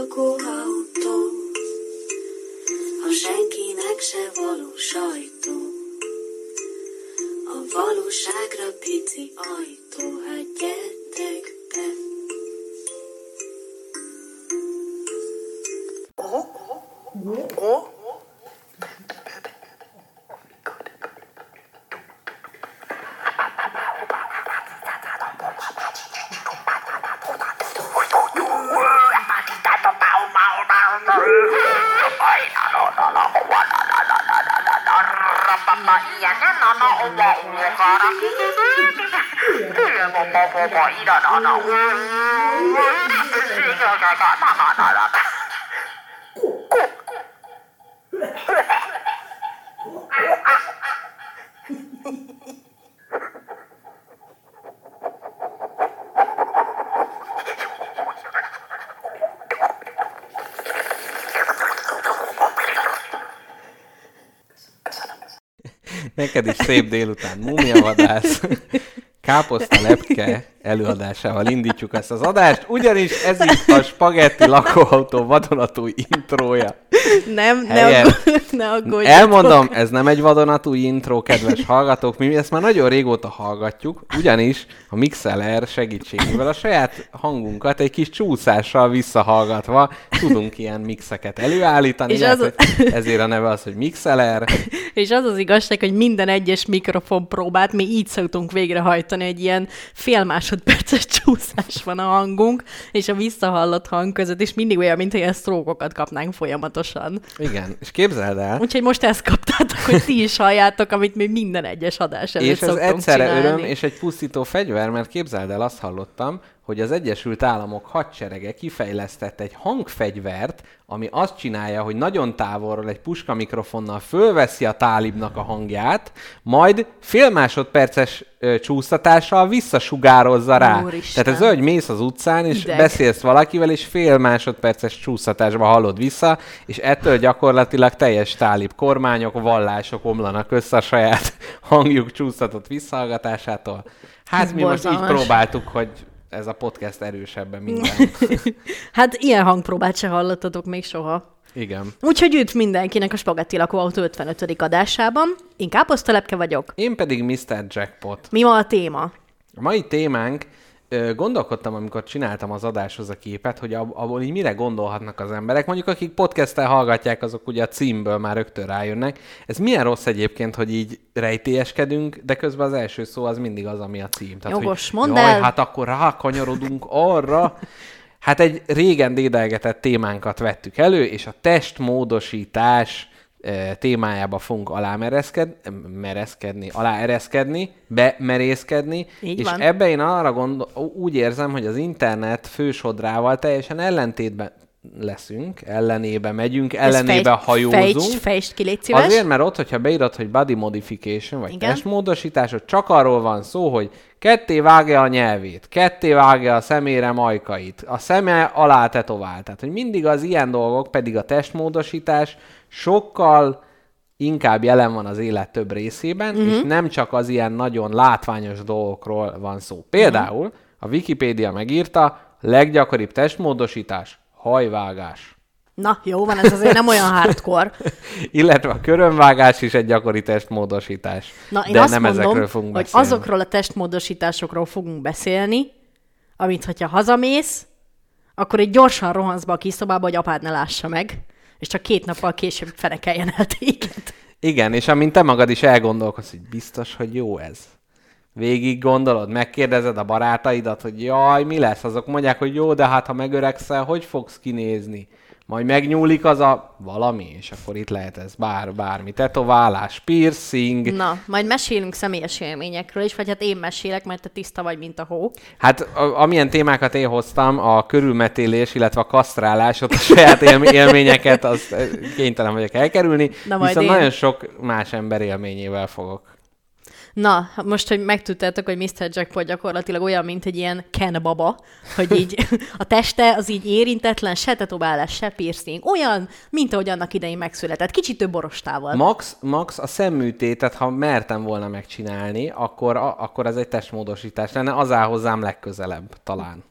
lakóautó, a senkinek se való sajtó, a valóságra pici ajtó, hát gyertek be. Neked is szép délután, Múmiavadász, káposztalepke előadásával indítjuk ezt az adást, ugyanis ez itt a Spagetti lakóautó vadonatúj intrója. Nem, ne aggódjatok. Elmondom, ez nem egy vadonatúj intro, kedves hallgatók, mi ezt már nagyon régóta hallgatjuk, ugyanis a MixLR segítségével a saját hangunkat egy kis csúszással visszahallgatva tudunk ilyen mixeket előállítani, És ezért a neve az, hogy MixLR. És az az igazság, hogy minden egyes mikrofon próbát mi így szoktunk végrehajtani, egy ilyen fél másodperces csúszás van a hangunk, és a visszahallott hang között, és mindig olyan, mintha ilyen sztrókokat kapnánk folyamatosan. Igen, és képzeld el. Úgyhogy most ezt kaptátok, hogy ti is halljátok, amit mi minden egyes adás előtt és ez szoktunk egyszerre csinálni. öröm és egy pusztító fegyver, mert képzeld el, azt hallottam, hogy az Egyesült Államok hadserege kifejlesztett egy hangfegyvert, ami azt csinálja, hogy nagyon távolról egy puskamikrofonnal fölveszi a tálibnak a hangját, majd fél másodperces csúsztatással visszasugározza rá. Úristen. Tehát ez olyan, hogy mész az utcán, és Ideg. beszélsz valakivel, és fél másodperces csúsztatásba hallod vissza, és ettől gyakorlatilag teljes tálib kormányok, vallások omlanak össze a saját hangjuk csúsztatott visszahallgatásától. Hát Ez mi most így borzalmas. próbáltuk, hogy ez a podcast erősebben minden. Hát ilyen hangpróbát se hallottatok még soha. Igen. Úgyhogy üdv mindenkinek a Spagetti lakóautó 55. adásában. Én káposztalepke vagyok. Én pedig Mr. Jackpot. Mi ma a téma? A mai témánk, gondolkodtam, amikor csináltam az adáshoz a képet, hogy abból így mire gondolhatnak az emberek. Mondjuk akik podcasttel hallgatják, azok ugye a címből már rögtön rájönnek. Ez milyen rossz egyébként, hogy így rejtélyeskedünk, de közben az első szó az mindig az, ami a cím. Tehát, Jogos, hogy, mondd jaj, el! hát akkor rákanyarodunk arra. Hát egy régen dédelgetett témánkat vettük elő, és a testmódosítás témájába fogunk bemerészkedni, Így és van. ebbe én úgy érzem, hogy az internet fősodrával teljesen ellentétben leszünk, ellenébe megyünk, ellenébe hajózunk. Fejtsd ki, légy szíves. Azért, mert ott, hogyha beírod, hogy body modification, vagy Igen. testmódosítás, ott csak arról van szó, hogy ketté vágja a nyelvét, ketté vágja a szemére majkait, a szeme alá tetovál. Tehát, hogy mindig az ilyen dolgok, pedig a testmódosítás sokkal inkább jelen van az élet több részében, és nem csak az ilyen nagyon látványos dolgokról van szó. Például a Wikipédia megírta, leggyakoribb testmódosítás, hajvágás. Na, jó van, ez azért nem olyan hardcore. Illetve a körömvágás is egy gyakori testmódosítás. Na, én de azt nem mondom, ezekről fogunk hogy beszélni. azokról a testmódosításokról fogunk beszélni, amit, hogyha hazamész, akkor egy gyorsan rohansz be a kis szobába, hogy apád ne lássa meg, és csak 2 nappal később fenekeljen el téged. Igen, és amint te magad is elgondolkodsz, hogy biztos, hogy jó ez. Végig gondolod, megkérdezed a barátaidat, hogy jaj, mi lesz? Azok mondják, hogy jó, de hát ha megöregszel, hogy fogsz kinézni? Majd megnyúlik az a valami, és akkor itt lehet ez bármi. Tetoválás, piercing. Na, majd mesélünk személyes élményekről is, vagy hát én mesélek, mert te tiszta vagy, mint a hó. Hát amilyen témákat én hoztam, a körülmetélés, illetve a kasztrálás, ott a saját élményeket, azt kénytelen vagyok elkerülni, Na, majd viszont én. nagyon sok más ember élményével fogok. Na, most, hogy megtudtátok, hogy Mr. Jackpot gyakorlatilag olyan, mint egy ilyen Ken baba, hogy így a teste az így érintetlen, se tetoválás, se piercing. Olyan, mint ahogy annak idején megszületett. Kicsit több borostával. Max a szemműtétet, ha mertem volna megcsinálni, akkor ez egy testmódosítás lenne, az áll hozzám legközelebb talán.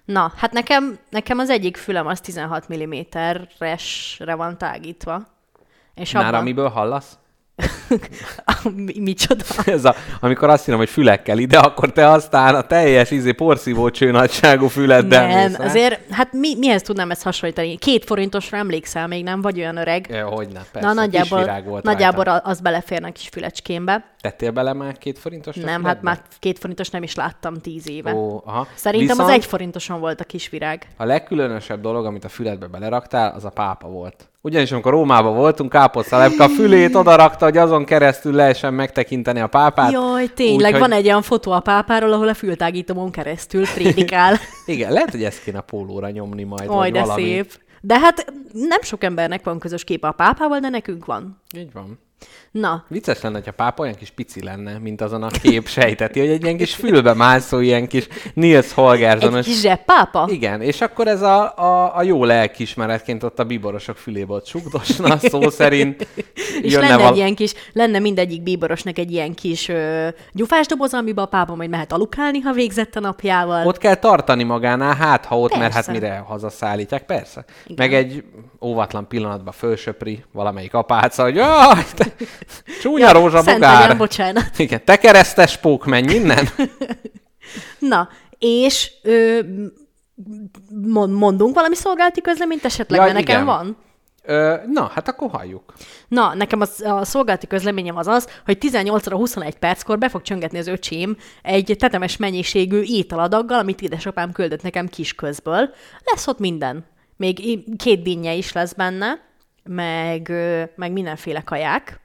Na, hát nekem az egyik fülem az 16 mm-resre van tágítva. És Nára miből hallasz? Micsoda? Amikor azt írom, hogy fülekkel ide, akkor te aztán a teljes porszívó csőnagyságú füleddel Nem, mész, azért, hát mihez tudnám ezt hasonlítani? 2 forintosra emlékszel még, nem? Vagy olyan öreg? Ja, hogyne, persze. Na, nagyjából, volt nagyjából az beleférne kis fülecskémbe. Tettél bele már 2 forintos? Nem, hát már 2 forintos nem is láttam 10 éve. Ó, aha. Szerintem Viszont az 1 forintoson volt a kis virág. a legkülönösebb dolog, amit a füledbe beleraktál, az a pápa volt. Ugyanis amikor Rómában voltunk, Káposzta Lepke a fülét odarakta, hogy azon keresztül lehessen megtekinteni a pápát. Jaj, tényleg, Úgyhogy... van egy olyan fotó a pápáról, ahol a fültágítómon keresztül prédikál. Igen, lehet, hogy ezt kéne pólóra nyomni majd. Aj, de valami. Szép. De hát nem sok embernek van közös képe a pápával, de nekünk van. Így van. Na. Vicces lenne, hogy a pápa olyan kis pici lenne, mint azon a kép sejteti, hogy egy ilyen kis fülbe mászó, ilyen kis Nils Holgersson. Egy kis zseppápa? Igen, és akkor ez a jó lelkiismeretként ott a bíborosok fülébe ott sugdosna, szó szerint. És lenne egy ilyen kis, lenne mindegyik bíborosnak egy ilyen kis gyufásdoboz, amiben a pápa majd mehet alukálni, ha végzett a napjával. Ott kell tartani magánál, hát ha ott, persze. mert hát mire hazaszállítják, persze. Igen. Meg egy óvatlan pillanatban fölsöpri valamelyik apáca, hogy jaj, csúnya rózsa bogár. Bocsánat. Igen, te keresztes pók, menj innen. Na, és mondunk valami szolgálati közleményt esetleg, mert nekem van? Na, hát akkor halljuk. Na, nekem a szolgálati közleményem az, hogy 18 óra 21 perckor be fog csöngetni az öcsém egy tetemes mennyiségű ételadaggal, amit édesapám küldött nekem kisközből. Lesz ott minden. Még 2 dinnye is lesz benne, meg mindenféle kaják,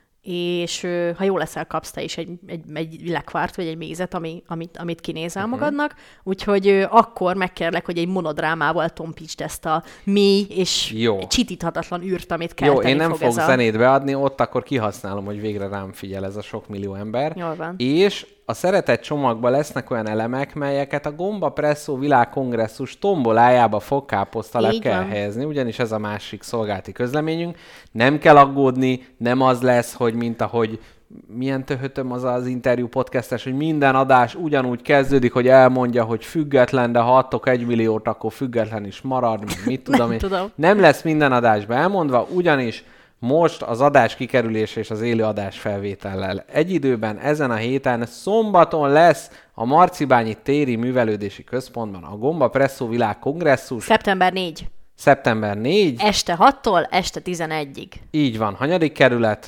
és ha jól leszel, kapsz te is egy lekvárt, vagy egy mézet, amit kinézel magadnak. Úgyhogy akkor megkérlek, hogy egy monodrámával tompítsd ezt a mély és csitíthatatlan űrt, amit kelteni fog. Jó, én nem fogok zenét beadni, ott akkor kihasználom, hogy végre rám figyel ez a sok millió ember. Jól van. És a szeretett csomagban lesznek olyan elemek, melyeket a Gomba Presszó Világkongresszus tombolájába fog Káposzta Lepke elhelyezni, ugyanis ez a másik szolgálati közleményünk. Nem kell aggódni, nem az lesz, hogy mint ahogy milyen töhötöm az interjú podcastes, hogy minden adás ugyanúgy kezdődik, hogy elmondja, hogy független, de ha adtok 1 milliót, akkor független is marad, mit tudom én. Nem lesz minden adásban elmondva, ugyanis most az adás kikerülése és az élő adás felvétellel egy időben ezen a héten szombaton lesz a Marcibányi Téri Művelődési Központban a Gomba Presszó Világkongresszus. Szeptember 4. Szeptember 4. Este 6-tól este 11-ig. Így van. Hanyadik kerület?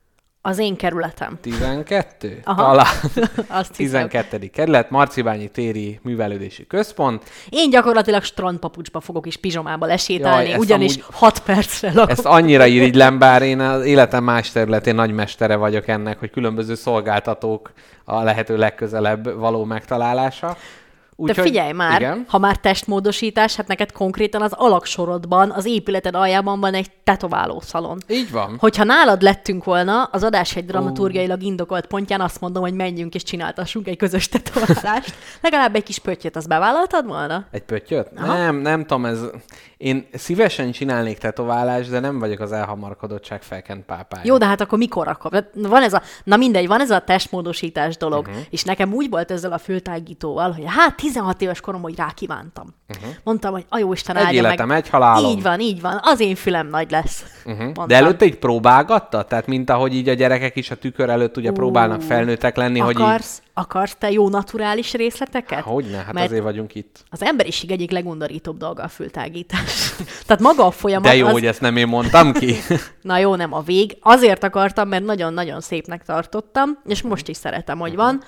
Az én kerületem. 12? Aha. Talán. Azt 12. kerület, Marcibányi Téri Művelődési Központ. Én gyakorlatilag strandpapucsba fogok is pizsomába lesétálni, ugyanis amúgy... 6 percre lakom. Ezt annyira irigylem, bár én az életem más területén nagymestere vagyok ennek, hogy különböző szolgáltatók a lehető legközelebb való megtalálása. De figyelj már, igen? Ha már testmódosítás, hát neked konkrétan az alaksorodban, az épületed aljában van egy tetoválószalon. Így van. Hogyha nálad lettünk volna, az adás egy dramaturgiailag indokolt pontján azt mondom, hogy menjünk és csináltassunk egy közös tetoválást. Legalább egy kis pöttyöt, azt bevállaltad volna? Egy pöttyöt? Nem tudom, ez... Én szívesen csinálnék tetoválást, de nem vagyok az elhamarkodottság felkent pápája. Jó, de hát akkor mikor akar? Van ez na mindegy, van ez a testmódosítás dolog, és nekem úgy volt ezzel a fültágítóval, hogy hát 16 éves korom, hogy rákívántam. Mondtam, hogy a jóisten áldja meg. Egy életem, egy halálom. Így van, az én fülem nagy lesz. De előtte így próbálgattad? Tehát mint ahogy így a gyerekek is a tükör előtt ugye próbálnak felnőttek lenni, hogy így... Akarsz te jó naturális részleteket? Hogyne, hát azért vagyunk itt. Az emberiség egyik legundorítóbb dolga a fültágítás. Tehát maga a folyamat... De jó, hogy ezt nem én mondtam ki. Na jó, nem a vég. Azért akartam, mert nagyon-nagyon szépnek tartottam, és most is szeretem, hogy van.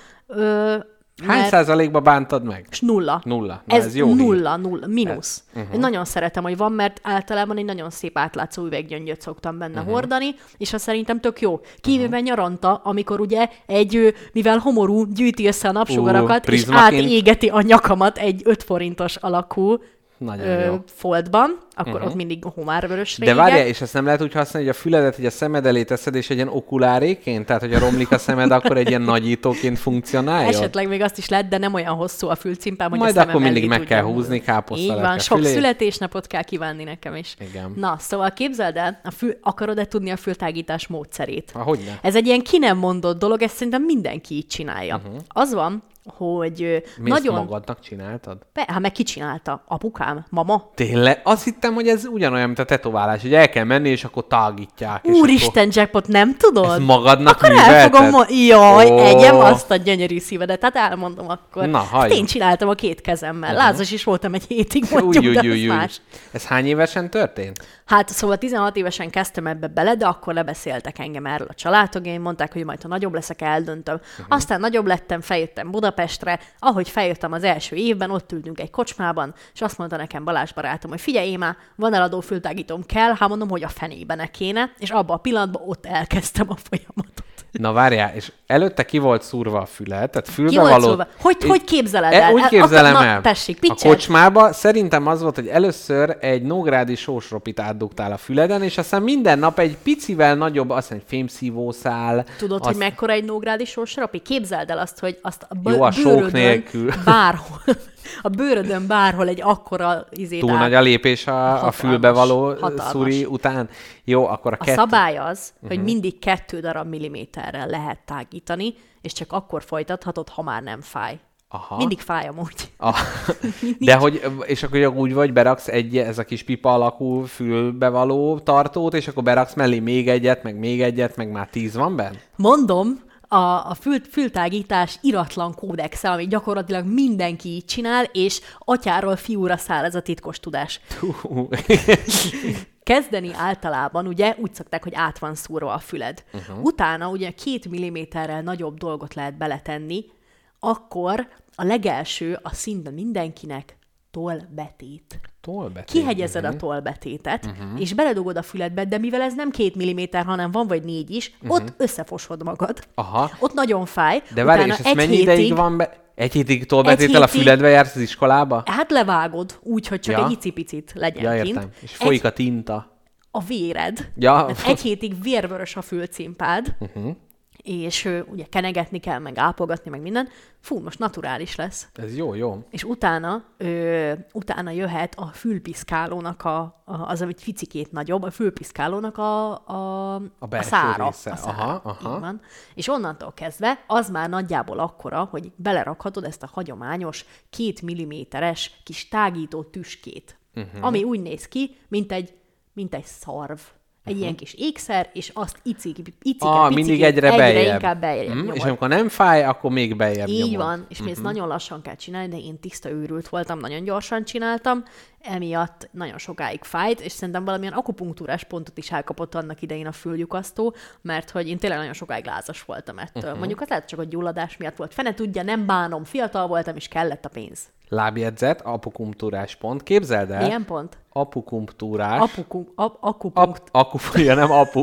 Hány százalékba bántad meg? 0. Na, ez jó nulla, hír. mínusz. Én nagyon szeretem, hogy van, mert általában egy nagyon szép átlátszó üveggyöngyöt szoktam benne hordani, és az szerintem tök jó. Kivéve nyaranta, amikor ugye mivel homorú gyűjti össze a napsugarakat, és átégeti a nyakamat egy 5 forintos alakú Nagyon jó. foltban, akkor ott mindig homárvörösre De égek. várjál, és ezt nem lehet úgy használni, hogy a füledet így a szemed elé teszed, és egy ilyen okuláréként? Tehát, hogyha romlik a szemed, akkor egy ilyen nagyítóként funkcionáljon? Esetleg még azt is lehet, de nem olyan hosszú a fülcimpám, hogy Majd a szemem akkor mindig elé meg tudjam kell húzni, húzni. káposztalepke Így van, sok fülét. születésnapot kell kívánni nekem is. Igen. Na, szóval képzeld el, akarod-e tudni a fültágítás módszerét? Hogyne. Ez egy ilyen ki nem mondott dolog, ezt szerintem mindenki így csinálja. Az van, hogy Mi nagyon... ezt magadnak csináltad? Hát meg ki csinálta? Apukám? Mama? Tényleg? Azt hittem, hogy ez ugyanolyan, mint a tetoválás, hogy el kell menni, és akkor tágítják. És Úristen, Jackpot, nem tudod? ezt magadnak Akkor művelted? el fogom Jaj, Ó. egyem azt a gyönyörű szívedet, hát elmondom akkor. Na, Ezt halljunk. én csináltam a 2 kezemmel. Lázas is voltam egy hétig, mondjuk, de az más. Ez hány évesen történt? Hát szóval 16 évesen kezdtem ebbe bele, de akkor lebeszéltek engem erről a családtagjaim, mondták, hogy majd ha nagyobb leszek, eldöntöm. Aztán nagyobb lettem, feljöttem Budapestre, ahogy feljöttem az első évben, ott ültünk egy kocsmában, és azt mondta nekem Balázs barátom, hogy figyelj Émá, van eladó fültágítóm kell, hát mondom, hogy a fenébe ne kéne, és abban a pillanatban ott elkezdtem a folyamatot. Na várjál, és előtte ki volt szúrva a fület, tehát Ki fülbe volt való... szólva? Hogy képzeled el? Úgy képzelem Na, el. tessék, A picsed. kocsmába szerintem az volt, hogy először egy nógrádi sósropit átdugtál a füleden, és aztán minden nap egy picivel nagyobb, azt mondja, egy fémszívószál. Tudod, hogy mekkora egy nógrádi sósrapi? Képzeld el azt, hogy azt a Jó, a sók nélkül. Bárhol, a bőrödön bárhol egy akkora izét Túl nagy a lépés a Hatalmas, fülbe való hatalmas. szuri után. Jó, akkor A szabály az, hogy mindig 2 darab milliméterrel lehet tágítani, és csak akkor folytathatod, ha már nem fáj. Aha. Mindig fáj amúgy. De hogy, és akkor úgy vagy, beraksz ez a kis pipa alakú fülbevaló tartót, és akkor beraksz mellé még egyet, meg már 10 van benne? Mondom, a fültágítás iratlan kódexe, ami gyakorlatilag mindenki így csinál, és atyáról fiúra száll ez a titkos tudás. Kezdeni általában ugye úgy szokták, hogy át van szúrva a füled. Utána ugye 2 milliméterrel nagyobb dolgot lehet beletenni, akkor a legelső a szinte mindenkinek tollbetét. Tollbetét. Kihegyezed a tollbetétet, és beledugod a füledbe, de mivel ez nem 2 milliméter, hanem van vagy 4 is, ott összefosod magad. Aha. Ott nagyon fáj. De várj, és ez mennyi ideig van be? Egy hétig tollbetéttel a füledbe jársz az iskolába? Hát levágod úgy, hogy csak egy icipicit legyen kint. Értem. És folyik a tinta. A véred. Ja. Tehát egy hétig vérvörös a fülcimpád, és ugye kenegetni kell, meg ápolgatni, meg minden. Fú, most naturális lesz. Ez jó. És utána jöhet a fülpiszkálónak az, amit ficikét nagyobb, a fülpiszkálónak a belső szára. része. A szára. Aha. Így van. És onnantól kezdve az már nagyjából akkora, hogy belerakhatod ezt a hagyományos 2 milliméteres kis tágító tüskét, ami úgy néz ki, mint egy szarv. Egy ilyen kis ékszer, és azt icike, mindig egyre beljebb. inkább beljebb nyomod. És amikor nem fáj, akkor még beljebb Így nyomod. van, és mi ezt nagyon lassan kell csinálni, de én tiszta őrült voltam, nagyon gyorsan csináltam, emiatt nagyon sokáig fájt, és szerintem valamilyen akupunktúrás pontot is elkapott annak idején a füllyukasztó, mert hogy én tényleg nagyon sokáig lázas voltam ettől. Mondjuk az lehet csak a gyulladás miatt volt. Fene tudja, nem bánom, fiatal voltam, és kellett a pénz. Lábjegyzet, apupunktúrás pont. Képzeld el. Milyen pont? Apupunktúrás. Akupunktúrás. Nem apu.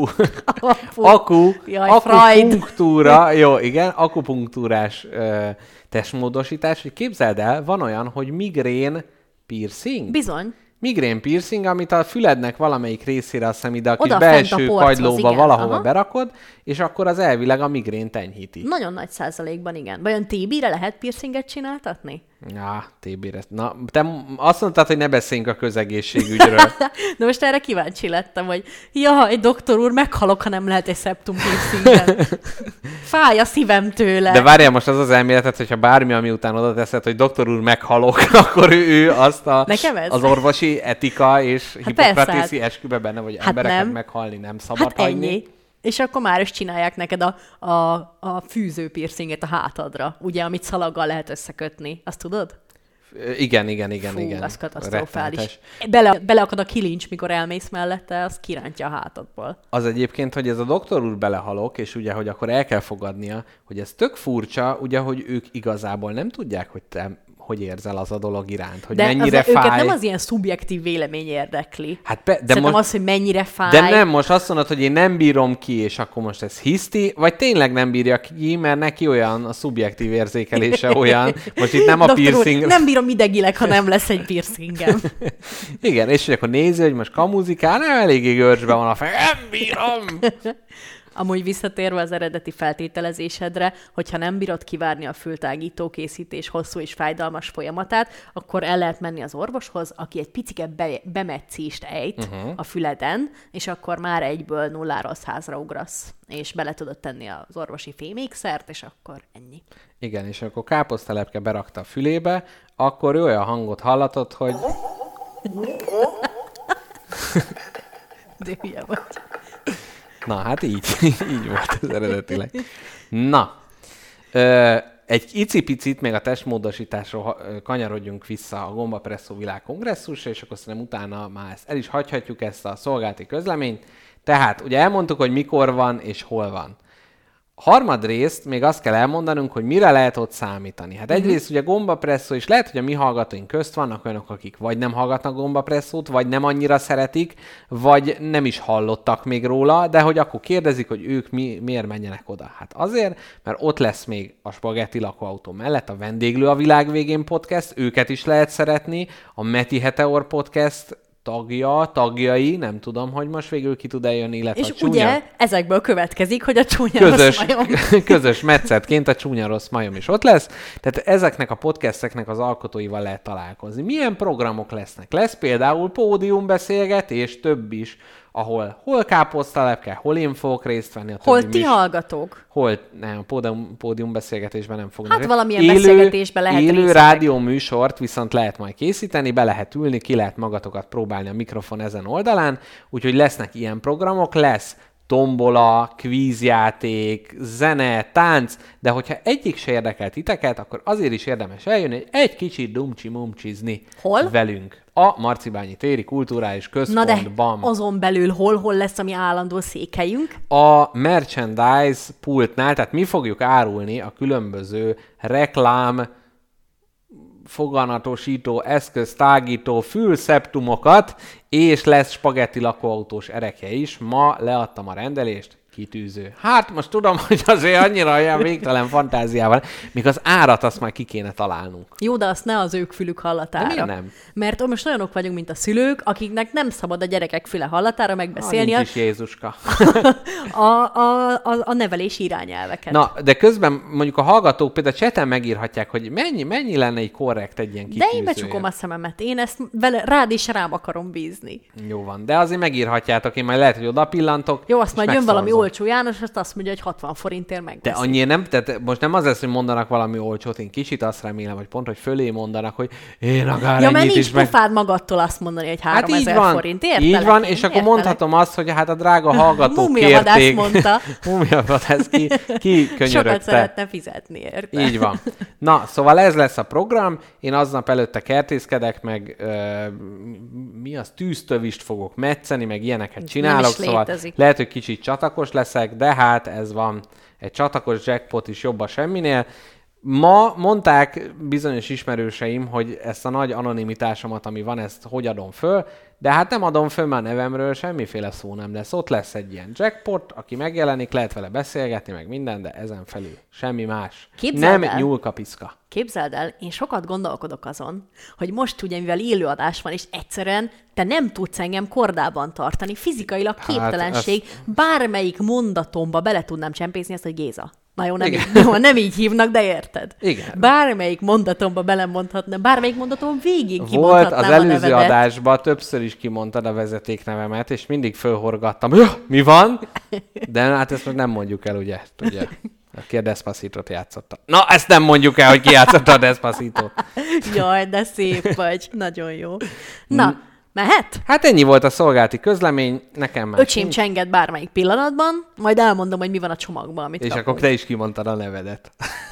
Jaj, Akupunktúra. Jó, igen. Akupunktúrás testmódosítás. Hogy képzeld el, van olyan, hogy migrén piercing. Bizony. Migrén piercing, amit a fülednek valamelyik részére, azt hiszem ide a kis Oda fent a belső porchoz, kagylóba igen, valahova aha. berakod, és akkor az elvileg a migrént enyhíti. Nagyon nagy százalékban igen. Vajon TB-re lehet piercinget csináltatni? Ja, TB-re. Na, te azt mondtad, hogy ne beszéljünk a közegészségügyről. De most erre kíváncsi lettem, hogy jaj, doktor úr, meghalok, ha nem lehet egy septum piercingen. Fáj a szívem tőle. De várjál, most az elméletet, hogyha bármi, ami után oda teszed, hogy doktor úr meghalok, akkor ő azt az orvosi etika és hipokratiszi eskübe benne, hogy embereket nem. Meghalni nem szabad hát hagyni. Ennyi. És akkor már is csinálják neked a fűző piercinget a hátadra, ugye, amit szalaggal lehet összekötni. Azt tudod? Igen. Fú, az katasztrofális. Rettenetes. Beleakad a kilincs, mikor elmész mellette, az kirántja a hátadból. Az egyébként, hogy ez a doktor úr belehalok, és ugye, hogy akkor el kell fogadnia, hogy ez tök furcsa, ugye, hogy ők igazából nem tudják, hogy te hogy érzel az a dolog iránt, hogy de mennyire őket fáj. nem az ilyen szubjektív vélemény érdekli. Hát de szerintem most, az, hogy mennyire fáj. de nem, most azt mondod, hogy én nem bírom ki, és akkor most ez hiszti, vagy tényleg nem bírja ki, mert neki olyan, a szubjektív érzékelése olyan, most itt nem a Doktor piercing... úr, nem bírom idegileg, ha nem lesz egy piercingem. Igen, és akkor nézi, hogy most kamuzikál, nem eléggé görcsbe van a fej, nem bírom! Amúgy visszatérve az eredeti feltételezésedre, hogyha nem bírod kivárni a fültágító készítés hosszú és fájdalmas folyamatát, akkor el lehet menni az orvoshoz, aki egy picike bemetszést ejt a füleden, és akkor már egyből 0-ról 100-ra ugrasz, és bele tudod tenni az orvosi fémékszert, és akkor ennyi. Igen, és akkor káposztelepke berakta a fülébe, akkor ő olyan hangot hallatott, hogy... De hülye vagy. Na, hát így volt ez eredetileg. Na, egy icipicit még a testmódosításról kanyarodjunk vissza a Gombapresszó világkongresszusra, és akkor szerintem utána már ezt el is hagyhatjuk, ezt a szolgálati közleményt. Tehát ugye elmondtuk, hogy mikor van és hol van. Harmadrészt még azt kell elmondanunk, hogy mire lehet ott számítani. Hát egyrészt ugye gombapresszó, és lehet, hogy a mi hallgatóink közt vannak olyanok, akik vagy nem hallgatnak gombapresszót, vagy nem annyira szeretik, vagy nem is hallottak még róla, de hogy akkor kérdezik, hogy ők miért menjenek oda. Hát azért, mert ott lesz még a Spagetti lakóautó mellett a Vendéglő a világ végén podcast, őket is lehet szeretni, a Meti Heteor podcast tagjai, nem tudom, hogy most végül ki tud eljönni, illetve és a csúnya... ugye ezekből következik, hogy a csúnya rossz majom. Közös metszetként a csúnya rossz majom is ott lesz. Tehát ezeknek a podcasteknek az alkotóival lehet találkozni. Milyen programok lesznek? Lesz például pódiumbeszélgetés, több is, ahol hol káposztalepke, hol én fogok részt venni. Hol ti hallgatók? Hol, nem, pódiumbeszélgetésben nem fognak. Hát valamilyen beszélgetésben lehet élő rádió műsort viszont lehet majd készíteni, be lehet ülni, ki lehet magatokat próbálni a mikrofon ezen oldalán, úgyhogy lesznek ilyen programok, lesz tombola, kvízjáték, zene, tánc, de hogyha egyik se érdekel titeket, akkor azért is érdemes eljönni, egy kicsit dumcsi-mumcsizni velünk. A Marcibányi Téri Kulturális Központban. Na de azon belül hol lesz a mi állandó székhelyünk? A merchandise pultnál, tehát mi fogjuk árulni a különböző reklám, foganatosító, eszköztágító fülszeptumokat, és lesz spagetti lakóautós erekje is. Ma leadtam a rendelést, kitűző. Hát most tudom, hogy azért annyira olyan végtelen fantáziával, míg az árat azt már ki kéne találnunk. Jó, de azt ne az ők fülük hallatára. De miért nem? Mert most olyanok vagyunk, mint a szülők, akiknek nem szabad a gyerekek füle hallatára megbeszélni nincs is Jézuska. a nevelési irányelveket. Na, de közben mondjuk a hallgatók például chaten megírhatják, hogy mennyi lenne egy korrekt egy ilyen kitűzője. De én becsukom a szememet. Én ezt rád és rám akarom bízni. Jó van, de azért megírhatjátok, én majd lehet, hogy oda pillantok. Jó, azt majd jön valami olcsó János, azt mondja, hogy 60 forintért megveszik. De annyira nem, tehát most nem az lesz, hogy mondanak valami olcsót, én kicsit azt remélem, hogy pont, hogy fölé mondanak, hogy én akár ja, ennyit is meg... pofád magadtól azt mondani, hogy 3000 forint. Így van, és akkor mondhatom azt, hogy hát a drága hallgatók kérték. Mondta. Mumiavadász ki könyörögte. Sokat szeretne fizetni érte. Így van. Na, szóval ez lesz a program. Én aznap előtte kertészkedek, meg mi az, tűztövist fogok metszeni, meg ilyeneket csinálok. Szóval létezik. Lehet, hogy kicsit csatakos leszek, de hát ez van. Egy csatakos jackpot is jobb a semminél. Ma mondták bizonyos ismerőseim, hogy ezt a nagy anonimitásomat, ami van, ezt hogy adom föl, de hát nem adom föl, mert nevemről semmiféle szó nem lesz. Ott lesz egy ilyen jackpot, aki megjelenik, lehet vele beszélgetni, meg minden, de ezen felül semmi más. Nem nyúlkapiszka. Képzeld el, én sokat gondolkodok azon, hogy most ugye, mivel élőadás van, és egyszerűen te nem tudsz engem kordában tartani, fizikailag képtelenség, bármelyik mondatomba bele tudnám csempészni ezt, hogy Géza. Na jó, nem így hívnak, de érted. Igen. Bármelyik mondatomba belemondhatnám, bármelyik mondatom végig kimondhatnám volt az előző adásban, többször is kimondtad a vezetéknevemet, és mindig fölhorgattam, mi van? De hát ezt most nem mondjuk el, ugye? Aki a Despacitot játszotta. Na, ezt nem mondjuk el, hogy ki játszotta a Despacitot. Jaj, de szép vagy. Nagyon jó. Na, mehet? Hát ennyi volt a szolgálati közlemény, nekem már Öcsém csenget bármelyik pillanatban, majd elmondom, hogy mi van a csomagban, amit és kapunk. akkor te is kimondtad a nevedet.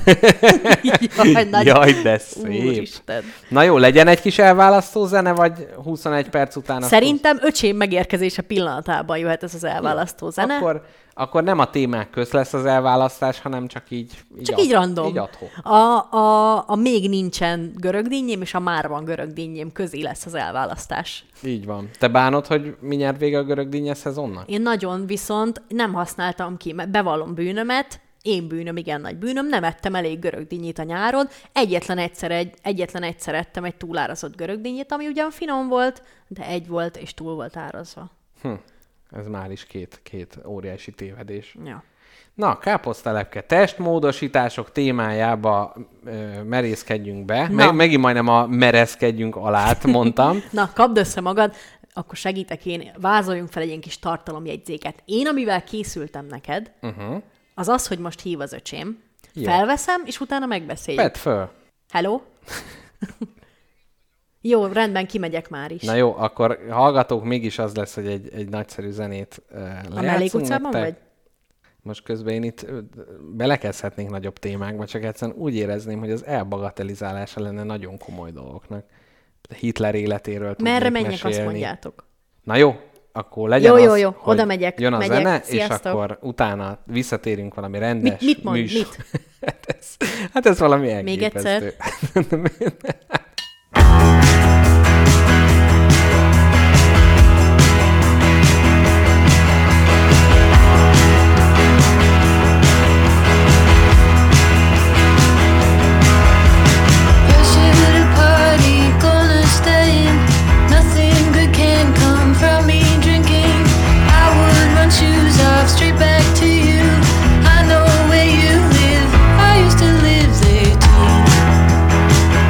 Jaj, de szép. Úristen. Na jó, legyen egy kis elválasztó zene, vagy 21 perc után? Szerintem öcsém megérkezése pillanatában jöhet ez az elválasztó zene. akkor nem a témák közt lesz az elválasztás, hanem csak így random. Így adhok. A még nincsen görögdínnyém, és a már van görögdínnyém közé lesz az elválasztás. Így van. Te bánod, hogy mindjárt vége a görögdínnyes szezonnak? Én nagyon, viszont nem használtam ki, mert bevallom bűnömet, én bűnöm, igen nagy bűnöm, nem ettem elég görögdinnyit a nyáron, egyetlen egyszer ettem egy túlárazott görögdinnyit, ami ugyan finom volt, de egy volt, és túl volt árazva. Ez már is két óriási tévedés. Ja. Na, káposztelepke, testmódosítások témájába merészkedjünk be. Megint majdnem a mereszkedjünk alát mondtam. Na, kapd össze magad, akkor segítek én, vázoljunk fel egy ilyen kis tartalomjegyzéket. Én, amivel készültem neked, az, hogy most hív az öcsém. Jó. Felveszem, és utána megbeszéljük. Vedd föl. Hello? Jó, rendben, kimegyek már is. Na jó, akkor hallgatók, mégis az lesz, hogy egy nagyszerű zenét lejátszunk. A Mellékutcában vagy? Most közben én itt belekezdhetnénk nagyobb témákba, csak egyszerűen úgy érezném, hogy az elbagatelizálása lenne nagyon komoly dolgoknak. Hitler életéről tudnék merre menjek, mesélni. azt mondjátok. Na jó, akkor legyen jó. Oda megyek. Jön a zene, Sziasztok. És akkor utána visszatérünk valami rendes Mit mond? műsor. Hát ez valami Még elképesztő. egyszer. Straight back to you. I know where you live. I used to live there too.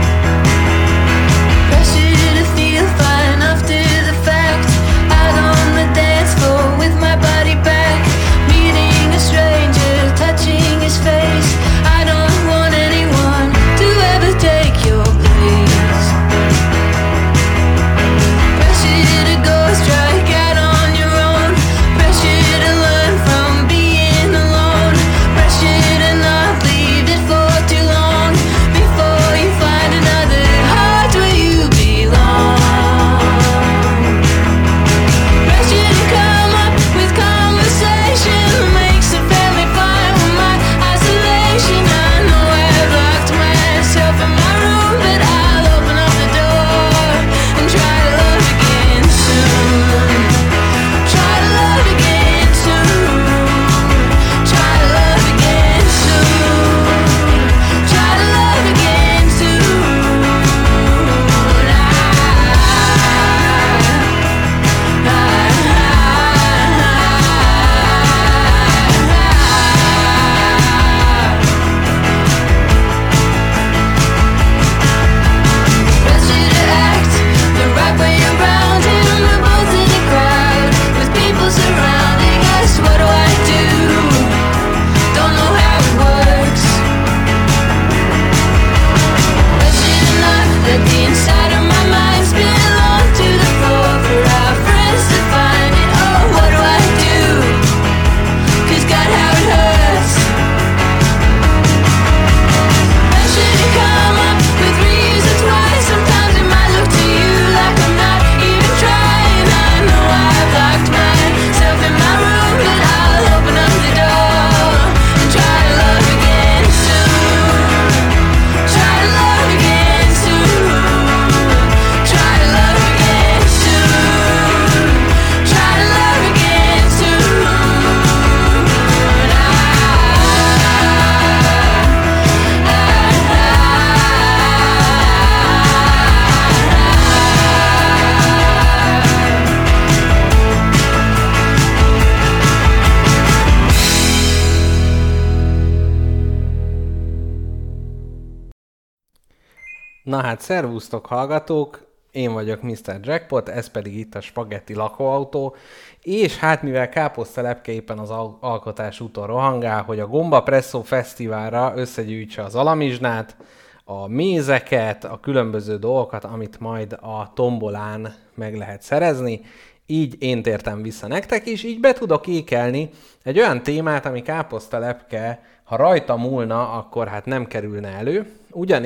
Na hát, szervusztok hallgatók, én vagyok Mr. Jackpot, ez pedig itt a Spagetti lakóautó, és hát mivel Káposztelepke éppen az alkotás úton rohangál, hogy a Gomba Presszó Fesztiválra összegyűjtse az alamizsnát, a mézeket, a különböző dolgokat, amit majd a tombolán meg lehet szerezni, így én tértem vissza nektek, és így be tudok ékelni egy olyan témát, ami Káposztelepke, ha rajta múlna, akkor hát nem kerülne elő, ugyanis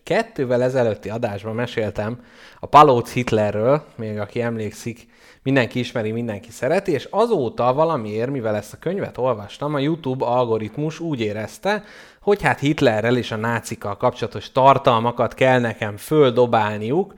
2-vel ezelőtti adásban meséltem a Palóc Hitlerről, még aki emlékszik, mindenki ismeri, mindenki szereti, és azóta valamiért, mivel ezt a könyvet olvastam, a YouTube algoritmus úgy érezte, hogy hát Hitlerrel és a nácikkal kapcsolatos tartalmakat kell nekem földobálniuk,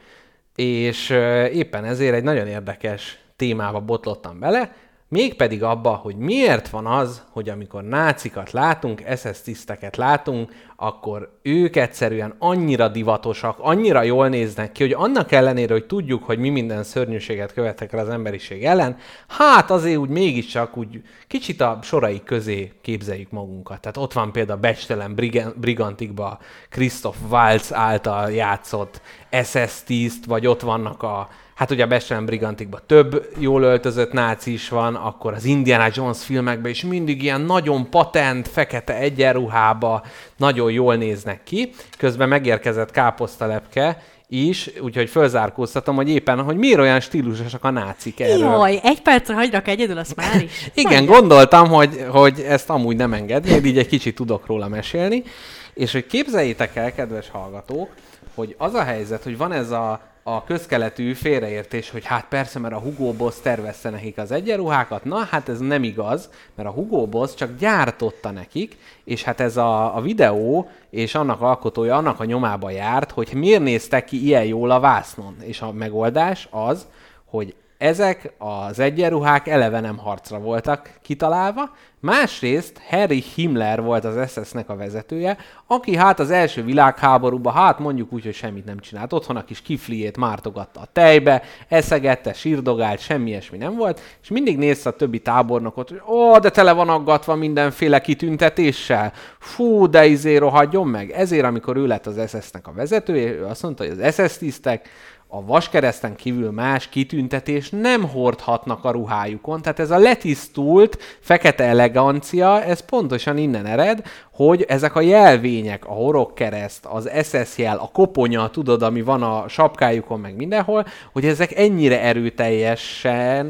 és éppen ezért egy nagyon érdekes témába botlottam bele, mégpedig abba, hogy miért van az, hogy amikor nácikat látunk, SS tiszteket látunk, akkor ők egyszerűen annyira divatosak, annyira jól néznek ki, hogy annak ellenére, hogy tudjuk, hogy mi minden szörnyűséget követtek el az emberiség ellen, hát azért úgy mégiscsak úgy kicsit a soraik közé képzeljük magunkat. Tehát ott van például a Becstelen Brigantikban Christoph Waltz által játszott SS tiszt, vagy ott vannak hát ugye a Becstelen Brigantikban több jól öltözött náci is van, akkor az Indiana Jones filmekben is mindig ilyen nagyon patent, fekete egyenruhába, nagyon jól néznek ki. Közben megérkezett káposztalepke is, úgyhogy fölzárkóztatom, hogy éppen, hogy miért olyan stílusosak a nácik erről. Jaj, egy percre hagyrak egyedül, azt már is. Igen, gondoltam, hogy ezt amúgy nem engednéd, így egy kicsit tudok róla mesélni. És hogy képzeljétek el, kedves hallgatók, hogy az a helyzet, hogy van ez a közkeletű félreértés, hogy hát persze, mert a Hugo Boss tervezte nekik az egyenruhákat, na hát ez nem igaz, mert a Hugo Boss csak gyártotta nekik, és hát ez a videó és annak alkotója annak a nyomába járt, hogy miért néztek ki ilyen jól a vásznon. És a megoldás az, hogy ezek az egyenruhák eleve nem harcra voltak kitalálva, másrészt Harry Himmler volt az SS-nek a vezetője, aki hát az első világháborúban, hát mondjuk úgy, hogy semmit nem csinált. Otthon a kis kifliét mártogatta a tejbe, eszegette, sírdogált, semmi ilyesmi nem volt, és mindig nézte a többi tábornokot, hogy de tele van aggatva mindenféle kitüntetéssel, fú, de rohadjon meg. Ezért, amikor ő lett az SS-nek a vezetője, ő azt mondta, hogy az SS tisztek a vaskereszten kívül más kitüntetés nem hordhatnak a ruhájukon. Tehát ez a letisztult, fekete elegancia, ez pontosan innen ered, hogy ezek a jelvények, a horogkereszt, az SS jel, a koponya, tudod, ami van a sapkájukon, meg mindenhol, hogy ezek ennyire erőteljesen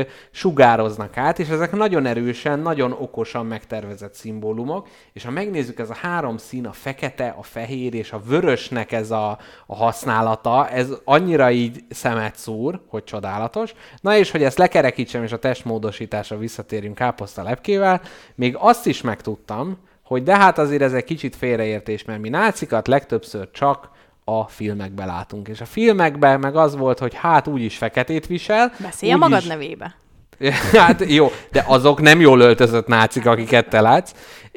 sugároznak át, és ezek nagyon erősen, nagyon okosan megtervezett szimbólumok, és ha megnézzük, ez a 3 szín, a fekete, a fehér és a vörösnek ez a használata, ez annyira így szemet szúr, hogy csodálatos. Na és hogy ezt lekerekítsem, és a testmódosításra visszatérjünk káposztalepkével, még azt is megtudtam, hogy de hát azért ez egy kicsit félreértés, mert mi nácikat legtöbbször csak a filmekben látunk. És a filmekben meg az volt, hogy hát úgyis feketét visel. Beszélj a magad nevébe. Hát jó, de azok nem jól öltözött nácik, akiket te látsz.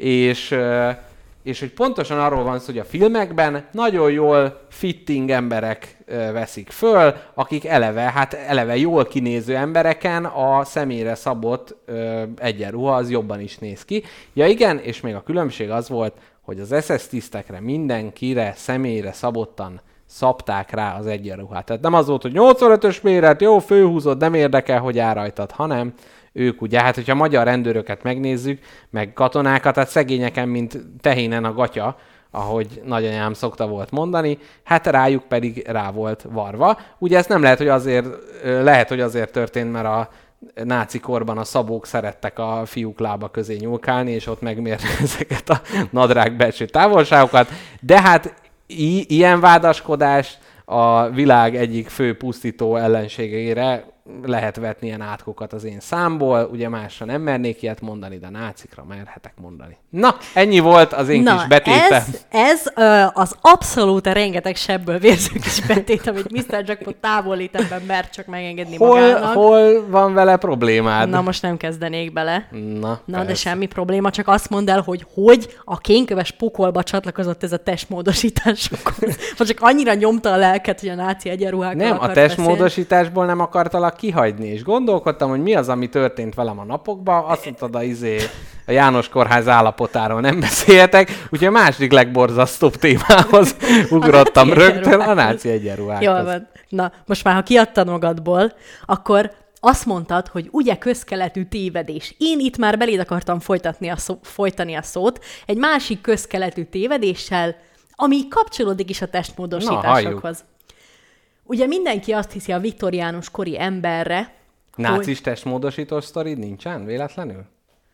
És hogy pontosan arról van szó, hogy a filmekben nagyon jól fitting emberek veszik föl, akik eleve jól kinéző embereken a személyre szabott egyenruha az jobban is néz ki. Ja igen, és még a különbség az volt, hogy az SS tisztekre mindenkire személyre szabottan szabták rá az egyenruhát. Tehát nem az volt, hogy 85-ös méret, jó, főhúzod, nem érdekel, hogy áll rajtad, hanem ők ugye, hát hogyha magyar rendőröket megnézzük, meg katonákat, hát szegényeken, mint tehénen a gatya, ahogy nagyanyám szokta volt mondani, hát rájuk pedig rá volt varva. Ugye ez nem lehet, hogy azért történt, mert a náci korban a szabók szerettek a fiúk lába közé nyúlkálni, és ott megmérni ezeket a nadrág belső távolságokat, de hát ilyen vádaskodás a világ egyik fő pusztító ellenségére lehet vetni ilyen átkokat az én számból, ugye másra nem mernék ilyet mondani, de nácikra merhetek mondani. Na, ennyi volt az én kis betétem. Ez az abszolút rengeteg sebből vérző kis betét, amit Mr. Jackpot távolít ebben, mert csak megengedni magának. Hol van vele problémád? Na, most nem kezdenék bele. Na de semmi probléma, csak azt mondd el, hogy a kénköves pokolba csatlakozott ez a testmódosításokhoz. Vagy csak annyira nyomta a lelket, hogy a náci egyenruhákkal nem, a testmódosításból nem akartalak kihagyni, és gondolkodtam, hogy mi az, ami történt velem a napokban. Azt mondtad, a János Kórház állapotáról nem beszéltek, úgyhogy a második legborzasztóbb témához ugrottam rögtön, a náci egyenruhákhoz. Jól van. Na, most már ha kiadtad magadból, akkor azt mondtad, hogy ugye közkeletű tévedés. Én itt már beléd akartam folytani a szót egy másik közkeletű tévedéssel, ami kapcsolódik is a testmódosításokhoz. Ugye mindenki azt hiszi a viktoriánus kori emberre, nácis testmódosítós sztorid nincsen véletlenül?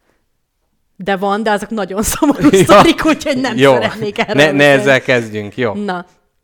De van, de azok nagyon szomorú sztorik, úgyhogy nem szeretnék erről. Ne ezzel kezdjünk, jó. Na,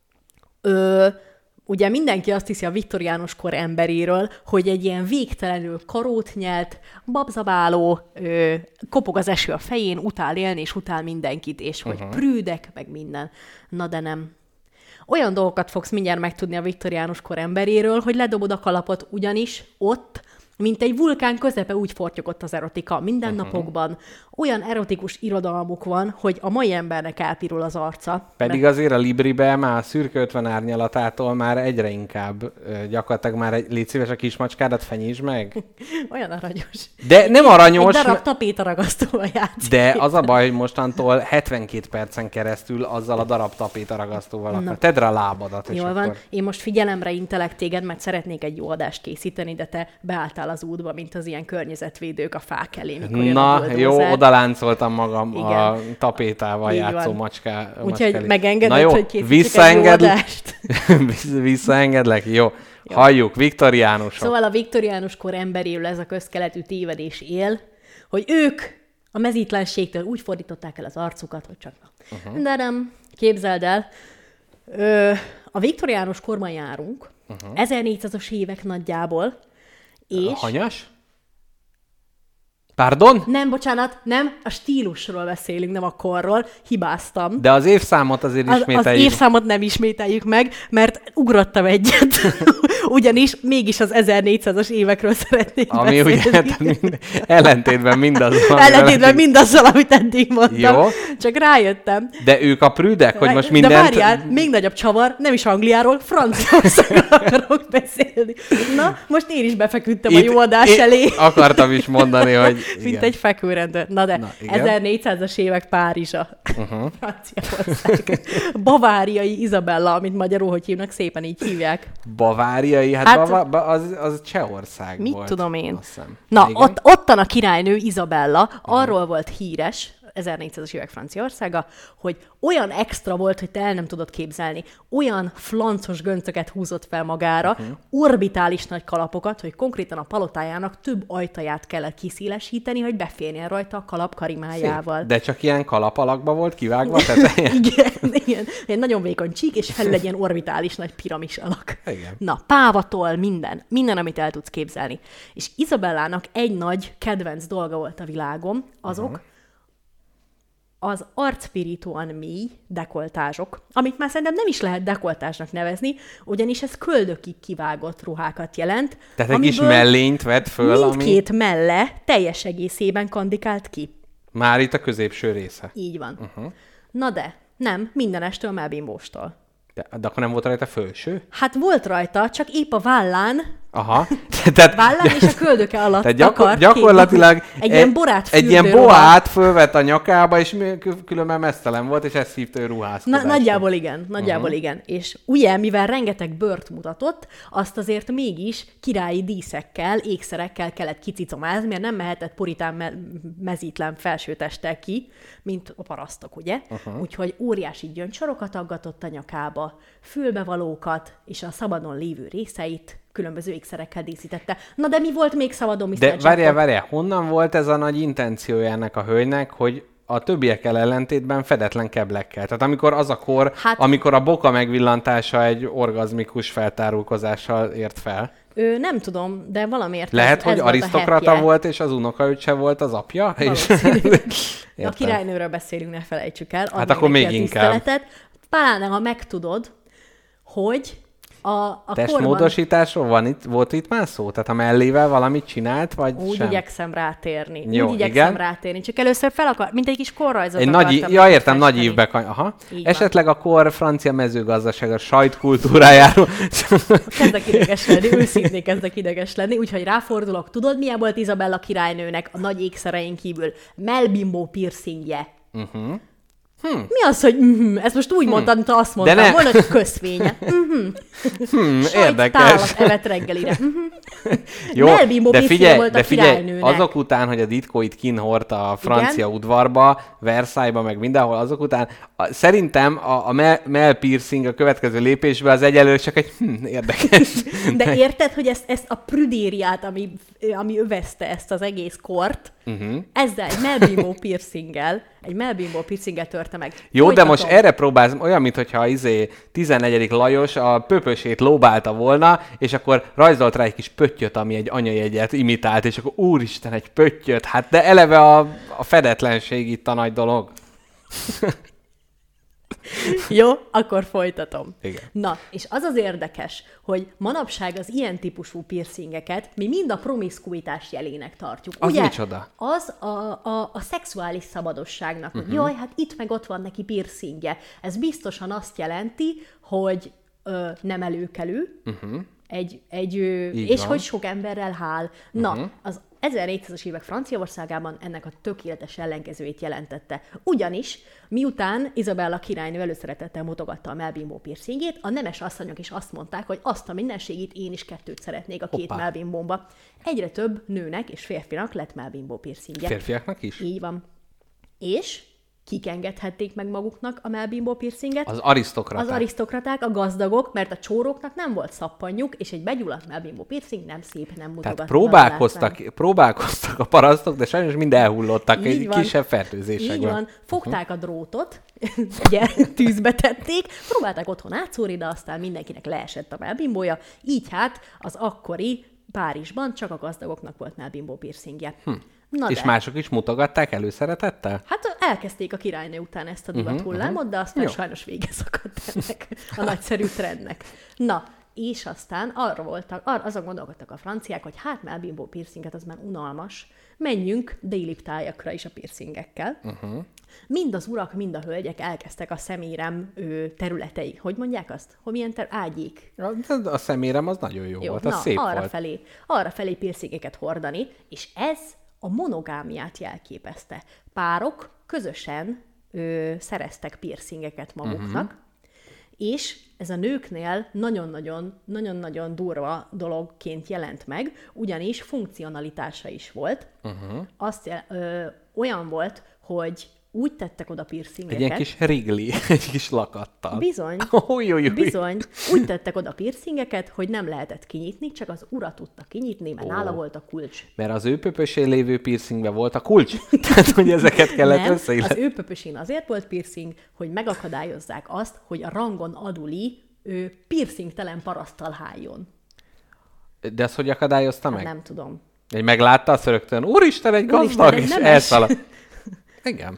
Ugye mindenki azt hiszi a viktoriánus kor emberéről, hogy egy ilyen végtelenül karót nyelt, babzabáló, kopog az eső a fején, utál élni, és utál mindenkit, és hogy prűdek, meg minden. Na de nem. Olyan dolgokat fogsz mindjárt megtudni a viktoriánus kor emberéről, hogy ledobod a kalapot, ugyanis ott, mint egy vulkán közepe, úgy fortyogott az erotika mindennapokban. Olyan erotikus irodalmuk van, hogy a mai embernek elpirul az arca. Pedig azért a Libribe már a szürke 50 árnyalatától már egyre inkább gyakorlatilag már légy szíves a kismacskádat fenyítsd meg. Olyan aranyos. De nem aranyos. Egy darab tapétaragasztóval játszik. De az a baj, hogy mostantól 72 percen keresztül azzal a darab tapétaragasztóval akar. Tedd rá a lábadat. Jól van. Én most figyelemre intelek téged, mert szeretnék egy jó adást készíteni, de te beálltál az útba, mint az ilyen környezetvédők a fák elé, mikor jön a bulldozer. Jó, odaláncoltam magam. Igen. A tapétával így játszó van. macska. Úgyhogy megengeded, hogy készítsek egy jó adást? Visszaengedlek? Jó. Halljuk, viktoriánusok. Szóval a viktoriánus kor emberéről ez a közkeletű tévedés él, hogy ők a mezítlenségtől úgy fordították el az arcukat, hogy csak de nem, képzeld el, a viktoriánus korban járunk, 1400-as évek nagyjából, és... Hanyas? Pardon? Nem, bocsánat, nem, a stílusról beszélünk, nem a korról, hibáztam. De az évszámot azért ismételjük. Az évszámot nem ismételjük meg, mert ugrottam egyet. Ugyanis mégis az 1400-as évekről szeretnék ami beszélni. ugye ellentétben mindazzal. Ellentétben mindazzal, amit eddig mondtam. Jó. Csak rájöttem. De ők a prüdek, hogy most mindent... De várjál, még nagyobb csavar, nem is Angliáról, Franciaországról akarok beszélni. Na, most én is befeküdtem a jó adás elé. Akartam is mondani, hogy... Mint egy fekvőrendőr. Na de, 1400-as évek Párizsa. Franciaország. Baváriai Izabella, amit magyarul hogy hívnak, szépen így hívják. Baváriai? Hát az Csehország mit volt. Mit tudom én? Na, ottan a királynő Izabella arról volt híres, 1400-as évek Franciaországa, hogy olyan extra volt, hogy te el nem tudod képzelni. Olyan flancos göncöket húzott fel magára, orbitális nagy kalapokat, hogy konkrétan a palotájának több ajtaját kellett kiszélesíteni, hogy beférjen rajta a kalap karimájával. Szép. De csak ilyen kalap alakba volt kivágva? igen. Egy nagyon vékony csík, és fel egy ilyen orbitális nagy piramis alak. Igen. Na, pávatól minden, amit el tudsz képzelni. És Izabellának egy nagy kedvenc dolga volt a világon, azok az arcpirítóan mély dekoltázsok, amit már szerintem nem is lehet dekoltázsnak nevezni, ugyanis ez köldökig kivágott ruhákat jelent. Tehát egy kis mellényt vett föl, mindkét melle teljes egészében kandikált ki. Már itt a középső része. Így van. Na de, nem, mindenestől melbimbóstól. De akkor nem volt rajta felső? Hát volt rajta, csak épp a vállán, Aha. vállán és a köldöke alatt tehát gyakorlatilag egy ilyen borát egy ilyen boát fölvett a nyakába, és különben mesztelen volt, és ezt hívta ő ruházkodásra. Nagyjából igen. És ugye, mivel rengeteg bőrt mutatott, azt azért mégis királyi díszekkel, ékszerekkel kellett kicicomázni, mert nem mehetett puritán mezítlen felsőtesttel ki, mint a parasztok, ugye? Úgyhogy óriási gyöngysorokat aggatott a nyakába, fülbevalókat, és a szabadon lévő részeit különböző ékszerekkel díszítette. Na de mi volt még szabadon, Mr. De várjál, honnan volt ez a nagy intenciója ennek a hölgynek, hogy a többiekkel ellentétben fedetlen keblekkel? Tehát amikor az a kor, amikor a boka megvillantása egy orgazmikus feltárulkozással ért fel. Nem tudom, de valamiért lehet, hogy arisztokrata volt, és az unokaöccse volt az apja? A királynőről beszélünk, ne felejtsük el. Hát akkor még inkább. Pláne, ha megtudod, hogy a testmódosításról volt itt már szó? Tehát a mellével valamit csinált, vagy úgy sem? Igyekszem rátérni. Jó, úgy igyekszem rátérni. Csak először mint egy kis korrajzot értem, nagy évbe. Aha. Esetleg a kor francia mezőgazdaság, a sajtkultúrájáról. Kezdek ideges lenni, őszintén kezdek ideges lenni, úgyhogy ráfordulok. Tudod, milyen volt Izabella királynőnek a nagy ékszerein kívül? Melbimbó piercingje. Mi az, hogy ezt most úgy mondtad, mint azt mondtam, volna, hogy közvénye. Érdekes. Tálat evett reggelire. Jó, de figyelj, azok után, hogy a ditkóit kinhordta a francia udvarba, Versailles-ba, meg mindenhol, azok után Szerintem a mell piercing a következő lépésben az egyelőre csak egy érdekes. De érted, hogy ezt a prüdériát, ami övezte ezt az egész kort, ezzel egy melbimbó piercinggel törte meg. Jó, Folytatom. de most erre próbálsz, olyan, mintha 14. Lajos a pöpösét lóbálta volna, és akkor rajzolt rá egy kis pöttyöt, ami egy anyajegyet imitált, és akkor úristen, egy pöttyöt, hát de eleve a fedetlenség itt a nagy dolog. Jó, akkor folytatom. Igen. Na, és az az érdekes, hogy manapság az ilyen típusú piercingeket mi mind a promiszkuitás jelének tartjuk. Az ugye? micsoda? Az a szexuális szabadosságnak, hogy jaj, hát itt meg ott van neki piercingje. Ez biztosan azt jelenti, hogy nem előkelő, és van. hogy sok emberrel hál. Na, az 1400-as évek Franciaországában ennek a tökéletes ellenkezőjét jelentette. Ugyanis, miután Izabella királynő előszeretettel mutogatta a melbimbó piercingjét, a nemes asszonyok is azt mondták, hogy azt a mindenségét én is 2 szeretnék a 2 melbimbómba. Egyre több nőnek és férfinak lett melbimbó piercingje. Férfiaknak is? Így van. És kik engedhették meg maguknak a melbimbó piercinget? Az arisztokraták. Az arisztokraták, a gazdagok, mert a csóroknak nem volt szappanjuk, és egy begyulladt melbimbó piercing nem szép, nem mutogat. Tehát próbálkoztak a parasztok, de sajnos mind elhullottak Így egy van. kisebb fertőzésekben. Így van. Fogták a drótot, ugye, tűzbe tették, próbálták otthon átszúrni, de aztán mindenkinek leesett a melbimbója, így hát az akkori Párizsban csak a gazdagoknak volt melbimbó piercingje. Na És de. mások is mutogatták előszeretettel? Hát elkezdték a királynő után ezt a divat hullámot, de aztán sajnos vége szakadt ennek a nagyszerű trendnek. Na, és aztán azon gondolkodtak a franciák, hogy hát melbimbó piercinget az már unalmas, menjünk délibb tájakra is a piercingekkel. Mind az urak, mind a hölgyek elkezdtek a szemérem területei. Hogy mondják azt? Hogy milyen ágyék? A szemérem az nagyon jó volt, az szép volt. Arra felé piercingeket hordani, és ez a monogámiát jelképezte. Párok közösen szereztek piercingeket maguknak, és ez a nőknél nagyon-nagyon durva dologként jelent meg, ugyanis funkcionalitása is volt. Olyan volt, hogy úgy tettek oda piercingeket. Egy ilyen kis rigli, egy kis lakattal. Bizony. Úgy tettek oda piercingeket, hogy nem lehetett kinyitni, csak az ura tudta kinyitni, mert nála volt a kulcs. Mert az ő pöpösén lévő piercingben volt a kulcs? Tehát, hogy ezeket kellett összeilletni. Az ő pöpösén azért volt piercing, hogy megakadályozzák azt, hogy a rangon aduli piercingtelen paraszttal háljon. De ezt hogy akadályozta meg? Nem tudom. Egy meglátta, azt rögtön, úristen, egy gazdag, és elszaladt. Igen.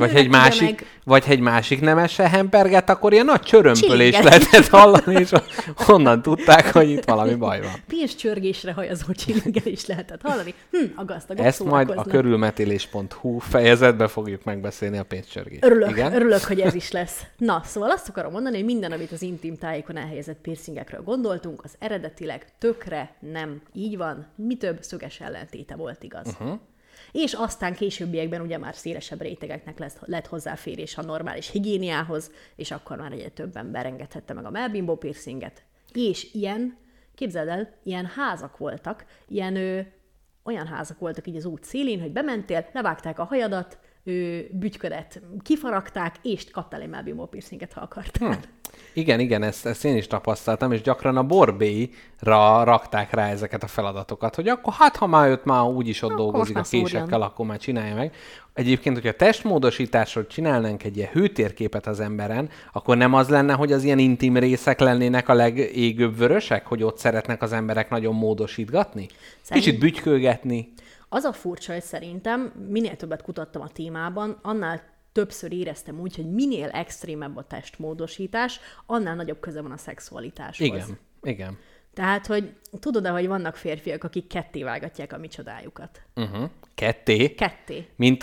Vagy egy másik nemese hemperget, akkor ilyen nagy csörömpölést lehetett hallani, és onnan tudták, hogy itt valami baj van. Pénzcsörgésre hajazó csillingelés lehetett hallani. A gazdagok ezt majd a körülmetélés.hu fejezetben fogjuk megbeszélni a pénzcsörgést. Örülök, hogy ez is lesz. Na, szóval azt akarom mondani, hogy minden, amit az intim tájékon elhelyezett piercingekről gondoltunk, az eredetileg tökre nem így van. Mi több, szöges ellentéte volt igaz. És aztán későbbiekben ugye már szélesebb rétegeknek lett hozzáférés a normális higiéniához, és akkor már egyre több ember engedhette meg a melbimbó piercinget. És képzeld el, ilyen házak voltak, olyan házak voltak így az út szélén, hogy bementél, levágták a hajadat, bütyködet kifaragták, és kaptál egy melbimbó piercinget, ha akartál. Igen, ezt én is tapasztaltam, és gyakran a borbélyra rakták rá ezeket a feladatokat, hogy akkor ha már őt már úgyis ott dolgozik a késekkel, akkor már csinálja meg. Egyébként, hogyha testmódosításról csinálnánk egy ilyen hőtérképet az emberen, akkor nem az lenne, hogy az ilyen intim részek lennének a legégőbb vörösek, hogy ott szeretnek az emberek nagyon módosítgatni? Kicsit bütykölgetni. Az a furcsa, hogy szerintem minél többet kutattam a témában, annál többször éreztem úgy, hogy minél extrémebb a testmódosítás, annál nagyobb köze van a szexualitáshoz. Igen. Tehát, hogy tudod-e, hogy vannak férfiak, akik ketté vágatják a mi csodájukat? Ketté? Ketté. Mint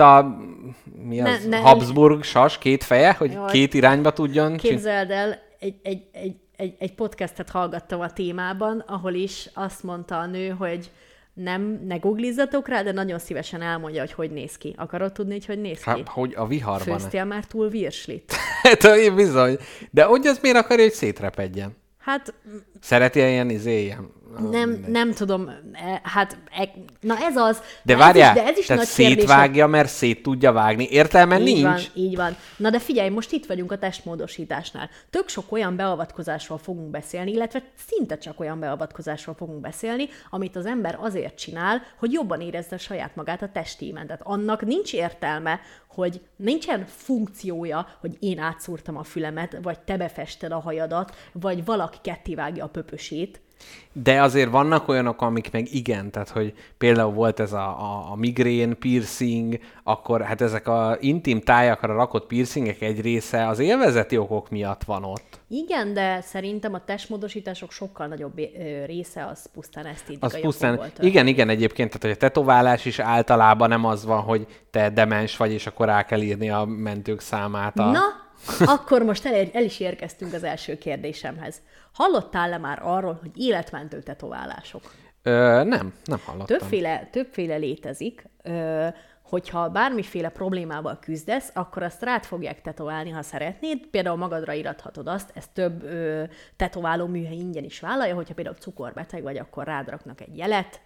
Habsburg sas, 2 feje, hogy 2 irányba tudjon? Képzeld el, egy podcastet hallgattam a témában, ahol is azt mondta a nő, hogy ne googlizzatok rá, de nagyon szívesen elmondja, hogy néz ki. Akarod tudni, hogy néz ki? Hogy a viharban. Főztél már túl virslit? Bizony. De hogy az miért akarja, hogy szétrepedjen? Hát... Szereti ilyen Nem tudom, na ez az. De Na várjál, ez is tehát nagy kérdés. szétvágja, mert szét tudja vágni. Értelme Így van, nincs. így van. Na de figyelj, most itt vagyunk a testmódosításnál. Tök sok olyan beavatkozásról fogunk beszélni, illetve szinte csak olyan beavatkozásról fogunk beszélni, amit az ember azért csinál, hogy jobban érezze saját magát a testében. Tehát annak nincs értelme, hogy nincsen funkciója, hogy én átszúrtam a fülemet, vagy te befested a hajadat, vagy valaki kettévágja a pöpösét. De azért vannak olyanok, amik meg igen, tehát hogy például volt ez a migrén piercing, akkor hát ezek a intim tájakra rakott piercingek egy része az élvezeti okok miatt van ott. Igen, de szerintem a testmódosítások sokkal nagyobb része az pusztán esztétikai Az pusztán, okokból történik. igen, egyébként, tehát hogy a tetoválás is általában nem az van, hogy te demens vagy, és akkor rá kell írni a mentők számát. Na, akkor most el is érkeztünk az első kérdésemhez. Hallottál-e már arról, hogy életmentő tetoválások? Nem hallottam. Többféle létezik. Hogyha bármiféle problémával küzdesz, akkor azt rád fogják tetoválni, ha szeretnéd. Például magadra irathatod azt, ezt több tetováló műhely ingyen is vállalja, hogyha például cukorbeteg vagy, akkor rád raknak egy jelet,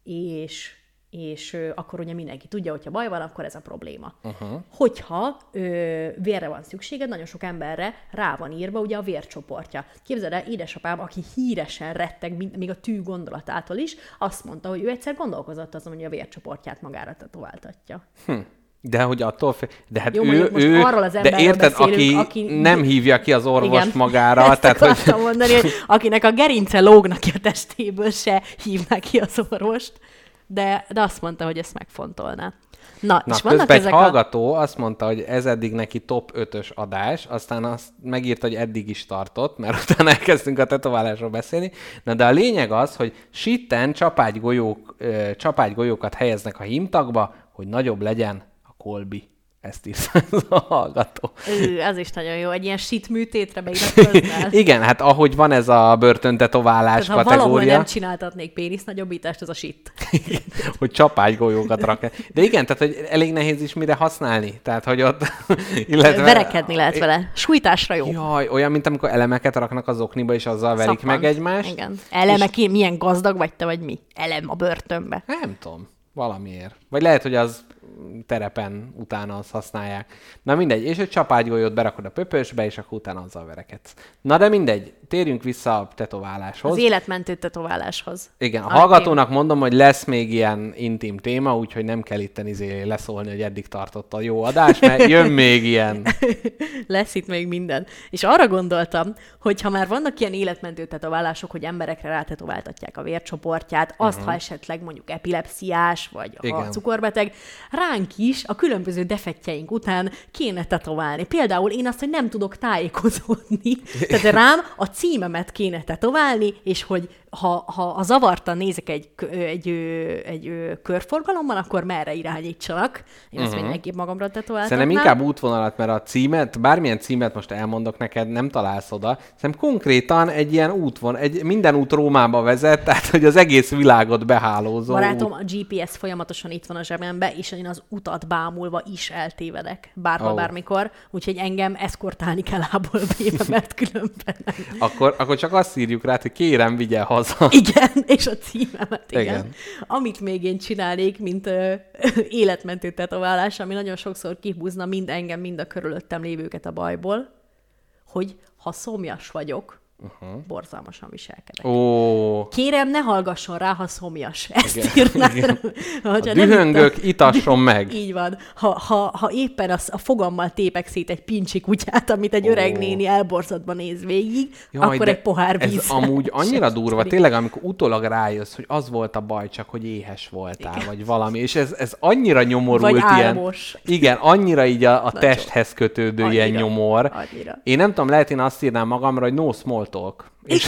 és akkor ugye mindenki tudja, hogyha baj van, akkor ez a probléma. Uh-huh. Hogyha vérre van szükséged, nagyon sok emberre rá van írva ugye a vércsoportja. Képzeld el, édesapám, aki híresen retteg, még a tű gondolatától is, azt mondta, hogy ő egyszer gondolkozott azon, hogy a vércsoportját magára tetováltatja. De hogy attól de hát jó, ő arról az de érted, aki nem hívja ki az orvost igen, magára. Ezt tehát, akartam mondani, hogy akinek a gerince lógnak ki a testéből, se hívnak ki az orvost. De azt mondta, hogy ezt megfontolná. Na és vannak közben ezek egy hallgató azt mondta, hogy ez eddig neki top 5-ös adás, aztán azt megírta, hogy eddig is tartott, mert utána elkezdtünk a tetoválásról beszélni. Na de a lényeg az, hogy sitten csapágygolyókat helyeznek a hímtagba, hogy nagyobb legyen a kolbi. Ezt írta ez a hallgató. Ez is nagyon jó. Egy ilyen shit műtétre beiratkoznál. Igen, hát ahogy van ez a börtöntetoválás kategória. Ha valahol nem csináltatnék pénisznagyobbítást, az a shit. Hogy csapágygolyókat rakni. De igen, tehát hogy elég nehéz is mire használni. Tehát, hogy ott... illetve... Verekedni lehet vele. Sújtásra jó. Jaj, olyan, mint amikor elemeket raknak az okniba, és azzal verik meg egymást. Igen. Elemek, és... milyen gazdag vagy te, vagy mi? Elem a börtönbe. Nem tudom. Valamiért. Vagy lehet, hogy az terepen utána azt használják. Na mindegy, és egy csapágygolyót berakod a pöpösbe, és akkor utána azzal verekedsz. Na de mindegy, térjünk vissza a tetováláshoz. Az életmentő tetováláshoz. Igen, a hallgatónak mondom, hogy lesz még ilyen intim téma, úgyhogy nem kell itten leszólni, hogy eddig tartott a jó adás, mert jön még ilyen. Lesz itt még minden. És arra gondoltam, hogy ha már vannak ilyen életmentő tetoválások, hogy emberekre rátetováltatják a vércsoportját, azt, ha esetleg mondjuk epilepsziás, vagy a cukorbeteg, ránk is a különböző defektjeink után kéne tetoválni. Például én azt, hogy nem tudok tájékozódni. Tehát rám a címemet kéne tetoválni, és hogy ha zavartan nézek egy körforgalomban, akkor merre irányítsanak. Én ezt mindenképp magamra tetováltatnám. Szerintem inkább útvonalat, mert a címet, bármilyen címet most elmondok neked, nem találsz oda. Szerintem konkrétan egy ilyen minden út Rómába vezet, tehát hogy az egész világot behálózó. Barátom, a GPS folyamatosan itt van a zsebembe, és én az utat bámulva is eltévedek. Bármikor. Úgyhogy engem eszkortálni kell A-ból B-be, mert különben nem. Akkor csak azt írjuk rá, hogy kérem, vigye haza. Igen, és a címemet, igen. Amit még én csinálnék, mint életmentő tetoválás, ami nagyon sokszor kihúzna mind engem, mind a körülöttem lévőket a bajból, hogy ha szomjas vagyok, borzalmasan viselkedek. Kérem, ne hallgasson rá, ha szomjas. Ezt írnám. A dühöngök, itasson meg. Így van. Ha éppen a fogammal tépek szét egy pincsi kutyát, amit egy öreg néni elborzadva néz végig, akkor egy pohár víz. Ez amúgy annyira durva, tényleg, amikor utólag rájössz, hogy az volt a baj, csak hogy éhes voltál, igen. Vagy valami. És ez annyira nyomorult vagy ilyen. álmos. Igen, annyira így a testhez kötődő annyira, ilyen nyomor. Annyira. Én nem tudom, lehet én azt írnám magamra, hogy no small talk. És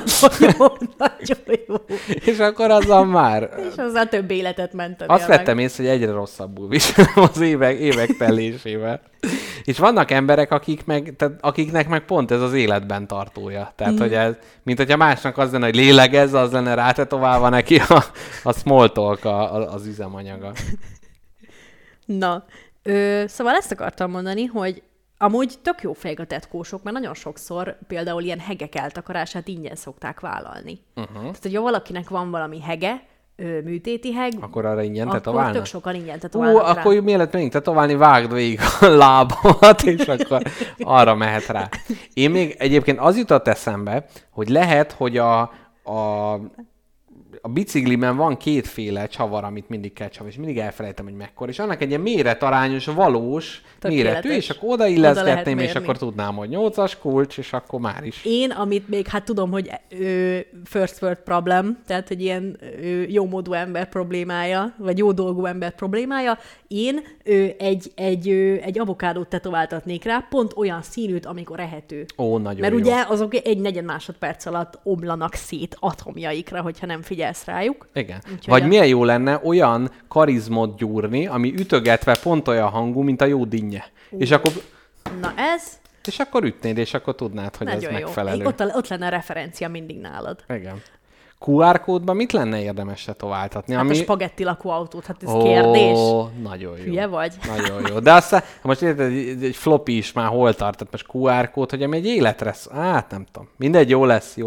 nagyon jó. És akkor azzal már... És azzal több életet menteni. Azt vettem észre, hogy egyre rosszabbul viselem az évek tellésével. És vannak emberek, akiknek meg pont ez az életben tartója. Tehát, hogy ez, mint hogyha másnak az lenne, hogy lélegezz, az lenne rátetoválva neki a small talk az üzemanyaga. Na, szóval ezt akartam mondani, hogy amúgy tök jó fejek a tetkósok, mert nagyon sokszor például ilyen hegek eltakarását ingyen szokták vállalni. Tehát, hogyha valakinek van valami hege, műtéti heg, Akkor arra ingyen akkor tetoválnak? tök sokan ingyen tetoválnak rá. Akkor mielőtt menjünk tetoválni, vágd végig a lábamat, és akkor arra mehet rá. Én még egyébként az jutott eszembe, hogy lehet, hogy a biciklimen van kétféle csavar, amit mindig kell csavar, és mindig elfelejtem, hogy mekkora, és annak egy ilyen méretarányos, valós méretű, és akkor odailleszgetném, és akkor tudnám, hogy 8-as kulcs, és akkor már is. Én, amit még hát tudom, hogy first world problem, tehát egy ilyen jómódú ember problémája, vagy jó dolgú ember problémája, én egy avokádót tetováltatnék rá, pont olyan színűt, amikor ehető. Ó, nagyon Mert jó. ugye azok egy negyed másodperc alatt omlanak szét atomjaikra, hogyha nem figyelsz rájuk. Igen. Úgyhogy Vagy milyen jó lenne olyan karizmot gyúrni, ami ütögetve pont olyan hangú, mint a jó dinnye. Na ez És akkor ütnéd, és akkor tudnád, hogy nagyon ez jó. megfelelő. Ott lenne a referencia mindig nálad. Igen. QR kódban mit lenne érdemes tetováltatni? Hát a spagetti lakóautót, hát ez kérdés. Nagyon jó. Hülye vagy? Nagyon jó. De aztán, most érted, egy floppy is már hol tart, tehát most QR kód, hogy ami egy életre, hát nem tudom. Mindegy, jó lesz.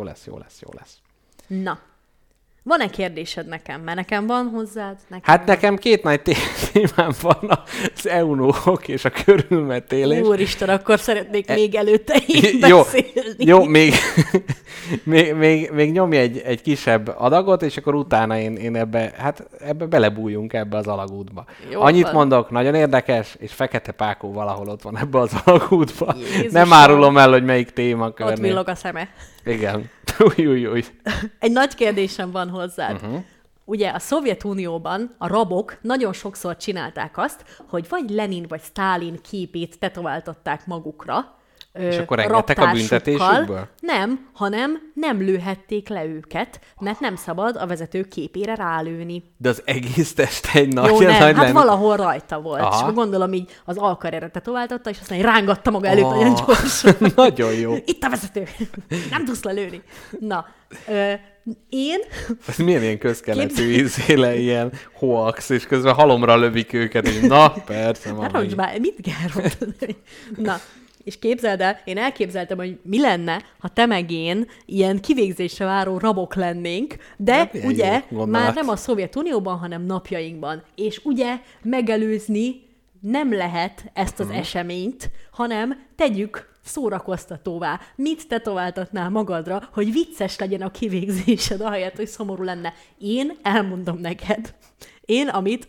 Na, van-e kérdésed nekem? Mert nekem van hozzád. Hát nekem két nagy témám van, az eunuchok és a körülmetélés. Úristen, akkor szeretnék még előtte én Jó, beszélni. jó, még nyomj egy kisebb adagot, és akkor utána én ebbe belebújjunk ebbe az alagútba. Jó Annyit van. mondok, nagyon érdekes, és Fekete Pákó valahol ott van ebbe az alagútba. Jézusom. Nem árulom el, hogy melyik témakörnél. Ott villog a szeme. Igen. Új. Egy nagy kérdésem van hozzád. Ugye a Szovjetunióban a rabok nagyon sokszor csinálták azt, hogy vagy Lenin vagy Sztálin képét tetováltatták magukra, És akkor engedtek a büntetésükből? Nem, hanem nem lőhették le őket, mert nem szabad a vezető képére rálőni. De az egész test egy nagy, Jó, nem, nagy hát valahol rajta volt. Aha. És akkor gondolom így az alkarjára tetováltatta, és aztán így rángatta maga előtt nagyon gyorsan. Nagyon jó. Itt a vezető! Nem tudsz lelőni. Na, én... Ez milyen ilyen közkeletű ízéle, ilyen hoax, és közben halomra lövik őket, és na, persze, Hát mami. már, mit kell mondani? Na, és képzeld el, én elképzeltem, hogy mi lenne, ha te meg én ilyen kivégzésre váró rabok lennénk, de milyen ugye jó gondolat. már nem a Szovjetunióban, hanem napjainkban. És ugye megelőzni nem lehet ezt az eseményt, hanem tegyük szórakoztatóvá. Mit tetováltatnál magadra, hogy vicces legyen a kivégzésed, ahelyett, hogy szomorú lenne? Én elmondom neked. Én, amit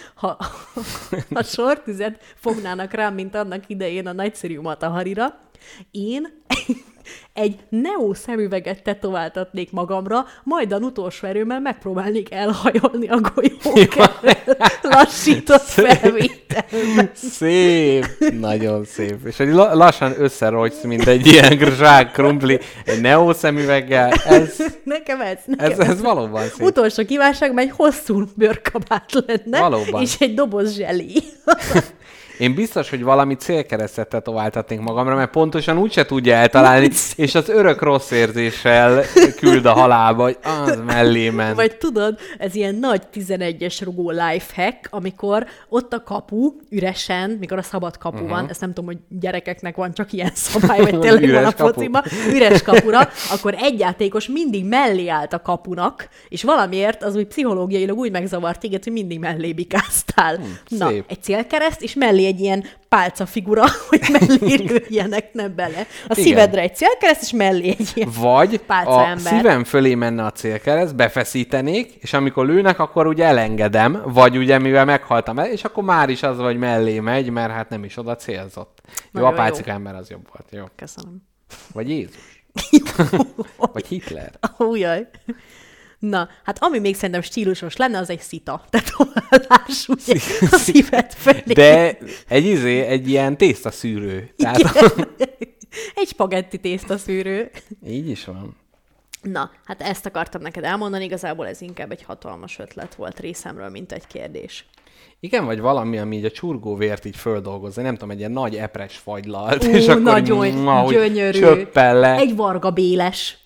a sortüzet fognának rám, mint annak idején a nagyszerű Mataharira, én egy Neo szemüveget tetováltatnék magamra, majd a utolsó erőmmel megpróbálnék elhajolni a golyókkel lassított felvételben. Szép, nagyon szép. És hogy lassan összerogysz, mint egy ilyen zsák krumpli, egy Neo szemüveggel, Nekem ez valóban szép. Utolsó kívánságban egy hosszú bőrkabát lenne, Valóban. és egy doboz zseli. Én biztos, hogy valami célkeresztet tetováltatnék magamra, mert pontosan úgyse tudja eltalálni, és az örök rossz érzéssel küld a halálba, hogy az mellé ment. Vagy tudod, ez ilyen nagy 11-es rugó lifehack, amikor ott a kapu üresen, mikor a szabad kapu van, ezt nem tudom, hogy gyerekeknek van csak ilyen szabály, vagy tényleg van Üres a kapu. fociban, üres kapura, akkor egy játékos mindig mellé állt a kapunak, és valamiért az úgy pszichológiailag úgy megzavart téged, hogy mindig mellé bikáztál. Na, szép. egy célkereszt, és mellé egy ilyen pálcafigura, hogy mellé lőjenek, nem bele. A Igen. szívedre egy célkereszt, és mellé egy ilyen Vagy pálca a ember. szívem fölé menne a célkereszt, befeszítenék, és amikor lőnek, akkor ugye elengedem, vagy ugye mivel meghaltam el, és akkor már is az, hogy mellé megy, mert hát nem is oda célzott. Jó, Nagyon a pálcika ember az jobb volt, jó. Köszönöm. Vagy Jézus. Vagy Hitler. Újjaj. Na, hát ami még szerintem stílusos lenne, az egy szita tetoválás, ugye, a szíved felé. De egy ilyen tésztaszűrő. Tehát Egy spagetti tésztaszűrő. így is van. Na, hát ezt akartam neked elmondani, igazából ez inkább egy hatalmas ötlet volt részemről, mint egy kérdés. Igen, vagy valami, ami így a csurgóvért így földolgozza. Nem tudom, egy ilyen nagy epres fagylalt, Ú, és akkor nagyon úgy gyönyörű. csöppen le. Egy Varga Béles.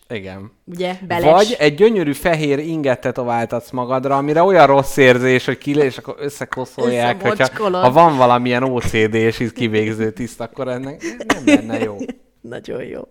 Igen. Ugye? Beles. Vagy egy gyönyörű fehér inget tetováltatsz magadra, amire olyan rossz érzés, hogy és akkor összekoszolják, hogyha Összemocskolod. ha van valamilyen OCD és így kivégző tiszt, akkor ennek nem lenne jó. Nagyon jó.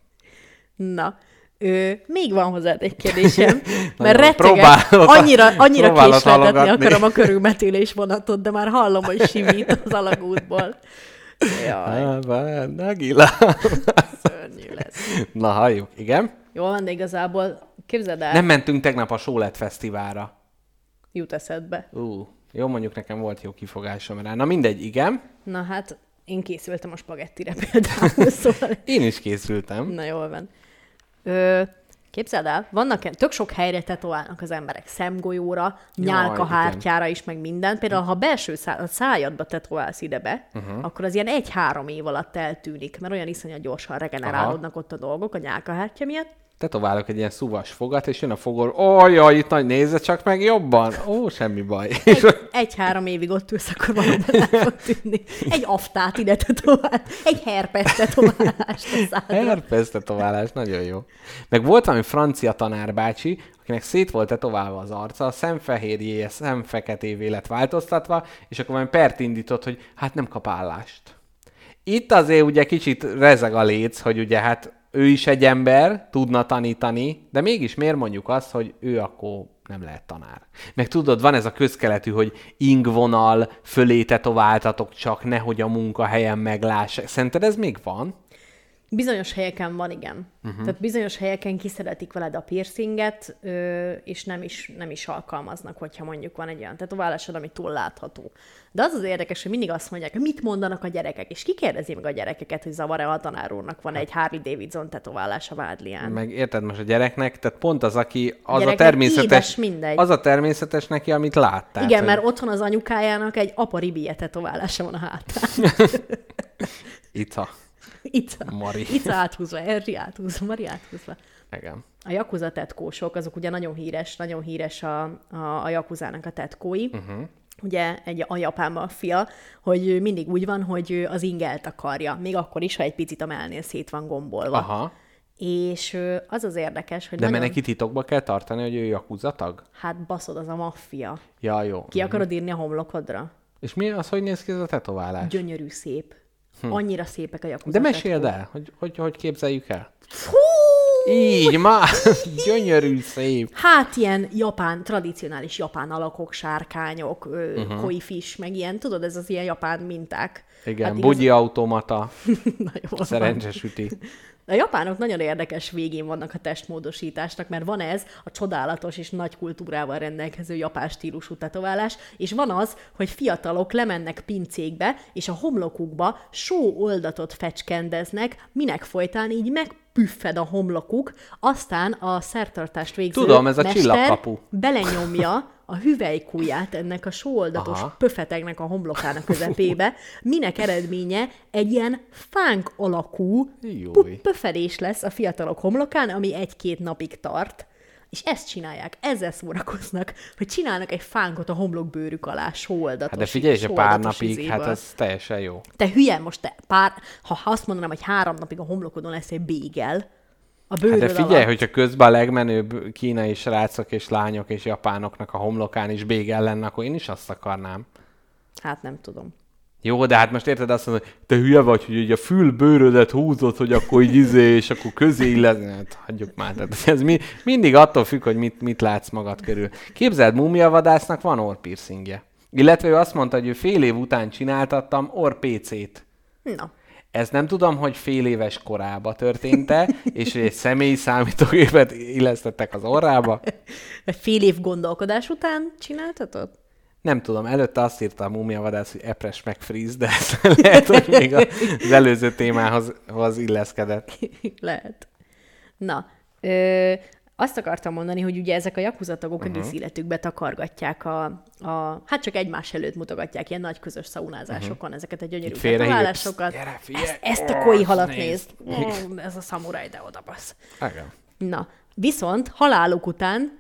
Na, még van hozzád egy kérdésem, mert Nagyon rettegek, próbálod- annyira próbálod késleltetni halogatni. akarom a körülmetélés vonatot, de már hallom, hogy simít az alagútból. Jaj, Nagila. szörnyű lesz. Na, halljuk. Igen? Jó van, de igazából képzeld el, Nem mentünk tegnap a Sólet Fesztiválra. jut eszedbe. Jó, mondjuk nekem volt jó kifogásom rá. Na mindegy, igen. Na hát, én készültem a spagettire például, szóval... Én is készültem. Na jól van. Képzeld el, tök sok helyre tetoválnak az emberek, szemgolyóra, nyálkahártyára is, meg minden. Például, ha belső szájadba tetoválsz idebe, akkor az ilyen 1-3 év alatt eltűnik, mert olyan iszonyat gyorsan regenerálódnak ott a dolgok a nyálkahártya miatt. Tetoválok egy ilyen szuvas fogat, és jön a fogor, jaj, itt nagy, nézze csak meg jobban. Semmi baj. 1-3 évig ott ülsz, akkor valóban el fog tűnni. Egy aftát ide tetovál, egy herpes tetoválást a szádra. Herpes tetoválás, nagyon jó. Meg volt valami francia tanárbácsi, akinek szét volt tetoválva az arca, a szemfehérjéje szemfeketévé lett változtatva, és akkor valami pert indított, hogy hát nem kap állást. Itt azért ugye kicsit rezeg a léc, hogy ugye hát ő is egy ember, tudna tanítani, de mégis miért mondjuk azt, hogy ő akkor nem lehet tanár. Meg tudod, van ez a közkeletű, hogy ingvonal fölé tetováltatok csak, nehogy a munkahelyen meglássák. Szerinted ez még van? Bizonyos helyeken van, igen. Tehát bizonyos helyeken kiszeretik veled a piercinget, és nem is alkalmaznak, hogyha mondjuk van egy olyan tetoválásod, ami túl látható. De az érdekes, hogy mindig azt mondják, mit mondanak a gyerekek, és ki kérdezi meg a gyerekeket, hogy zavar-e a tanár úrnak van egy Harley Davidson tetoválás a vádlián. Meg érted most a gyereknek, tehát pont az, aki az a Gyereknek természetes, édes mindegy. az a természetes neki, amit lát. Tehát, Igen, hogy... mert otthon az anyukájának egy apa ribie tetoválása van a hátán. Ica. Mari. Ica áthúzva, Erri áthúzva, Mari áthúzva. Igen. A Yakuza tetkósok, azok ugye nagyon híres a Yakuzának a tetkói. Ugye a japán maffia, hogy mindig úgy van, hogy az ingelt akarja, még akkor is, ha egy picit a mellnél szét van gombolva. Aha. És az érdekes, hogy De mert neki titokba kell tartani, hogy ő Yakuza tag? Hát baszod, az a maffia. Ja, jó. Ki akarod írni a homlokodra? És mi az, hogy néz ki ez a tetoválás? Gyönyörű szép. Annyira szépek a Yakuza De meséld tetkók. el, hogy képzeljük el. Hú! Így, már gyönyörű, szép. Hát ilyen tradicionális japán alakok, sárkányok, koi fish, meg ilyen, tudod, ez az ilyen japán minták. Igen, Hát bugyi automata, Na, jó van. szerencsesüti. A japánok nagyon érdekes végén vannak a testmódosításnak, mert van ez a csodálatos és nagy kultúrával rendelkező japán stílusú tetoválás, és van az, hogy fiatalok lemennek pincékbe, és a homlokukba sóoldatot fecskendeznek, minek folytán így megpüffed a homlokuk, aztán a szertartást végző Tudom, ez a mester csillagkapu. belenyomja a hüvelykujját ennek a sóoldatos pöfetegnek a homlokának közepébe, minek eredménye egy ilyen fánk alakú Júj. pöfedés lesz a fiatalok homlokán, ami 1-2 napig tart, és ezt csinálják, ezzel szórakoznak, hogy csinálnak egy fánkot a homlokbőrük alá, sóoldatos. Hát de figyelj, és pár sóoldatos napig, izéből. hát ez teljesen jó. Te hülye, most ha azt mondanám, hogy 3 napig a homlokodon lesz egy bégel, a Hát bőröd de figyelj, alatt. hogyha közben a legmenőbb kínai srácok és lányok és japánoknak a homlokán is bégel lenne, akkor én is azt akarnám. Hát nem tudom. Jó, de hát most érted azt mondod, hogy te hülye vagy, hogy így a fülbőrödet húzod, hogy akkor így és akkor közé illesz. Hát hagyjuk már. Tehát ez mindig attól függ, hogy mit látsz magad körül. Képzeld, múmiavadásznak van orrpiercingje. Illetve ő azt mondta, hogy ő fél év után csináltattam orr-PC-t. Na. Ez nem tudom, hogy fél éves korába történt-e, és hogy egy személyi számítógépet illesztettek az orrába. Vagy fél év gondolkodás után csináltatod? Nem tudom, előtte azt írta a múmiavadász, hogy epres meg freeze, de ez lehet, hogy még az előző témához illeszkedett. Lehet. Na, azt akartam mondani, hogy ugye ezek a Yakuza tagok egész életükbe takargatják hát csak egymás előtt mutogatják ilyen nagy közös szaunázásokon ezeket a gyönyörű tetoválásokat. Gyere, figyelj! Ezt a koi halat nézd! Ez a szamuráj, de oda basz. Igen. Na, viszont haláluk után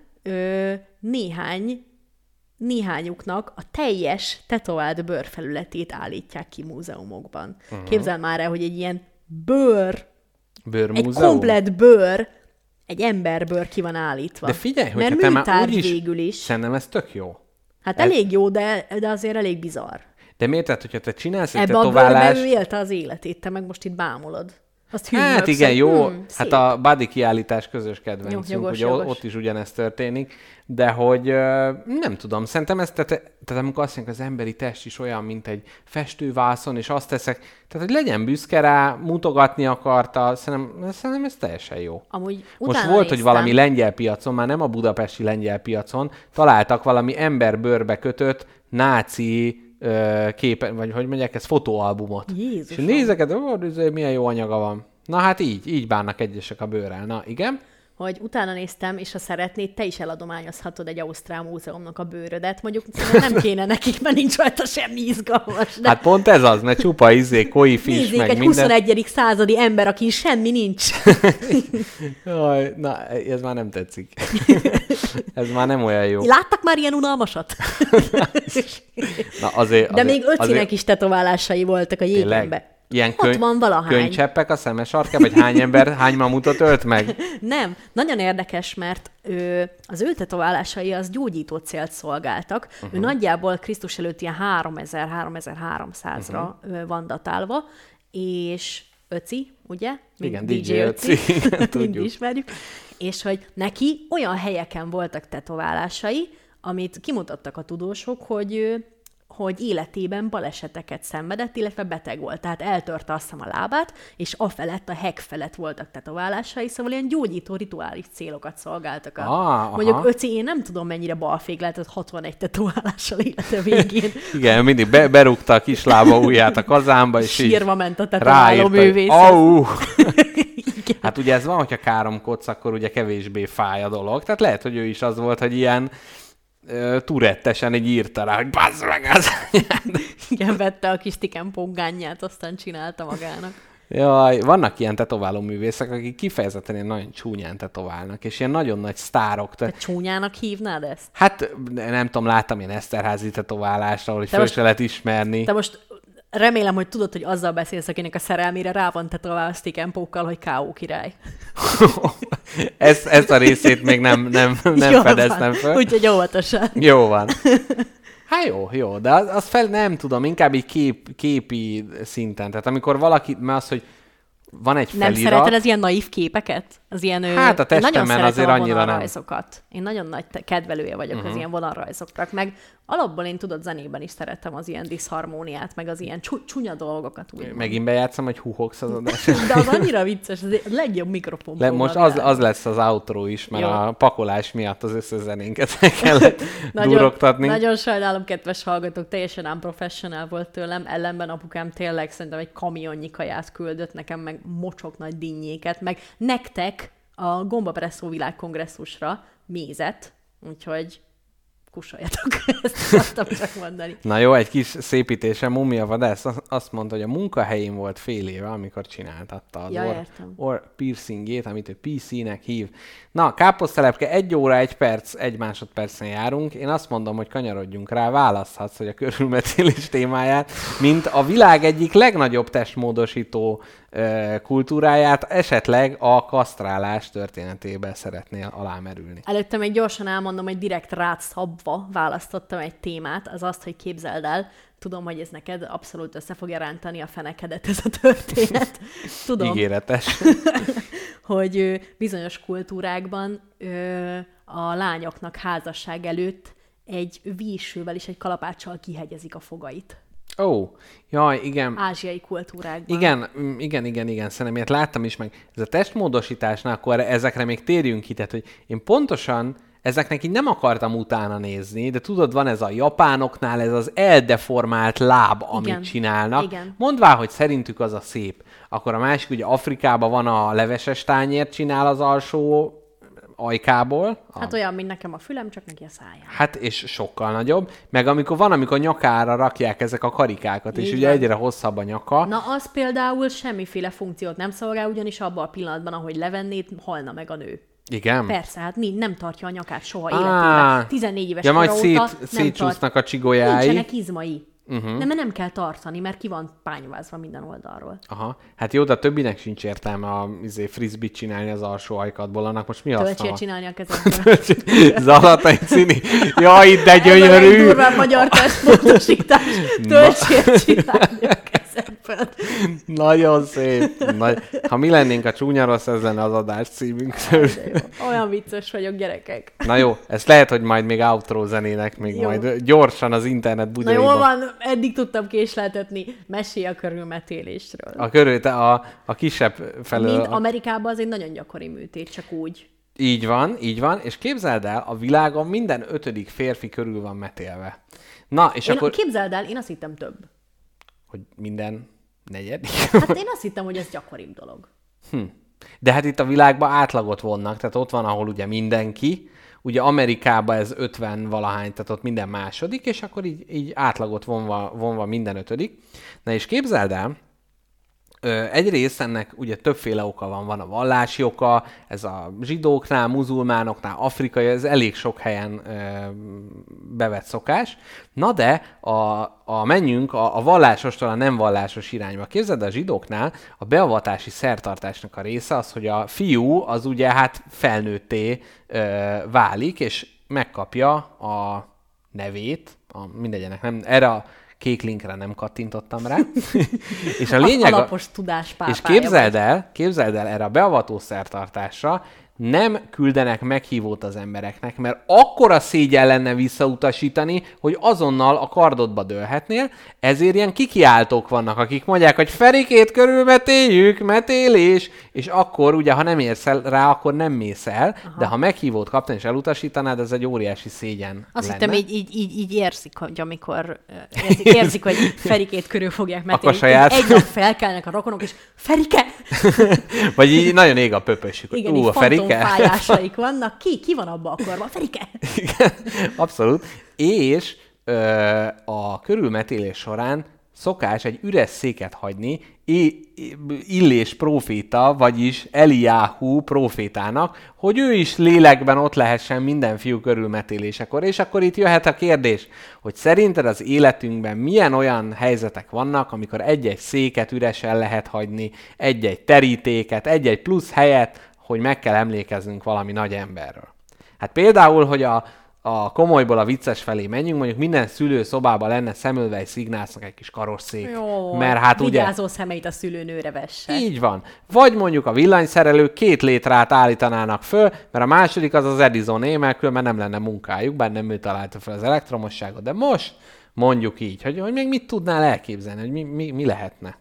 néhányuknak a teljes tetovált bőrfelületét állítják ki múzeumokban. Képzeld már el, hogy egy ilyen egy Bőrmúzeum? komplett bőr egy emberbőr ki van állítva. De figyelj, mert hogyha te már műtárgy úgyis, végül is. szerintem ez tök jó. Hát elég jó, de azért elég bizarr. De miért, tehát, hogyha te csinálsz egy Ebbe a tetoválást... bőrbe ő élte az életét, te meg most itt bámulod. Azt Hát igen, jó. Hát a body kiállítás közös kedvencünk, Jogos, ugye jogos. ott is ugyanezt történik, de hogy nem tudom, szerintem ez, tehát amikor azt mondjuk, az emberi test is olyan, mint egy festővászon, és azt teszek, tehát hogy legyen büszke rá, mutogatni akarta, szerintem ez teljesen jó. Amúgy Most volt, néztem. hogy valami lengyel piacon, már nem a budapesti lengyel piacon, találtak valami emberbőrbe kötött náci képen, vagy hogy mondják, ez fotóalbumot. Jézusom. És nézeket, milyen jó anyaga van. Na hát így bánnak egyesek a bőrrel. Na igen? Hogy utána néztem, és ha szeretnéd, te is eladományozhatod egy ausztrál múzeumnak a bőrödet. Mondjuk szerintem nem kéne nekik, mert nincs rajta semmi izgalmas. De Hát pont ez az, mert csupa koi fish, nézzék, meg egy minden. 21. századi ember, aki semmi nincs. Jaj, na, ez már nem tetszik. Ez már nem olyan jó. Láttak már ilyen unalmasat? Na, azért, De még Öcinek is tetoválásai voltak a jégembe. Tényleg? Ilyen 60 valahány. könycseppek a szemes sarkán, vagy hány ember, hány mamutot ölt meg? Nem, nagyon érdekes, mert az ő tetoválásai az gyógyító célt szolgáltak. Ő nagyjából Krisztus előtt ilyen 3000-3300-ra van datálva, és Öci, ugye? Igen, DJ Öci. Igen, Mind tudjuk. ismerjük. És hogy neki olyan helyeken voltak tetoválásai, amit kimutattak a tudósok, hogy életében baleseteket szenvedett, illetve beteg volt. Tehát eltörte azt hiszem a lábát, és afelett, a heg felett voltak tetoválásai, szóval ilyen gyógyító rituális célokat szolgáltak. Mondjuk Öci, én nem tudom, mennyire balfég lehetett 61 tetoválással élete végén. Igen, mindig berúgta a kis lába ujját a kazánba, és Sírva ment a tetováló művész. Hát ugye ez van, hogyha káromkodsz, akkor ugye kevésbé fáj a dolog. Tehát lehet, hogy ő is az volt, hogy ilyen turettesen egy írta rá, hogy bazd meg az anyád. Igen, vette a kis tiken pongányját, aztán csinálta magának. Jaj, vannak ilyen tetováló művészek, akik kifejezetten ilyen nagyon csúnyán tetoválnak, és ilyen nagyon nagy sztárok. Te csúnyának hívnád ezt? Hát nem tudom, láttam ilyen Eszterházy tetoválást, ahol föl se lehet ismerni. Te most remélem, hogy tudod, hogy azzal beszélsz, akinek a szerelmére rá van tetoválva stickempókkal, hogy K.O. király. Ezt a részét még nem fedeztem föl. Úgyhogy óvatosan. Jó van. Hát jó, de az fel nem tudom, inkább így képi szinten. Tehát amikor valaki, mert az, hogy van egy felirat... Nem szereted az ilyen naív képeket? Az ilyen, hát a testemben azért annyira nem. Én nagyon nagy kedvelője vagyok az ilyen vonalrajzoknak, meg alapból én tudod, zenében is szeretem az ilyen diszharmóniát, meg az ilyen csúnya dolgokat. Megint bejátszom, hogy huhogsz az adás. De az annyira vicces, az a legjobb mikrofon. Most az lesz az outro is, mert a pakolás miatt az összezenénket kellett durogtatni. Nagyon sajnálom, kedves hallgatók, teljesen unprofessional volt tőlem, ellenben apukám tényleg szerintem egy kamionnyi kaját küldött nekem, meg mocsok nagy dinnyéket, meg nektek a Gombapresszó világkongresszusra mézet, úgyhogy kussoljatok, ezt akartam csak mondani. Na jó, egy kis szépítése, Mumia Vadász azt mondta, hogy a munkahelyén volt fél éve, amikor csináltatta az piercingjét, amit ő PC-nek hív. Na, káposztelepke, 1 óra, 1 perc, 1 másodpercen járunk. Én azt mondom, hogy kanyarodjunk rá, választhatsz, hogy a körülmetélés témáját, mint a világ egyik legnagyobb testmódosító kultúráját, esetleg a kasztrálás történetébe szeretnél alámerülni. Előtte még gyorsan elmondom, hogy direkt rád szabva választottam egy témát, az azt, hogy képzeld el, tudom, hogy ez neked abszolút össze fogja rántani a fenekedet ez a történet. Tudom. Ígéretes. Hogy bizonyos kultúrákban a lányoknak házasság előtt egy vízsővel és egy kalapáccsal kihegyezik a fogait. Jaj, igen. Ázsiai kultúrákban. Igen, szerintem ilyet láttam is meg. Ez a testmódosításnál, akkor ezekre még térjünk ki, tehát, hogy én pontosan ezeknek így nem akartam utána nézni, de tudod, van ez a japánoknál, ez az eldeformált láb, amit csinálnak. Igen. Mondvá, hogy szerintük az a szép. Akkor a másik, ugye Afrikában van a leveses tányért csinál az alsó ajkából. Hát olyan, mint nekem a fülem, csak neki a száján. Hát, és sokkal nagyobb. Meg amikor nyakára rakják ezek a karikákat, és ugye egyre hosszabb a nyaka. Na, az például semmiféle funkciót nem szolgál, ugyanis abban a pillanatban, ahogy levennéd, halna meg a nő. Igen? Persze, hát nem tartja a nyakát soha életében. 14 éves kora majd óta nem szétcsúsznak a csigójái. Nincsenek izmai. Nem, mert nem kell tartani, mert ki van pányvázva minden oldalról. Aha. Hát jó, de a többinek sincs értelme a frisbee csinálni az alsó ajkadból. Annak most mi haszna Töltsér van? csinálni a kezedből. Zalatai színi. Jaj, de Ez a gyönyörű! legdurvább magyar testmódosítás. Töltsér csinálni a kezedből. Nagyon szép. Ha mi lennénk a csúnya rossz, ez lenne az adás címünk. De jó. Olyan vicces vagyok, gyerekek. Na jó, ezt lehet, hogy majd még outro zenének, még Jó. majd gyorsan az internet Na bugyaiba. jól van, eddig tudtam késleltetni. Mesélj a körülmetélésről. A kisebb felől... Mint Amerikában az egy nagyon gyakori műtét, csak úgy. Így van, és képzeld el, a világon minden 5. férfi körül van metélve. Na, és akkor... Képzeld el, én azt hittem több. Hogy minden 4. Hát én azt hittem, hogy ez gyakoribb dolog. De hát itt a világban átlagot vonnak, tehát ott van, ahol ugye mindenki, ugye Amerikában ez 50 valahány, tehát ott minden második, és akkor így átlagot vonva minden 5. Na és képzeld el, egyrészt ennek ugye többféle oka van a vallási oka, ez a zsidóknál, muzulmánoknál, afrikai, ez elég sok helyen bevett szokás. Na de menjünk a vallásostól a nem vallásos irányba. Képzeld, a zsidóknál a beavatási szertartásnak a része az, hogy a fiú az ugye hát felnőtté válik, és megkapja a nevét, mindegyenek nem, erre a kék linkre nem kattintottam rá. És a lényeg... Alapos tudás pápája. És képzeld el, erre a beavató szertartásra nem küldenek meghívót az embereknek, mert akkora szégyen lenne visszautasítani, hogy azonnal a kardodba dőlhetnél, ezért ilyen kikiáltók vannak, akik mondják, hogy Ferikét körülmetéljük, metélés, és akkor ugye, ha nem érsz el rá, akkor nem mész el, de ha meghívót kaptál és elutasítanád, ez egy óriási szégyen Azt lenne. hittem, így érzik, hogy amikor érzik, hogy Ferikét körül fogják metélni. saját- Egy nap felkelnek a rokonok, és Ferike! Vagy így nagyon ég a pöpösük. Igen, a így Ferike. fantomfájásaik vannak. Ki van abba a korban? Ferike! Igen, abszolút. És a körülmetélés során szokás egy üres széket hagyni Illés próféta, vagyis Eliáhu prófétának, hogy ő is lélekben ott lehessen minden fiú körülmetélésekor. És akkor itt jöhet a kérdés, hogy szerinted az életünkben milyen olyan helyzetek vannak, amikor egy-egy széket üresen lehet hagyni, egy-egy terítéket, egy-egy plusz helyet, hogy meg kell emlékeznünk valami nagy emberről. Hát például, hogy a komolyból a vicces felé menjünk, mondjuk minden szülő szobában lenne Semmelweis Ignácnak egy kis karosszék. Jó, mert hát ugye... vigyázó szemeit a szülőnőre vesse. Így van. Vagy mondjuk a villanyszerelők 2 létrát állítanának föl, mert a második az az Edisoné, mert különben nem lenne munkájuk, bár nem ő találta fel az elektromosságot. De most mondjuk így, hogy még mit tudnál elképzelni, hogy mi lehetne?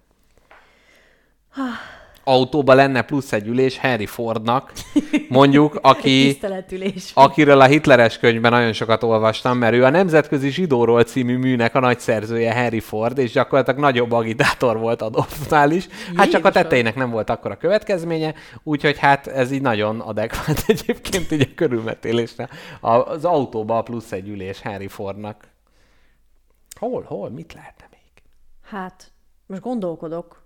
Autóba lenne plusz egy ülés Henry Fordnak, mondjuk, Tiszteletülés. akiről a hitleres könyvben nagyon sokat olvastam, mert ő a Nemzetközi Zsidóról című műnek a nagy szerzője Henry Ford, és gyakorlatilag nagyobb agitátor volt Adolfnál is. Hát csak a tetejének nem volt akkora következménye, úgyhogy hát ez így nagyon adekvát egyébként így a körülmetélésre. Az autóba plusz egy ülés Henry Fordnak. Hol? Mit lehetne még? Hát, most gondolkodok.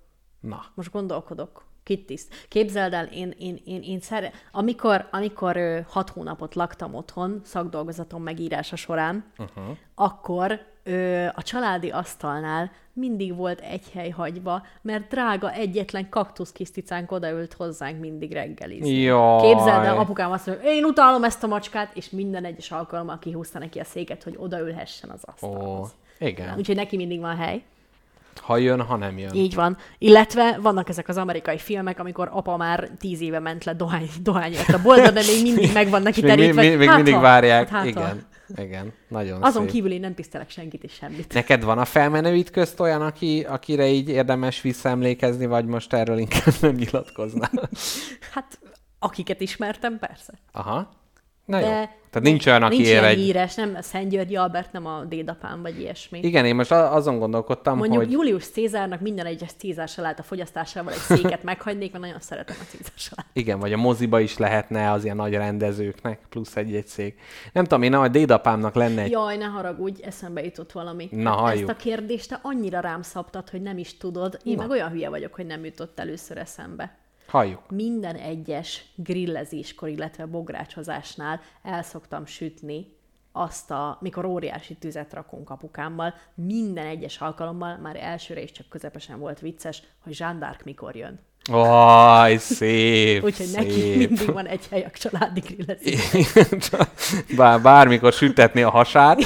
Kit tiszt. Képzeld el, én amikor 6 hónapot laktam otthon, szakdolgozatom megírása során, akkor a családi asztalnál mindig volt egy hely hagyva, mert drága egyetlen kaktuszkiszticánk odaült hozzánk mindig reggelizni. Jaj. Képzeld el, apukám azt mondja, én utálom ezt a macskát, és minden egyes alkalommal kihúzta neki a széket, hogy odaülhessen az asztalhoz. Igen. Úgyhogy neki mindig van hely. Ha jön, ha nem jön. Így van. Illetve vannak ezek az amerikai filmek, amikor apa már 10 éve ment le dohányért a boltba, de még mindig meg van neki terítve. Még mindig várják. Hát, Igen. Nagyon azon szép. kívül én nem tisztelek senkit és semmit. Neked van a felmenőid közt olyan, akire így érdemes visszaemlékezni, vagy most erről inkább nem nyilatkoznál? Hát, akiket ismertem, persze. Aha. Na de jó. Tehát nincs olyan, aki nincs ér ilyen egy... híres, nem Szent Györgyi Albert, nem a dédapám, vagy ilyesmi. Igen, én most azon gondolkodtam, Mondjuk hogy... Julius Cézárnak minden egyes Cézár saláta fogyasztásával egy széket meghagynék, mert nagyon szeretem a Cézár salátát. Igen, vagy a moziba is lehetne az ilyen nagy rendezőknek, plusz egy szék. Nem tudom, én a dédapámnak lenne egy... Jaj, ne haragudj, eszembe jutott valami. Na, halljuk. Ezt a kérdést te annyira rám szabtad, hogy nem is tudod. Én meg olyan hülye vagyok, hogy nem jutott először eszembe. Halljuk. Minden egyes grillezéskor, illetve bográcsozásnál el szoktam sütni mikor óriási tüzet rakunk apukámmal, minden egyes alkalommal, már elsőre is csak közepesen volt vicces, hogy Jeanne d'Arc mikor jön. Vaj, szép, Úgyhogy szép. neki mindig van egy hely a családi grillezni. Bármikor sütetni a hasát,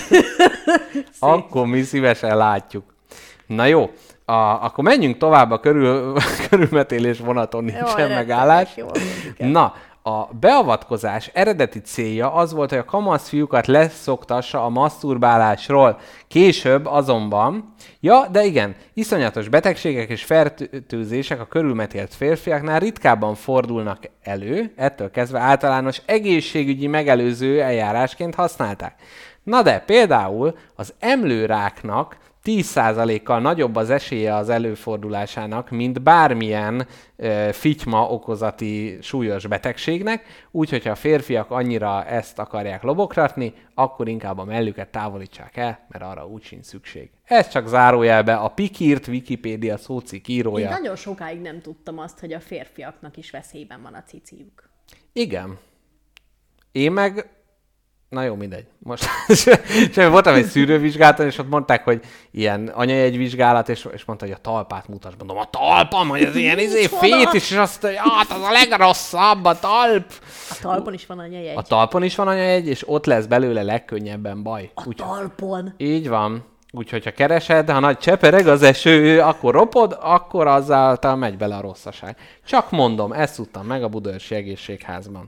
akkor mi szívesen látjuk. Na jó, akkor menjünk tovább a körülmetélés vonaton, nincsen megállás. Na, a beavatkozás eredeti célja az volt, hogy a kamasz fiúkat leszoktassa a maszturbálásról. Később azonban, de igen, iszonyatos betegségek és fertőzések a körülmetélt férfiaknál ritkábban fordulnak elő, ettől kezdve általános egészségügyi megelőző eljárásként használták. Na de például az emlőráknak 10%-kal nagyobb az esélye az előfordulásának, mint bármilyen fityma okozati súlyos betegségnek, úgyhogy ha a férfiak annyira ezt akarják lobogtatni, akkor inkább a mellüket távolítsák el, mert arra úgy sincs szükség. Ez csak zárójelbe a Pikírt Wikipédia szócikk írója. Én nagyon sokáig nem tudtam azt, hogy a férfiaknak is veszélyben van a ciciük. Igen. Én meg... Na jó, mindegy. Most voltam egy szűrővizsgálaton, és ott mondták, hogy ilyen anyajegyvizsgálat, és mondta, hogy a talpát mutasd. Mondom, a talpam, hogy ez ilyen fét, és azt mondja, hát az a legrosszabb, a talp. A talpon is van anyajegy. A talpon is van anyajegy, és ott lesz belőle legkönnyebben baj. Talpon. Így van. Úgyhogy ha keresed, ha nagy csepereg az eső, akkor ropod, akkor azzáltal megy bele a rosszaság. Csak mondom, ezt tudtam meg a Budaörsi Egészségházban.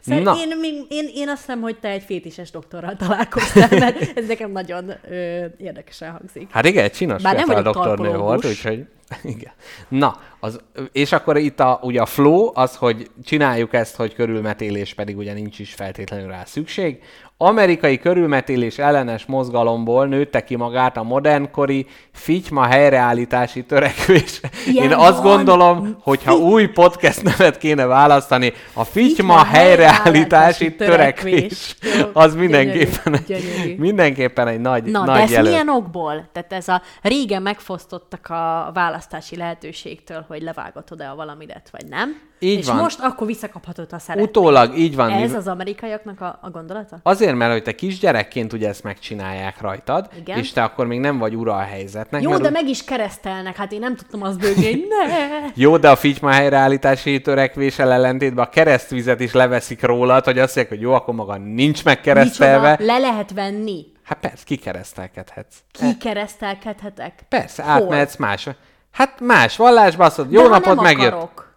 Én azt hiszem, hogy te egy fétises doktorral találkoztál, mert ez nekem nagyon érdekesen hangzik. Hát igen, egy csinos fiatal doktornő volt, úgyhogy igen. Na, és akkor itt ugye a flow az, hogy csináljuk ezt, hogy körülmetélés pedig ugye nincs is feltétlenül rá szükség. Amerikai körülmetélés ellenes mozgalomból nőtte ki magát a modernkori fityma helyreállítási törekvés. Én azt gondolom, hogyha új podcast nevet kéne választani, a fityma helyreállítási törekvés. Az mindenképpen egy nagy Na, nagy de ez milyen okból? Tehát ez a régen megfosztottak a választási lehetőségtől, hogy levágatod-e a valamidet, vagy nem? Így és van. Most akkor visszakaphatod, ha szeretnél. Utólag így van. Ez az amerikaiaknak a gondolata? Azért, mert hogy te kisgyerekként ugye ezt megcsinálják rajtad, igen. És te akkor még nem vagy ura a helyzetnek. Jó, de meg is keresztelnek, hát én nem tudtam azt bőgni, hogy ne! Jó, de a fityma helyreállítási törekvéssel ellentétben a keresztvizet is leveszik rólad, hogy azt mondják, hogy jó, akkor maga nincs megkeresztelve. Micsoda, le lehet venni. Hát persze, kikeresztelkedhetsz. Kikeresztelkedhetek? Persze, átmehetsz más. Hát más vallásba azt mondod, jó napot, megjött.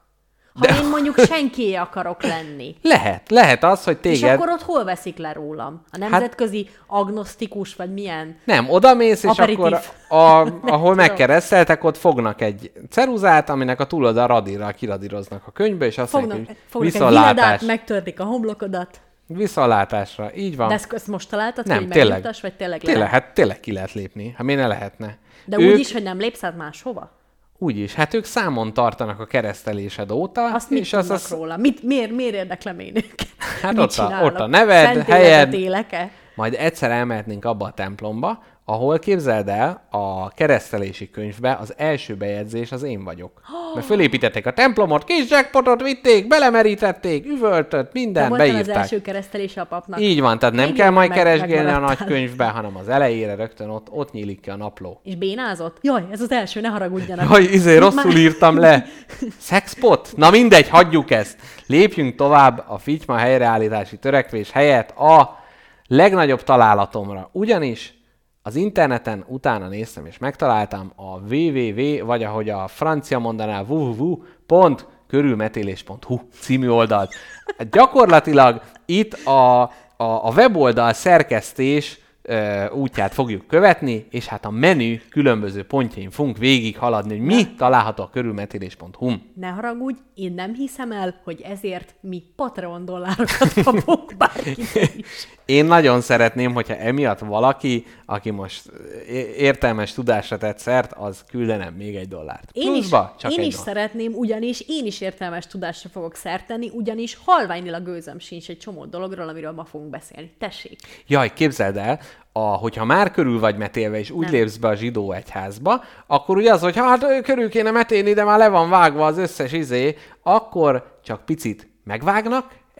Ha én mondjuk senkié akarok lenni. Lehet az, hogy téged... És akkor ott hol veszik le rólam? A nemzetközi agnosztikus, vagy milyen? Nem, odamész, és aperitív. akkor ahol megkereszteltek, ott fognak egy ceruzát, aminek a túloldal radírral kiradíroznak a könyvbe, és azt mondják, hogy viszontlátás. Megtördik a homlokodat. Viszontlátásra, így van. De ezt most találtad, nem, hogy megnyugtass, vagy tényleg lehet? Hát tényleg ki lehet lépni. Hát miért ne lehetne? De úgy is, hogy nem lépsz át máshova? Úgyis, hát ők számon tartanak a keresztelésed óta. Azt mit tudnak róla? Miért érdeklem én őket? Hát ott a neved, helyed. Élek-e? Majd egyszer elmehetnénk abba a templomba, ahol képzeld el, a keresztelési könyvbe az első bejegyzés az én vagyok. Mert fölépítették a templomot, kis jackpotot vitték, belemerítették, üvöltött, minden, beírták. Az első keresztelése a papnak. Így van, tehát nem kell majd keresgélni a nagy könyvbe, hanem az elejére rögtön ott nyílik ki a napló. És bénázott? Jaj, ez az első, ne haragudjanak. Jaj, rosszul írtam le. Szexpot? Na mindegy, hagyjuk ezt. Lépjünk tovább a fityma helyreállítási törekvés helyett a legnagyobb találatomra. Ugyanis az interneten utána néztem, és megtaláltam a www, vagy ahogy a francia mondaná, www.körülmetélés.hu című oldalt. Gyakorlatilag itt a weboldal szerkesztés útját fogjuk követni, és hát a menü különböző pontjain fogunk végig haladni, hogy mi található a körülmetélés.hu. Ne haragudj, én nem hiszem el, hogy ezért mi Patreon dollárokat kapunk bárkitől is. Én nagyon szeretném, hogyha emiatt valaki, aki most értelmes tudásra tett szert, az küldenem még $1. Én is szeretném, ugyanis én is értelmes tudásra fogok szert tenni, ugyanis halványilag gőzöm sincs egy csomó dologról, amiről ma fogunk beszélni. Tessék! Jaj, képzeld el, hogyha már körül vagy metélve, és úgy lépsz be a zsidó egyházba, akkor ugye az, hogy hát körül kéne metélni, de már le van vágva az összes akkor csak picit megvágnak,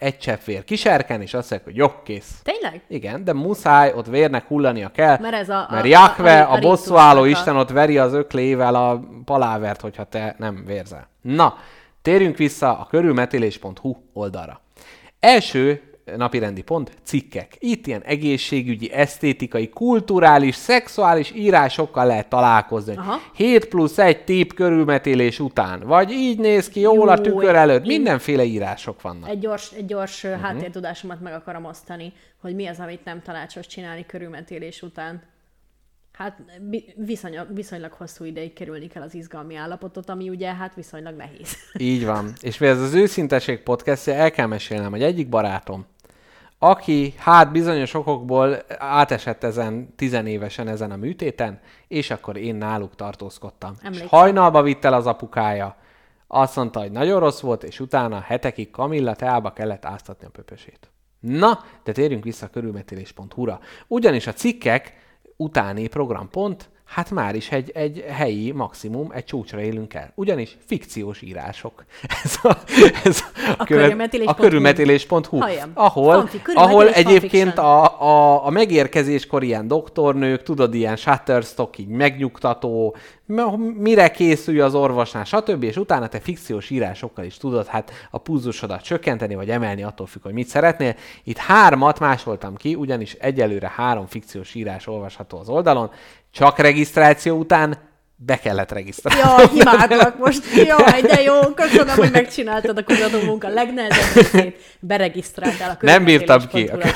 egy csepp vér kiserken, és azt mondják, hogy jó, kész. Tényleg? Igen, de muszáj, ott vérnek hullania kell, Mert ez mert Jahve, a bosszúálló ritusnak Isten ott veri az öklével a palávert, hogyha te nem vérzel. Na, térjünk vissza a körülmetélés.hu oldalra. Első napirendi pont, cikkek. Itt ilyen egészségügyi, esztétikai, kulturális, szexuális írásokkal lehet találkozni. Aha. 7+1 tipp körülmetélés után. Vagy így néz ki jól a tükör előtt. Mindenféle írások vannak. Egy gyors háttértudásomat meg akarom osztani, hogy mi az, amit nem tanácsos csinálni körülmetélés után. Hát viszonylag hosszú ideig kerülni kell az izgalmi állapotot, ami ugye hát viszonylag nehéz. Így van. És ez az Őszinteség podcastja, el kell mesélnem, hogy egyik barátom, aki hát bizonyos okokból átesett ezen 10 évesen ezen a műtéten, és akkor én náluk tartózkodtam. És hajnalba vitt el az apukája, azt mondta, hogy nagyon rossz volt, és utána hetekig Kamilla teába kellett áztatni a pöpösét. Na, de térjünk vissza a körülmetélés.hu-ra. Ugyanis a cikkek utáni programpont, hát már is egy helyi maximum, egy csúcsra élünk el. Ugyanis fikciós írások. Ez a körülmetélés.hu, ahol egyébként a megérkezéskor ilyen doktornők, tudod, ilyen Shutterstock, így megnyugtató, mire készülj az orvosnál, stb. És utána te fikciós írásokkal is tudod hát a pulzusodat csökkenteni, vagy emelni, attól függ, hogy mit szeretnél. Itt 3-at másoltam ki, ugyanis egyelőre 3 fikciós írás olvasható az oldalon, csak regisztráció után be kellett regisztrálni. Jaj, imádlak most. Jaj, de jó. Köszönöm, hogy megcsináltad a kutatómunka legnehezebb részét. Beregisztráltál a nem bírtam ki a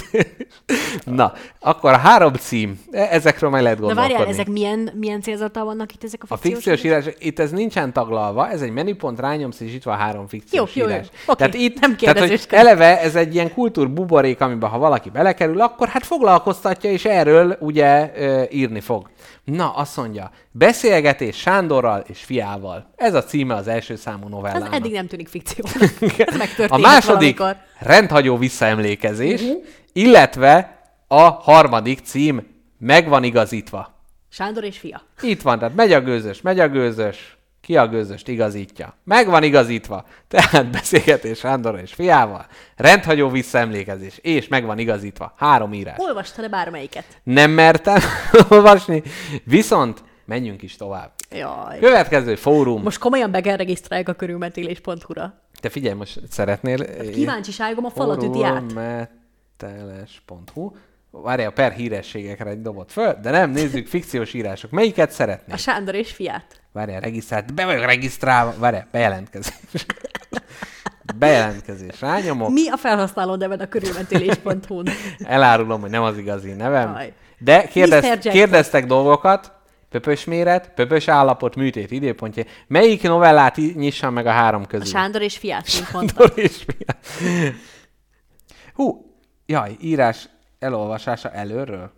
Na, akkor a 3 cím. Ezekről majd lehet gondolkodni. De várjál, ezek milyen célzattal vannak itt ezek a fikciós írás? Itt ez nincsen taglalva, ez egy menüpont, rányomsz, és itt van 3 fikciós írás. Jó. Tehát itt, nem hogy eleve ez egy ilyen kultúrbuborék, amiben ha valaki belekerül, akkor hát foglalkoztatja, és erről ugye írni fog. Na, azt mondja, beszélgetés Sándorral és fiával. Ez a címe az első számú novellának. Ez eddig nem tűnik fikciónak. Ez megtörtént a második valamikor. Rendhagyó visszaemlékezés, illetve a harmadik cím meg van igazítva. Sándor és fia. Itt van, tehát megy a gőzös, ki a gőzöst igazítja. Meg van igazítva. Tehát beszélgetés Sándor és fiával, rendhagyó visszaemlékezés, és meg van igazítva. 3 írás. Olvastad-e bármelyiket? Nem mertem olvasni, viszont menjünk is tovább. Jaj. Következő fórum. Most komolyan be kell regisztráljuk a körülmetélés.hu-ra. Te figyelj, most szeretnél... Kíváncsiságom a falat üti át. Körülmeteles.hu. Várjál, per hírességekre egy dobot föl, de nem, nézzük fikciós írások. Melyiket szeretnél? A Sándor és fiát. Várjál, regisztrált. Be vagyok regisztrálva. Várjál, bejelentkezés. Bejelentkezés. Rányomok. Mi a felhasználó neved a körülmetélés.hu-n? Elárulom, hogy nem az igazi nevem. Aj. De kérdeztek dolgokat. Pöpös méret, pöpös állapot, műtét, időpontja. Melyik novellát nyissam meg a 3 közül? A Sándor és fiát, mint mondtam. Sándor és fiát. Jaj, írás elolvasása előről.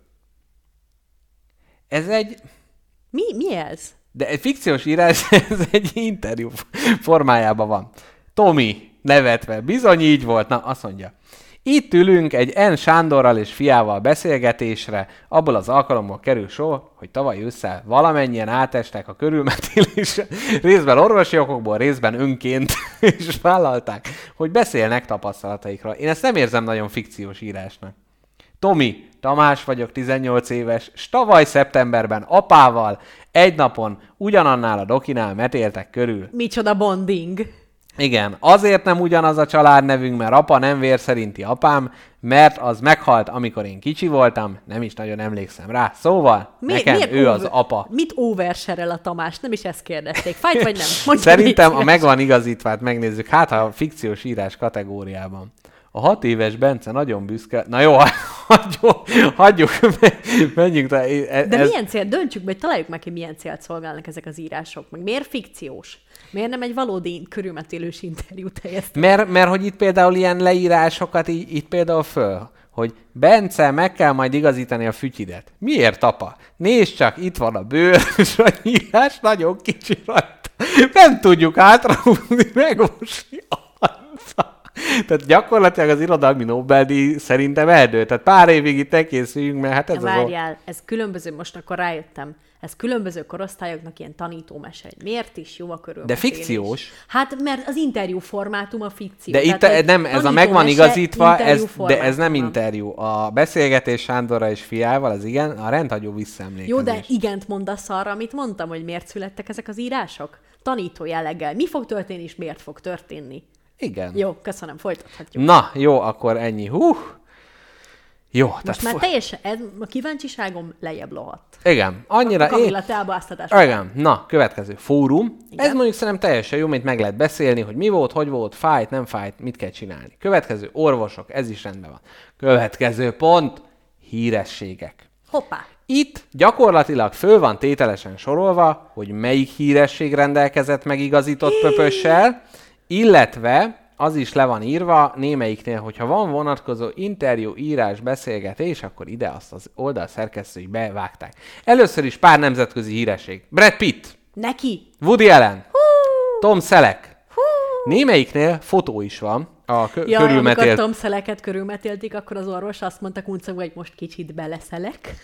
Ez egy... Mi ez? De egy fikciós írás, ez egy interjú formájában van. Tomi nevetve, bizony így volt. Na, azt mondja. Itt ülünk egy N. Sándorral és fiával beszélgetésre, abból az alkalommal kerül sor, hogy tavaly ősszel valamennyien átestek a körülmetélésre, részben orvosi okokból, részben önként, és vállalták, hogy beszélnek tapasztalataikról. Én ezt nem érzem nagyon fikciós írásnak. Tomi, Tamás vagyok, 18 éves, s tavaly szeptemberben apával egy napon ugyanannál a dokinál metéltek körül. Micsoda bonding. Igen, azért nem ugyanaz a családnevünk, mert apa nem vér szerinti apám, mert az meghalt, amikor én kicsi voltam, nem is nagyon emlékszem rá. Szóval nekem ő az apa. Mit overserel a Tamás? Nem is ezt kérdezték. Fájt vagy nem? Mondja, szerintem a meg van igazítvát megnézzük, hát ha a fikciós írás kategóriában. A 6 éves Bence nagyon büszke... Na jó, hagyjuk, menjünk. De milyen cél? Döntsük be, hogy találjuk meg, hogy milyen célt szolgálnak ezek az írások. Meg miért fikciós? Miért nem egy valódi körülmetélős interjút helyeztek? Mert hogy itt például ilyen leírásokat itt például föl, hogy Bence, meg kell majd igazítani a fütyidet. Miért, apa? Nézd csak, itt van a bőr, és a írás nagyon kicsi rajta. Nem tudjuk hátrahúzni, megmosni a arca. Tehát gyakorlatilag az irodalmi Nobel-díj szerintem eldőlt. Tehát pár évig itt elkészüljünk, mert hát ez várjál, ez különböző, most akkor rájöttem. Ez különböző korosztályoknak ilyen tanítómese, hogy miért is jó a De körülmetélés. fikciós. Hát, mert az interjú formátum a fikció. De itt Tehát, nem, ez a meg van tanítómese igazítva, interjú de ez nem formátumban. interjú. A beszélgetés Sándorral és fiával, az igen, a rendhagyó visszaemlékezés. Jó, de igent mondasz arra, amit mondtam, hogy miért születtek ezek az írások? Tanító jelleggel. Mi fog történni, és miért fog történni? Igen. Jó, köszönöm, folytathatjuk. Na, jó, akkor ennyi. Jó, Most már teljesen, a kíváncsiságom lejjebb lohadt. igen, annyira... A Kamilla, te elbáztatás. Igen, na, következő. Fórum. Igen. Ez mondjuk szerintem teljesen jó, mint meg lehet beszélni, hogy mi volt, hogy volt, fájt, nem fájt, mit kell csinálni. Következő, orvosok, ez is rendben van. Következő pont, hírességek. Hoppá. Itt gyakorlatilag föl van tételesen sorolva, hogy melyik híresség rendelkezett megigazított pöpössel, illetve az is le van írva némelyiknél, hogyha van vonatkozó interjú, írás, beszélgetés, akkor ide azt az oldal szerkesztői bevágták. Először is pár nemzetközi híresség. Brad Pitt, Neki. Woody Allen, Tom Selleck. Némelyiknél fotó is van a Amikor körülmetélt. Tom Sellecket körülmetélték, akkor az orvos azt mondta kuncogva, hogy most kicsit beleszelek.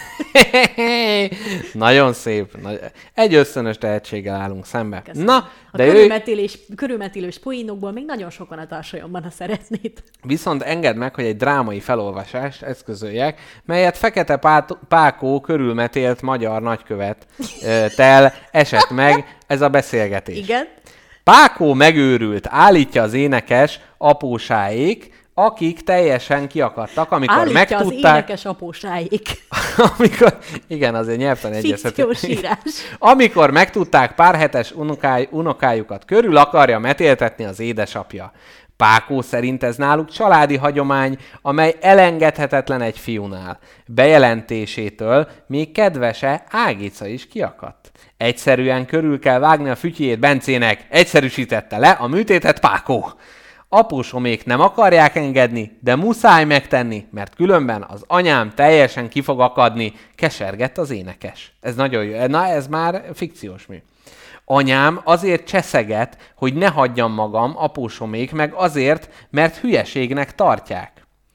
Nagyon szép. Egy ösztönös tehetséggel állunk szembe. Köszönöm. Na, A de ő körülmetélős poénokból még nagyon sokan a tarsajomban, ha szeretnéd. viszont engedd meg, hogy egy drámai felolvasást eszközöljek, melyet Fekete Pákó körülmetélt magyar nagykövet tel esett meg ez a beszélgetés. Igen? Pákó megőrült, állítja az énekes apósáék, akik teljesen kiakadtak, amikor Állítja az megtudták... énekes apósáik. amikor, igen, azért nyelvtani egyeztető. Fikciós írás. Amikor megtudták pár hetes unokájukat, körül akarja metéltetni az édesapja. Pákó szerint ez náluk családi hagyomány, amely elengedhetetlen egy fiúnál. Bejelentésétől még kedvese Ágica is kiakadt. Egyszerűen körül kell vágni a fütyjét Bencének, egyszerűsítette le a műtétet Pákó. Apósomék nem akarják engedni, de muszáj megtenni, mert különben az anyám teljesen ki fog akadni, kesergett az énekes. Ez nagyon jó. Na, ez már fikciós mű. Anyám azért cseszeget, hogy ne hagyjam magam, apósomék meg azért, mert hülyeségnek tartják.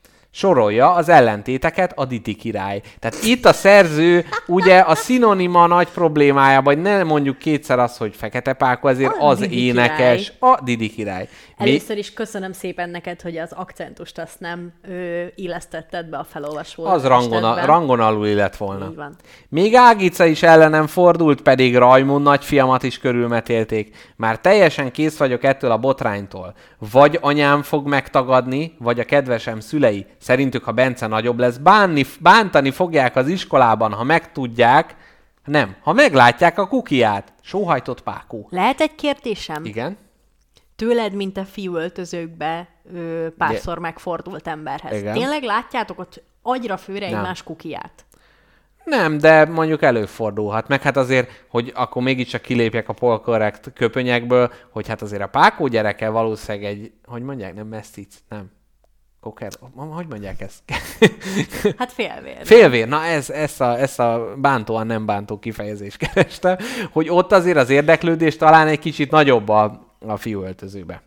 Sorolja az ellentéteket a Didi király. Tehát itt a szerző ugye a szinonima nagy problémája, vagy ne mondjuk kétszer az, hogy Fekete Pákó, ezért A az Didi énekes, a Didi király. Először is köszönöm szépen neked, hogy az akcentust azt nem illesztetted be a felolvasó. Az rangon alul lett volna. Így van. Még Ágica is ellenem fordult, pedig Rajmund nagyfiamat is körülmetélték. Már teljesen kész vagyok ettől a botránytól. Vagy anyám fog megtagadni, vagy a kedvesem szülei. Szerintük, ha Bence nagyobb lesz, bántani fogják az iskolában, ha megtudják, nem, ha meglátják a kukiát. Sóhajtott Pákó. Lehet egy kérdésem? Igen? Tőled, mint a fiúöltözőkbe párszor megfordult emberhez. Igen. Tényleg látjátok ott agyra főre Nem. egymás kukiját? Nem, de mondjuk előfordulhat. Meg hát azért, hogy akkor mégiscsak kilépjek a polkorrekt köpönyekből, hogy hát azért a Pákó gyereke valószínűleg egy, hogy mondják, nem mesztic, nem. Koker, hogy mondják ezt? Hát félvér. Félvér, na ezt a bántóan nem bántó kifejezést kerestem, hogy ott azért az érdeklődés talán egy kicsit nagyobb a fiúöltözőbe.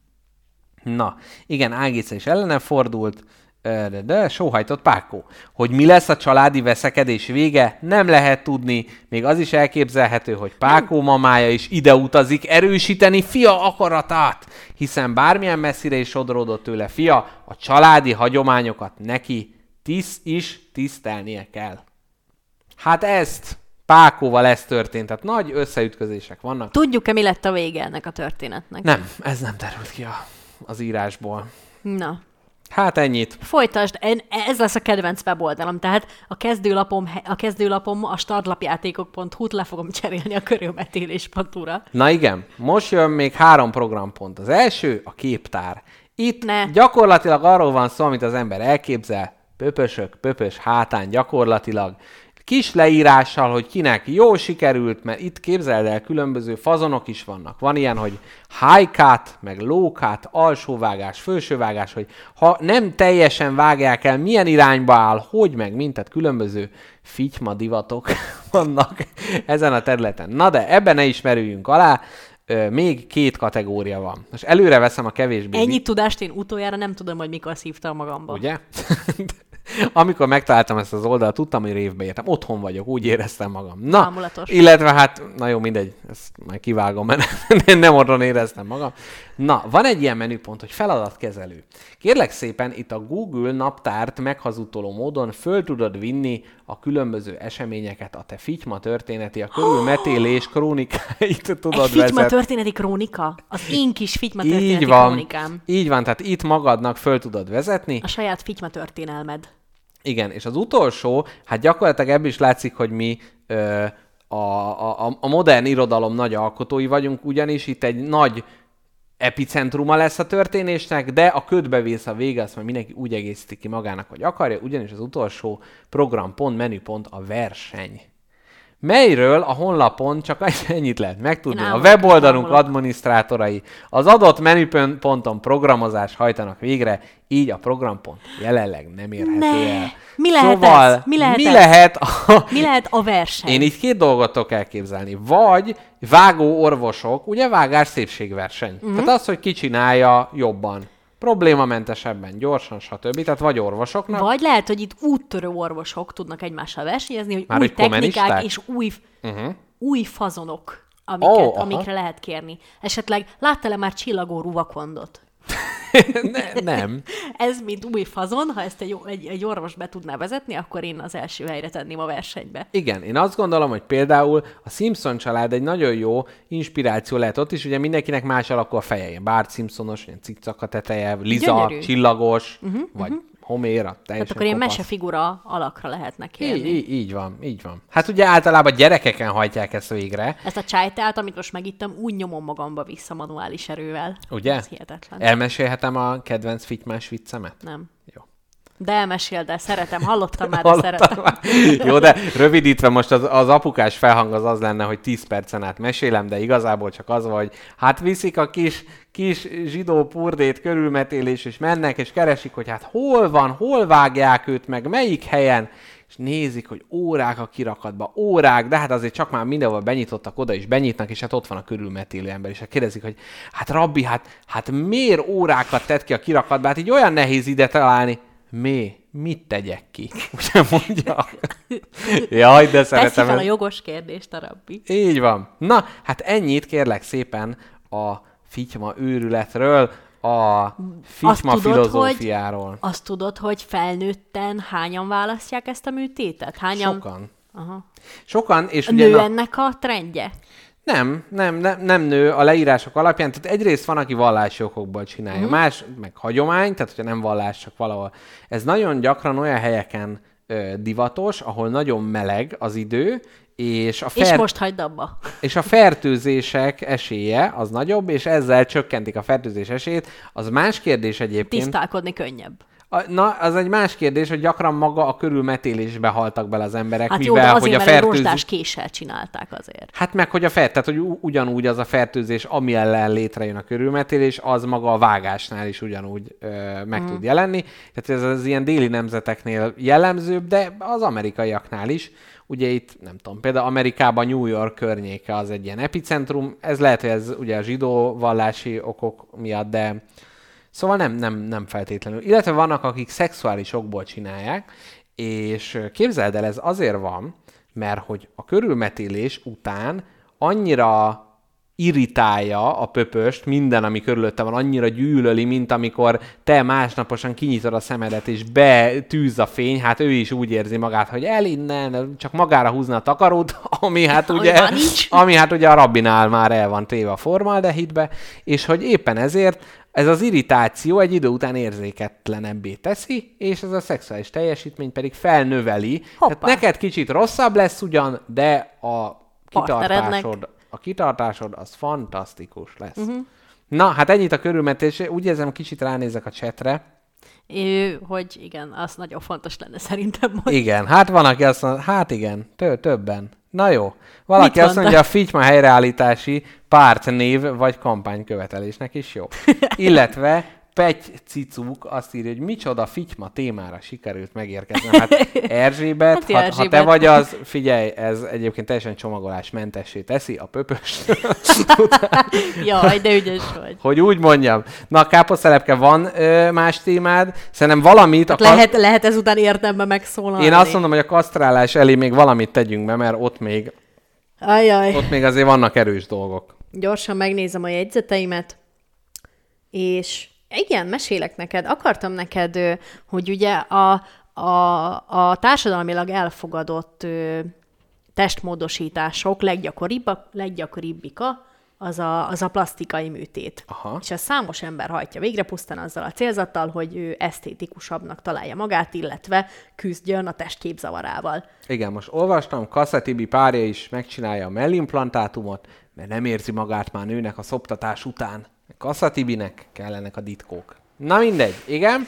Na, igen, Ágica is ellene fordult, de sóhajtott Pákó. Hogy mi lesz a családi veszekedés vége, nem lehet tudni. Még az is elképzelhető, hogy Pákó mamája is ide utazik erősíteni fia akaratát, hiszen bármilyen messzire is sodródott tőle fia, a családi hagyományokat neki tisztelnie kell. Hát ezt Pákóval ez történt, tehát nagy összeütközések vannak. Tudjuk-e, mi lett a vége ennek a történetnek? Nem, ez nem derült ki az írásból. Na, Hát ennyit. folytasd, ez lesz a kedvenc weboldalam, tehát a kezdőlapom a startlapjátékok.hu-t le fogom cserélni a körülmetélés.hu-ra. Na igen, most jön még 3 programpont. Az első a képtár. Itt gyakorlatilag arról van szó, amit az ember elképzel, pöpös hátán gyakorlatilag. Kis leírással, hogy kinek jó sikerült, mert itt képzeld el, különböző fazonok is vannak. Van ilyen, hogy high cut, meg low cut, alsóvágás, felsővágás, hogy ha nem teljesen vágják el, milyen irányba áll, hogy meg mint, tehát különböző fityma divatok vannak ezen a területen. Na de ebben ne ismerüljünk alá, még 2 kategória van. Most előre veszem a kevésbé... Ennyi tudást én utoljára nem tudom, hogy mikor szívtam magamba. Ugye? Amikor megtaláltam ezt az oldalt, tudtam, hogy révbe értem. Otthon vagyok, úgy éreztem magam. Na, Bámulatos. illetve hát, na jó, mindegy, ezt majd kivágom, mert nem otthon éreztem magam. Na, van egy ilyen menüpont, hogy feladatkezelő. Kérlek szépen, itt a Google naptárt meghazudtoló módon föl tudod vinni a különböző eseményeket, a te fityma történeti, a körülmetélés krónikáit tudod Egy fityma vezetni. történeti krónika? Az én kis fityma történeti Így van, krónikám. így van, tehát itt magadnak föl tudod vezetni. A saját fityma történelmed. Igen, és az utolsó, hát gyakorlatilag ebből is látszik, hogy mi a modern irodalom nagy alkotói vagyunk, ugyanis itt egy nagy epicentruma lesz a történésnek, de a ködbe vész a vége, azt majd mindenki úgy egészíti ki magának, hogy akarja, ugyanis az utolsó programpont, menüpont a verseny. Melyről a honlapon csak ennyit lehet megtudni. A weboldalunk adminisztrátorai az adott menüponton programozást hajtanak végre, így a programpont jelenleg nem érhető el. Mi lehet szóval, ez? Mi lehet mi ez? lehet Mi lehet a verseny? Én így két dolgot tudok elképzelni. Vagy vágó orvosok, ugye vágás szépségverseny. Tehát az, hogy ki csinálja jobban, problémamentesebben, gyorsan, stb. Tehát vagy orvosoknak. Vagy lehet, hogy itt úttörő orvosok tudnak egymással versenyezni, hogy Már új hogy kommunisták? technikák és új fazonok, amikre lehet kérni. Esetleg láttál-e már csillagó ruvakondot? Nem. Ez, mint új fazon, ha ezt egy orvos be tudná vezetni, akkor én az első helyre tenném a versenybe. Igen, én azt gondolom, hogy például a Simpson család egy nagyon jó inspiráció lehet ott is, ugye mindenkinek más alakú a feje, ilyen Bart Simpsonos, ilyen cikcak a teteje, Liza, Gyönyörű. csillagos, vagy Homér, Tehát teljesen akkor ilyen kopasz. mesefigura alakra lehetnek kérni. Így van, így van. Hát ugye általában gyerekeken hajtják ezt végre, Ezt a csájteát, amit most megittem, úgy nyomom magamba vissza manuális erővel. ugye? Ez hihetetlen. Elmesélhetem a kedvenc fitymás viccemet? Nem. Jó. De elmeséld el, szeretem, hallottam már, de szeretem. Jó, de rövidítve most az apukás felhang az lenne, hogy 10 percen át mesélem, de igazából csak az van, hogy hát viszik a kis zsidó purdét körülmetélés, és mennek, és keresik, hogy hát hol van, hol vágják őt meg, melyik helyen, és nézik, hogy órák a kirakatba, órák, de hát azért csak már mindenhol benyitottak, oda is benyitnak, és hát ott van a körülmetélő ember, és hát kérdezik, hogy hát rabbi, hát miért órákat tett ki a kirakatba, hát így olyan nehéz ide találni. Mit tegyek ki? Ugye mondja? Jaj, de Teszi szeretem. fel a jogos kérdést a rabbi. Így van. Na, hát ennyit kérlek szépen a fityma őrületről, a fityma filozófiáról. Azt tudod, hogy felnőtten hányan választják ezt a műtétet? Hányan? Sokan. Aha. Sokan, és A ugye... nő ennek a trendje? Nem nő a leírások alapján, tehát egyrészt van, aki vallási okokból csinálja, más, meg hagyomány, tehát hogyha nem vallás, csak valahol. Ez nagyon gyakran olyan helyeken divatos, ahol nagyon meleg az idő, és És most hagyd abba. és a fertőzések esélye az nagyobb, és ezzel csökkentik a fertőzés esélyét. Az más kérdés egyébként. Tisztálkodni könnyebb. Na, az egy más kérdés, hogy gyakran maga a körülmetélésbe haltak bele az emberek, Hát mivel jó, de hogy azért, a mert egy fertőzés... rozsdás késsel csinálták azért. Hát meg, hogy tehát hogy ugyanúgy az a fertőzés, ami ellen létrejön a körülmetélés, az maga a vágásnál is ugyanúgy meg tud jelenni. Tehát ez az ilyen déli nemzeteknél jellemzőbb, de az amerikaiaknál is. Ugye itt, nem tudom, például Amerikában New York környéke az egy ilyen epicentrum. Ez lehet, hogy ez ugye a zsidó vallási okok miatt, de szóval nem feltétlenül. Illetve vannak, akik szexuális okból csinálják, és képzeld el, ez azért van, mert hogy a körülmetélés után annyira irritálja a pöpöst, minden, ami körülötte van, annyira gyűlöli, mint amikor te másnaposan kinyitod a szemedet, és betűz a fény, hát ő is úgy érzi magát, hogy el innen, csak magára húzna a takarót, ami hát ugye a rabbinál már el van téve a formaldehidbe, és hogy éppen ezért ez az irritáció egy idő után érzéketlenebbé teszi, és ez a szexuális teljesítmény pedig felnöveli. Hoppá. Tehát neked kicsit rosszabb lesz ugyan, de Partnerednek. a kitartásod az fantasztikus lesz. Na, hát ennyit a körülmetélés. Úgy érzem, kicsit ránézek a chatre. Hogy igen, az nagyon fontos lenne szerintem most. Igen, hát van, aki azt mondja, hát igen, többen. Na jó. Valaki Mit azt mondja, a fityma helyreállítási pártnév vagy kampánykövetelésnek is jó. Illetve Pegy Cicuk azt írja, hogy micsoda fityma témára sikerült megérkezni. Hát Erzsébet, Hát ha te Erzsébet. vagy az, figyelj, ez egyébként teljesen csomagolásmentessé teszi a pöpös. Jaj, de ügyes vagy. Hogy úgy mondjam. Na, káposztelepke, van más témád? Szerintem valamit... Lehet ezután érdemben megszólalni. Én azt mondom, hogy a kasztrálás elé még valamit tegyünk be, mert ott még azért vannak erős dolgok. Gyorsan megnézem a jegyzeteimet, és igen, mesélek neked. Akartam neked, hogy ugye a társadalmilag elfogadott testmódosítások leggyakoribbika az a plasztikai műtét. Aha. És ezt számos ember hajtja végre pusztán azzal a célzattal, hogy ő esztétikusabbnak találja magát, illetve küzdjön a testképzavarával. Igen, most olvastam, Kassa Tibi párja is megcsinálja a mellimplantátumot, mert nem érzi magát már nőnek a szoptatás után. Kassa Tibinek kellenek a ditkók. Na mindegy, igen.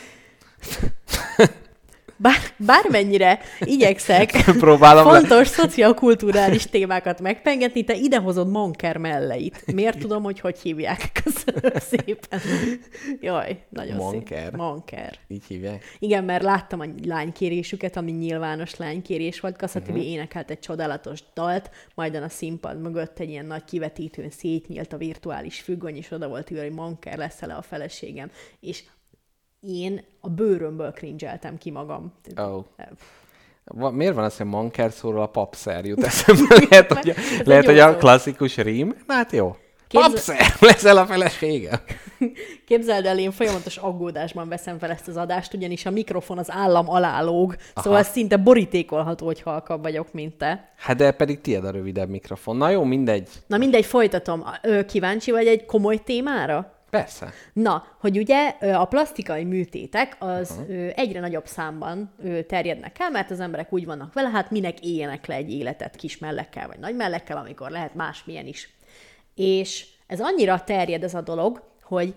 Bármennyire igyekszek Próbálom fontos szociokulturális témákat megpengetni, te idehozod Manker melleit. Miért tudom, hogy hívják? Köszönöm szépen. Jaj, nagyon Manker? szép. Manker. Így hívják. Igen, mert láttam a lánykérésüket, ami nyilvános lánykérés volt. Kassa Tibi énekelt egy csodálatos dalt, majd a színpad mögött egy ilyen nagy kivetítőn szétnyílt a virtuális függöny, és oda volt írva, hogy Manker lesz-e a feleségem. És én a bőrömből cringe-eltem ki magam. Oh. Miért van az, hogy Manker szóról a papszer jut eszembe? Lehet, hogy a klasszikus rím. Na hát jó. Papszer leszel a feleségem. Képzeld el, én folyamatos aggódásban veszem fel ezt az adást, ugyanis a mikrofon az állam alá lóg, szóval szinte borítékolható, hogy halkabb vagyok, mint te. Hát de pedig tiéd a rövidebb mikrofon. Na jó, mindegy. Na mindegy, folytatom. Kíváncsi vagy egy komoly témára? Persze. Na, hogy ugye a plasztikai műtétek az egyre nagyobb számban terjednek el, mert az emberek úgy vannak vele, hát minek éljenek le egy életet kis mellekkel vagy nagy mellekkel, amikor lehet másmilyen is. És ez annyira terjed ez a dolog, hogy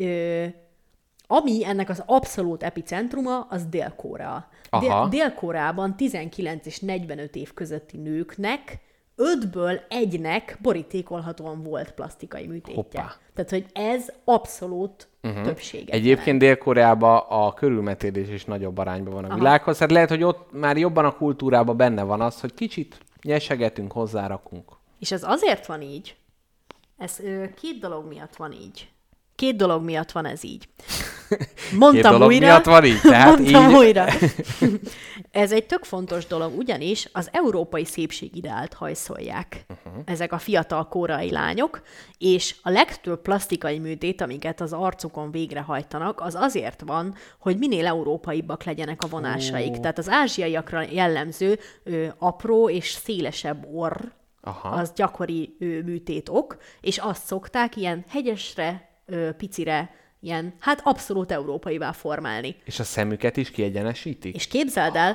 ami ennek az abszolút epicentruma, az Dél-Korea. Dél-Koreában 19 és 45 év közötti nőknek 5-ből 1-nek borítékolhatóan volt plasztikai műtétje. Hoppá. Tehát, hogy ez abszolút többséget Egyébként jelent. Dél-Koreában a körülmetélés is nagyobb arányban van a világhoz. Hát lehet, hogy ott már jobban a kultúrában benne van az, hogy kicsit nyesegetünk, hozzárakunk. És ez azért van így, ez két dolog miatt van így. Két dolog miatt van ez így. Mondtam dolog újra. miatt van így, tehát Mondtam így. újra. Ez egy tök fontos dolog, ugyanis az európai szépségideált hajszolják ezek a fiatal koreai lányok, és a legtöbb plasztikai műtét, amiket az arcukon végrehajtanak, az azért van, hogy minél európaibbak legyenek a vonásaik. Tehát az ázsiaiakra jellemző apró és szélesebb orr, az gyakori műtétok, és azt szokták ilyen hegyesre, picire, ilyen, hát abszolút európaivá formálni. És a szemüket is kiegyenesítik? És képzeld el,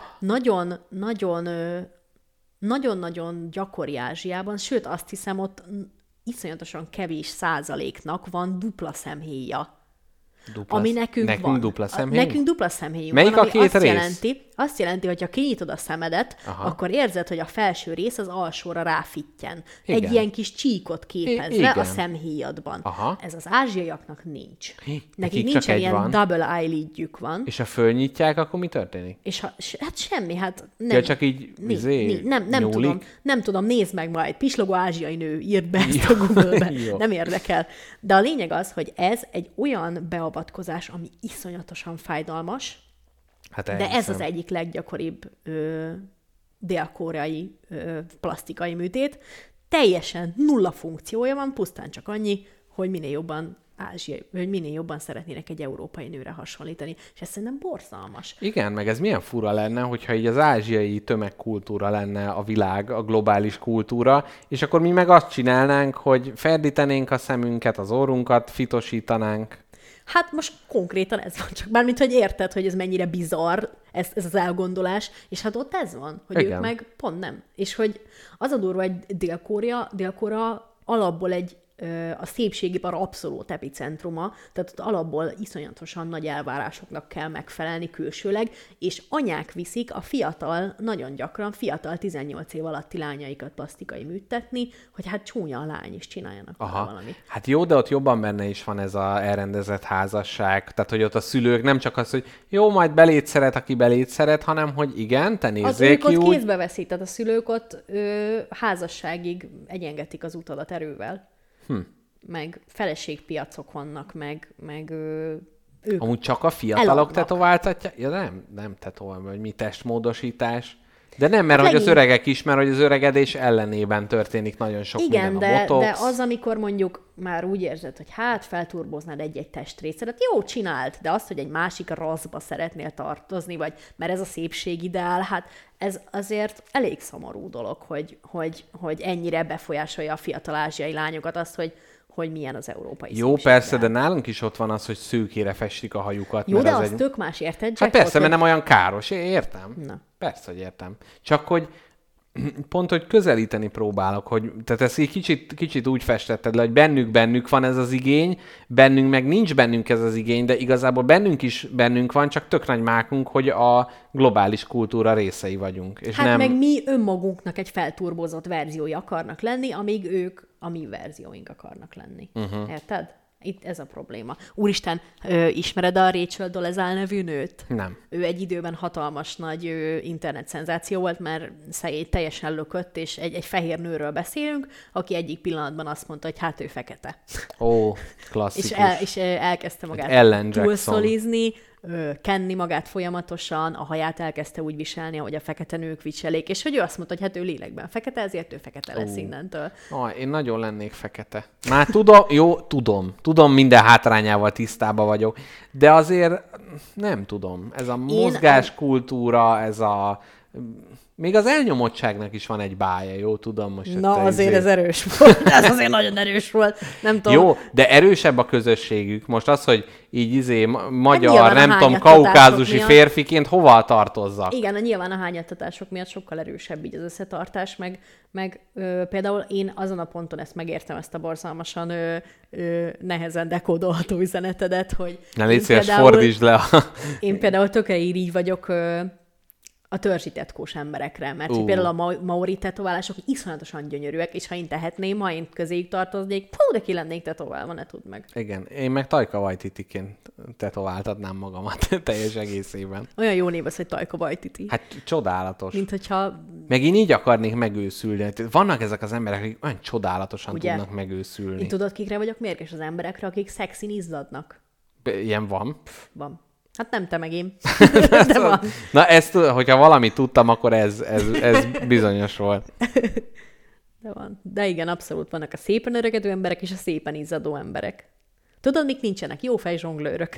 nagyon-nagyon gyakori Ázsiában, sőt azt hiszem ott iszonyatosan kevés százaléknak van dupla szemhéja. Ami nekünk van. Dupla szemhéj? Nekünk dupla szemhéjünk Melyik van, a két rész? Azt jelenti, hogy ha kinyitod a szemedet, akkor érzed, hogy a felső rész az alsóra ráfitten. Igen. Egy ilyen kis csíkot képezve Igen. a szemhéjadban. Aha. Ez az ázsiaiaknak nincs. Nekik csak nincsen egy ilyen van. double eyelidjük van. És ha fölnyitják, akkor mi történik? És hát semmi, hát nem. Ja, csak így Nem tudom, nézd meg majd. Pislogó ázsiai nő, írd be ezt a Google-be. Nem érdekel. De a lényeg az, hogy ez egy olyan beavatkozás, ami iszonyatosan fájdalmas, Hát de ez az egyik leggyakoribb dél-koreai plasztikai műtét. Teljesen nulla funkciója van, pusztán csak annyi, hogy minél jobban szeretnének egy európai nőre hasonlítani. És ez szerintem borzalmas. Igen, meg ez milyen fura lenne, hogyha így az ázsiai tömegkultúra lenne a világ, a globális kultúra, és akkor mi meg azt csinálnánk, hogy ferdítenénk a szemünket, az orrunkat, fitosítanánk. Hát most konkrétan ez van, csak mármint, hogy érted, hogy ez mennyire bizarr, ez az elgondolás, és hát ott ez van, hogy igen. Ők meg pont nem. És hogy az a durva, hogy Dél-Korea alapból egy a szépségipar abszolút epicentruma, tehát ott alapból iszonyatosan nagy elvárásoknak kell megfelelni külsőleg, és anyák viszik a nagyon gyakran fiatal 18 év alatti lányaikat plasztikai műtetni, hogy hát csúnya a lány is csináljanak valamit. Hát jó, de ott jobban benne is van ez a elrendezett házasság, tehát hogy ott a szülők nem csak az, hogy jó, majd belét szeret, aki belét szeret, hanem hogy igen, te nézzél ki úgy. úgy. Kézbe veszik, tehát a szülők ott házasságig egyengetik az utadat erővel. Meg feleségpiacok vannak, meg ők amúgy csak a fiatalok tetováltatják? Ja, nem tetovál, vagy mi testmódosítás. De nem, mert hogy az öregek is, mert hogy az öregedés ellenében történik nagyon sok igen, minden. A botox. de az, amikor mondjuk már úgy érzed, hogy hát felturboznád egy-egy testrészedet, jó, csináld, de azt, hogy egy másik raszba szeretnél tartozni, vagy mert ez a szépségideál, hát ez azért elég szomorú dolog, hogy ennyire befolyásolja a fiatal ázsiai lányokat azt, hogy milyen az európai jó, persze, de nálunk is ott van az, hogy szőkére festik a hajukat. Jó, de az tök más, érted? Hát persze, mert nem olyan káros, értem. Na. Persze, hogy értem. Csak hogy pont, hogy közelíteni próbálok, hogy tehát ezt így kicsit úgy festetted le, hogy bennük van ez az igény, bennünk meg nincs bennünk ez az igény, de igazából bennünk van, csak tök nagy mákunk, hogy a globális kultúra részei vagyunk. És hát nem... meg mi önmagunknak egy felturbozott verziója akarnak lenni, amíg ők a mi verzióink akarnak lenni. Érted? Itt ez a probléma. Úristen, ismered a Rachel Dolezal nevű nőt? Nem. Ő egy időben hatalmas nagy internet szenzáció volt, mert teljesen lökött, és egy fehér nőről beszélünk, aki egyik pillanatban azt mondta, hogy hát ő fekete. Ó, klasszikus. És elkezdte magát túlszolizni, kenni magát folyamatosan, a haját elkezdte úgy viselni, ahogy a fekete nők viselik, és hogy ő azt mondta, hogy hát ő lélekben fekete, ezért ő fekete lesz innentől. Én nagyon lennék fekete. Már tudom, minden hátrányával tisztában vagyok, de azért nem tudom. Ez a mozgáskultúra, ez a... Még az elnyomottságnak is van egy bája, jó? Tudom most. Na, azért ez erős volt. Ez azért nagyon erős volt. Nem tudom. Jó, de erősebb a közösségük. Most az, hogy így magyar, nem tudom, kaukázusi férfiként hova tartozzak? Igen, nyilván a hányattatások miatt sokkal erősebb így az összetartás, meg például én azon a ponton ezt megértem, ezt a borzalmasan nehezen dekódolható üzenetedet, hogy... Ne légy szíves, fordítsd le. Én például tökre így vagyok... a törzsi tetkós emberekre, mert például a maori tetoválások iszonyatosan gyönyörűek, és ha én tehetném, ha én közéjük tartoznék, de ki lennék tetoválva, ne tudd meg. Igen, én meg Taika Waititiként tetováltatnám magamat teljes egészében. Olyan jó név az, hogy Taika Waititi. Hát csodálatos. Mint hogyha... Meg én így akarnék megőszülni. Vannak ezek az emberek, akik olyan csodálatosan tudnak megőszülni. Én tudod, kikre vagyok mérges? Az emberekre, akik szexin izzadnak. Ilyen van? Van. Hát nem te meg én. De van. Na ezt, hogyha valamit tudtam, akkor ez bizonyos volt. De van. De igen, abszolút vannak a szépen öregedő emberek és a szépen izzadó emberek. Tudod, mik nincsenek? Jó fejzsonglőrök.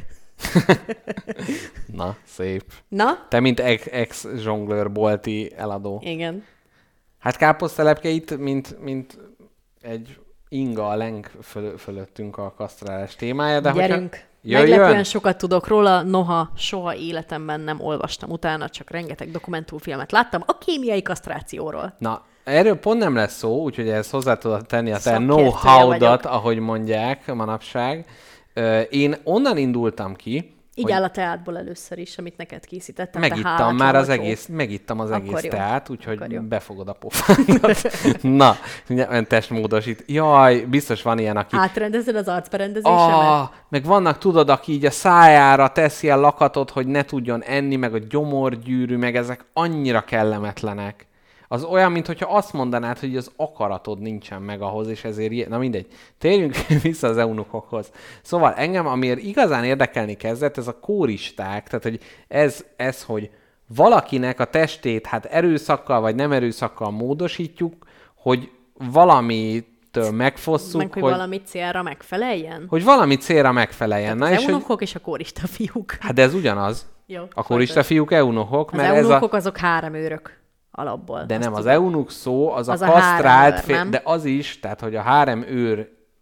Na, szép. Na? Te, mint ex-zsonglőr bolti eladó. Igen. Hát káposztelepkeit, mint egy inga a leng fölöttünk a kasztrálás témája, de gyerünk. Meglepően sokat tudok róla, noha soha életemben nem olvastam utána, csak rengeteg dokumentumfilmet láttam a kémiai kasztrációról. Na, erről pont nem lesz szó, úgyhogy ezt hozzá tudod tenni a te know-how-dat, ahogy mondják manapság. Én onnan indultam ki, így áll a teátból először is, amit neked készítettem. Megittam már az egész teát, úgyhogy befogod a pofádat. Na, testmódosít. Jaj, biztos van ilyen, aki... Átrendezed az arcberendezésemet? Meg vannak, tudod, aki így a szájára teszi el lakatot, hogy ne tudjon enni, meg a gyomorgyűrű, meg ezek annyira kellemetlenek. Az olyan, mintha azt mondanád, hogy az akaratod nincsen meg ahhoz, és ezért... Na mindegy, térjünk vissza az eunuchokhoz. Szóval engem, amiért igazán érdekelni kezdett, ez a kóristák, tehát hogy ez, hogy valakinek a testét hát erőszakkal vagy nem erőszakkal módosítjuk, hogy valamitől megfosszuk, meg, hogy valami célra megfeleljen? Hogy valami célra megfeleljen. Tehát az eunuchok és a kórista fiúk. Hát de ez ugyanaz. Jó, a kórista fiúk eunuchok. Az eunuchok azok háremőrök. Alapból. De nem, az eunuch szó, az a kasztrált, de az is, tehát, hogy a hárem őr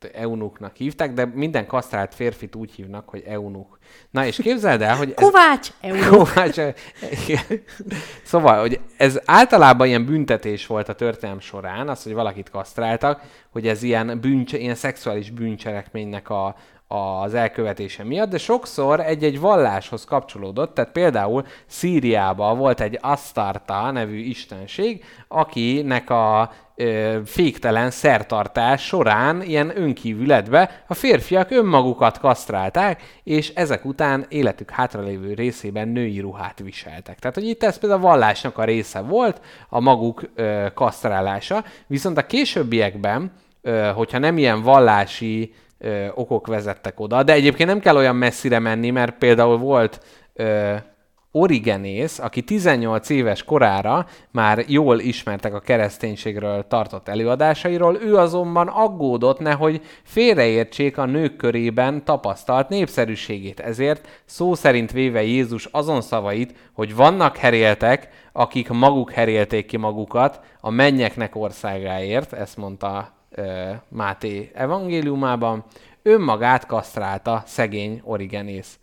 eunuknak hívták, de minden kasztrált férfit úgy hívnak, hogy eunuk. Na és képzeld el, hogy... Kovács! Kovács! Szóval, hogy ez általában ilyen büntetés volt a történelem során, az, hogy valakit kasztráltak, hogy ez ilyen szexuális bűncselekménynek az elkövetése miatt, de sokszor egy-egy valláshoz kapcsolódott, tehát például Szíriában volt egy Asztarta nevű istenség, akinek a féktelen szertartás során ilyen önkívületbe a férfiak önmagukat kasztrálták, és ezek után életük hátralévő részében női ruhát viseltek. Tehát, hogy itt ez például a vallásnak a része volt, a maguk kasztrálása, viszont a későbbiekben, hogyha nem ilyen vallási okok vezettek oda, de egyébként nem kell olyan messzire menni, mert például volt Origenész, aki 18 éves korára már jól ismertek a kereszténységről tartott előadásairól, ő azonban aggódott, nehogy félreértsék a nők körében tapasztalt népszerűségét. Ezért szó szerint véve Jézus azon szavait, hogy vannak heréltek, akik maguk herélték ki magukat a mennyeknek országáért, ezt mondta Máté evangéliumában, önmagát kasztrálta szegény Origenész.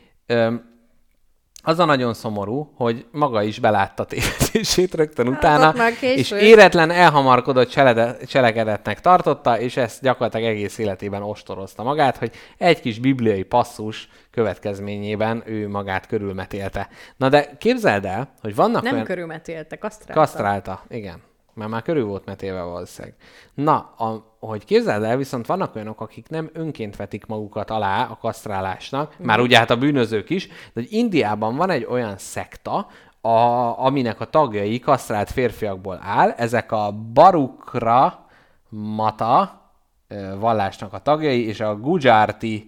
Az a nagyon szomorú, hogy maga is belátta tévedését rögtön utána, és éretlen, elhamarkodott cselekedetnek tartotta, és ezt gyakorlatilag egész életében ostorozta magát, hogy egy kis bibliai passzus következményében ő magát körülmetélte. Na de képzeld el, hogy vannak nem olyan... körülmetélte, kasztrálta. Kasztrálta, igen. Mert már körül volt metélve valószínűleg. Na, hogy képzeld el, viszont vannak olyanok, akik nem önként vetik magukat alá a kasztrálásnak, már ugye hát a bűnözők is, de hogy Indiában van egy olyan szekta, aminek a tagjai kasztrált férfiakból áll, ezek a Barukra Mata vallásnak a tagjai, és a Gujarati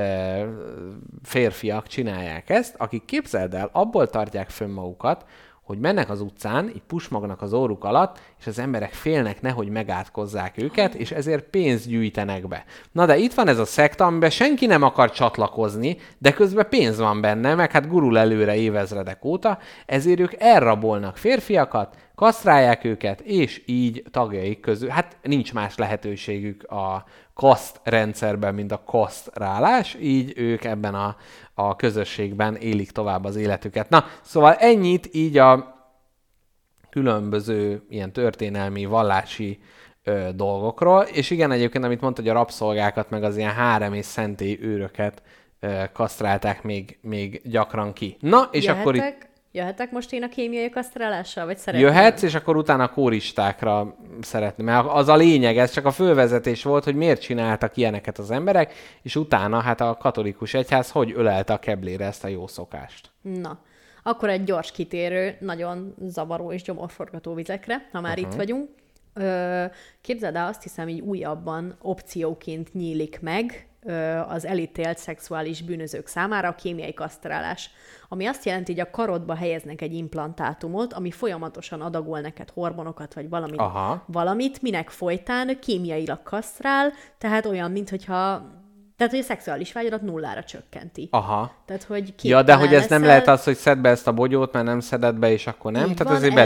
férfiak csinálják ezt, akik képzeld el, abból tartják fönn magukat, hogy mennek az utcán, így pusmognak az óruk alatt, és az emberek félnek, nehogy megátkozzák őket, és ezért pénzt gyűjtenek be. Na de itt van ez a szekta, amiben senki nem akar csatlakozni, de közben pénz van benne, meg hát gurul előre évezredek óta, ezért ők elrabolnak férfiakat, kasztrálják őket, és így tagjaik közül, hát nincs más lehetőségük a kaszt rendszerben, mint a kasztrálás, így ők ebben a közösségben élik tovább az életüket. Na, szóval ennyit így a különböző ilyen történelmi, vallási dolgokról, és igen, egyébként, amit mondta, hogy a rabszolgákat, meg az ilyen hárem és szentély őröket kasztrálták még gyakran ki. Na, és akkor itt... Jöhetek most én a kémiai kasztrálással, vagy szeretném? Jöhetsz, és akkor utána a kóristákra szeretném. Mert az a lényeg, ez csak a fölvezetés volt, hogy miért csináltak ilyeneket az emberek, és utána hát a katolikus egyház hogy ölelte a keblére ezt a jó szokást. Na, akkor egy gyors kitérő, nagyon zavaró és gyomorforgató vizekre, ha már itt vagyunk. Képzeld el, azt hiszem, így újabban opcióként nyílik meg az elítélt szexuális bűnözők számára a kémiai kasztrálás. Ami azt jelenti, hogy a karodba helyeznek egy implantátumot, ami folyamatosan adagol neked hormonokat, vagy valamit, minek folytán kémiailag kasztrál, tehát olyan, minthogyha... Tehát, hogy a szexuális vágyadat nullára csökkenti. Aha. Tehát, hogy ja, de hogy ez nem lehet az, hogy szedd be ezt a bogyót, mert nem szeded be, és akkor nem? Így tehát van, azért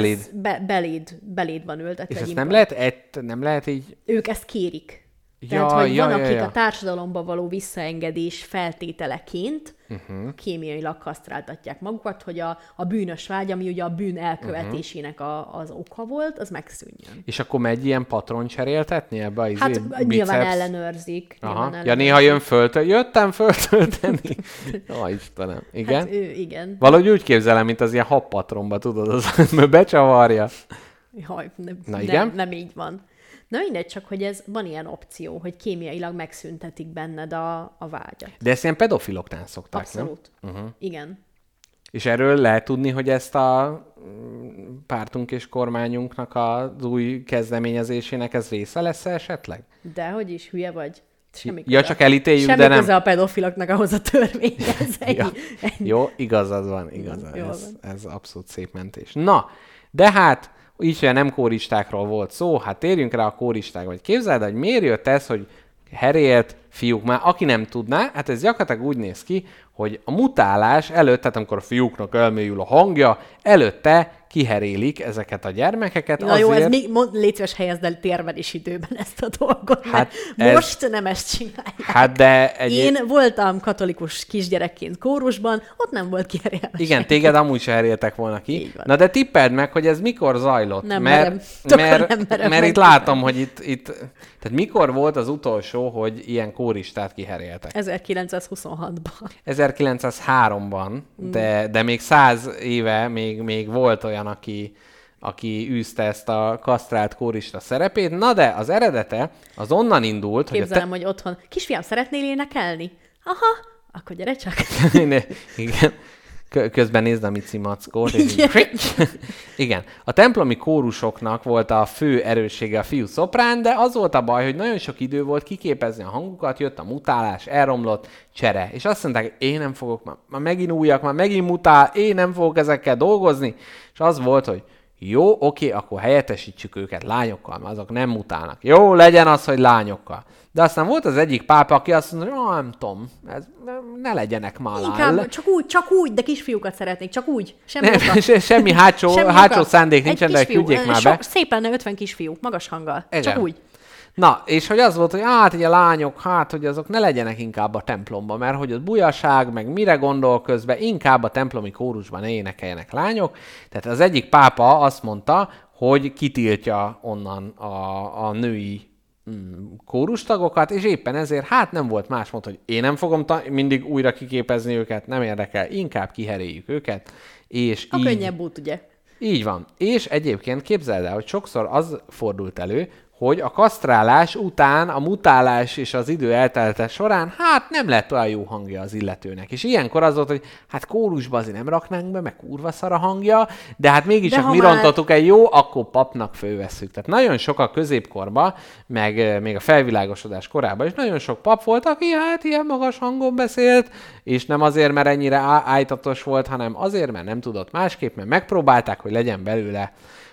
beléd van ültetve. És egy ezt implant. nem lehet így... Ők ezt kérik. Tehát, hogy van, akik a társadalomba való visszaengedés feltételeként kémiailag kasztráltatják magukat, hogy a bűnös vágy, ami ugye a bűn elkövetésének az oka volt, az megszűnjön. És akkor megy ilyen patron cseréltetni ebbe a hát nyilván ellenőrzik. Ja, néha jöttem föltölteni. Ó, Istenem. Igen? Hát igen. Valahogy úgy képzelem, mint az ilyen habpatronba, tudod, az becsavarja. Jaj, nem így van. Na mindegy, csak hogy ez van ilyen opció, hogy kémiailag megszüntetik benned a vágyat. De ezt ilyen pedofiloknál szokták, abszolút. Nem? Igen. És erről lehet tudni, hogy ezt a pártunk és kormányunknak az új kezdeményezésének ez része lesz esetleg? Dehogy is, hülye vagy. Csak elítéljük, semmi de nem... köze a pedofiloknak ahhoz a törvényhez. Ennyi. Jó, igazad van. Ez abszolút szép mentés. Na, de hát így, hogy nem kóristákról volt szó, hát térjünk rá a kóristákra, vagy képzeld, hogy miért jött ez, hogy herélt fiúk már, aki nem tudná, hát ez gyakorlatilag úgy néz ki, hogy a mutálás előtt, tehát amikor a fiúknak elmélyül a hangja, előtte kiherélik ezeket a gyermekeket. Na jó, ez még légy szíves, helyezd el térben is időben ezt a dolgot, Hát mert most nem ezt csinálják. Hát de Én voltam katolikus kisgyerekként kórusban, ott nem volt kiherélve. Igen, téged amúgy se heréltek volna ki. Na de tippeld meg, hogy ez mikor zajlott. Nem mert merem itt látom, hogy itt... Tehát mikor volt az utolsó, hogy ilyen kóristát kiheréltek? 1926-ban. 1903-ban, de még 100 éve még volt olyan, aki űzte ezt a kasztrált kórista szerepét. Na de az eredete az onnan indult, Képzelem, hogy otthon. Kisfiam, szeretnél énekelni? Aha, akkor gyere csak. Igen. Közben nézd a Mici Mackót. Igen. A templomi kórusoknak volt a fő erőssége a fiú szoprán, de az volt a baj, hogy nagyon sok idő volt kiképezni a hangukat, jött a mutálás, elromlott, csere. És azt mondták, hogy én nem fogok, már megint újak, már megint mutál, én nem fogok ezekkel dolgozni. És az volt, hogy jó, oké, akkor helyettesítsük őket lányokkal, mert azok nem mutálnak. Jó, legyen az, hogy lányokkal. De aztán volt az egyik pápa, aki azt mondta, hogy nem tudom, ne legyenek már Inkább csak úgy, de kisfiúkat szeretnék, csak úgy. Semmi hátsó szándék nincsen, de küldjék már be. Szép lenne 50 kisfiú, magas hanggal, Igen. csak úgy. Na, és hogy az volt, hogy hát ugye a lányok, hogy azok ne legyenek inkább a templomba, mert hogy ott bujaság, meg mire gondol közben, inkább a templomi kórusban ne énekeljenek lányok. Tehát az egyik pápa azt mondta, hogy kitiltja onnan a női kórustagokat, és éppen ezért nem volt más mód, hogy én nem fogom mindig újra kiképezni őket, nem érdekel, inkább kiheréljük őket. És a könnyebb út, ugye? Így van. És egyébként képzeld el, hogy sokszor az fordult elő, hogy a kasztrálás után, a mutálás és az idő eltelte során, nem lett olyan jó hangja az illetőnek. És ilyenkor az volt, hogy kórusba azért nem raknánk be, meg kurva szar a hangja, de mégiscsak mi rontottuk el, jó, akkor papnak fölvesszük. Tehát nagyon sok a középkorban, meg még a felvilágosodás korában is nagyon sok pap volt, aki ilyen magas hangon beszélt, és nem azért, mert ennyire ájtatos volt, hanem azért, mert nem tudott másképp, mert megpróbálták, hogy legyen belőle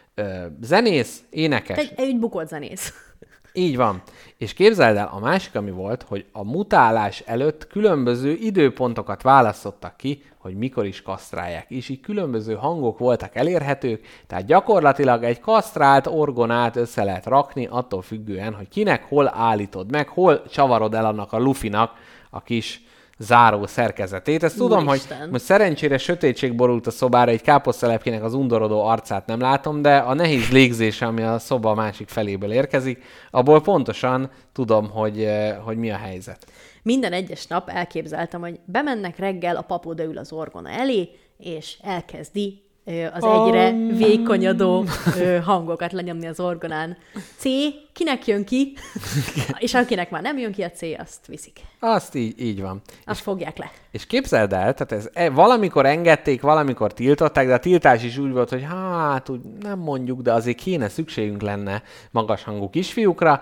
zenész, énekes. Egy bukott zenész. Így van. És képzeld el, a másik, ami volt, hogy a mutálás előtt különböző időpontokat választottak ki, hogy mikor is kasztrálják. És így különböző hangok voltak elérhetők, tehát gyakorlatilag egy kasztrált orgonát össze lehet rakni, attól függően, hogy kinek hol állítod meg, hol csavarod el annak a lufinak a kis záró szerkezetét. Ezt tudom, hogy most szerencsére sötétség borult a szobára, egy káposztelepkének az undorodó arcát nem látom, de a nehéz légzése, ami a szoba másik feléből érkezik, abból pontosan tudom, hogy mi a helyzet. Minden egyes nap elképzeltem, hogy bemennek reggel, a pap odaül az orgona elé, és elkezdi az egyre vékonyodó hangokat lenyomni az orgonán. C, kinek jön ki, és akinek már nem jön ki a C, azt viszik. Azt így van. Azt fogják le. És képzeld el, tehát valamikor engedték, valamikor tiltották, de a tiltás is úgy volt, hogy úgy nem mondjuk, de azért kéne, szükségünk lenne magas hangú kisfiúkra,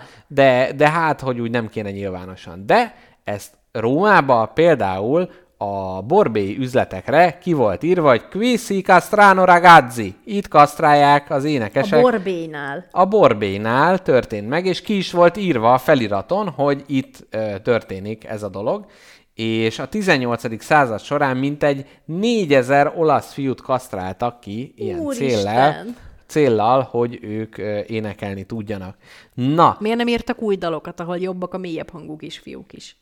de hogy úgy nem kéne nyilvánosan. De ezt Rómában például a borbély üzletekre ki volt írva, hogy qui si castrano ragazzi. Itt kasztrálják az énekesek. A borbélynál. A borbélynál történt meg, és ki is volt írva a feliraton, hogy itt történik ez a dolog. És a 18. század során mintegy 4000 olasz fiút kasztráltak ki ilyen céllal, hogy ők énekelni tudjanak. Na. Miért nem írtak új dalokat, ahol jobbak a mélyebb hangú kisfiúk is?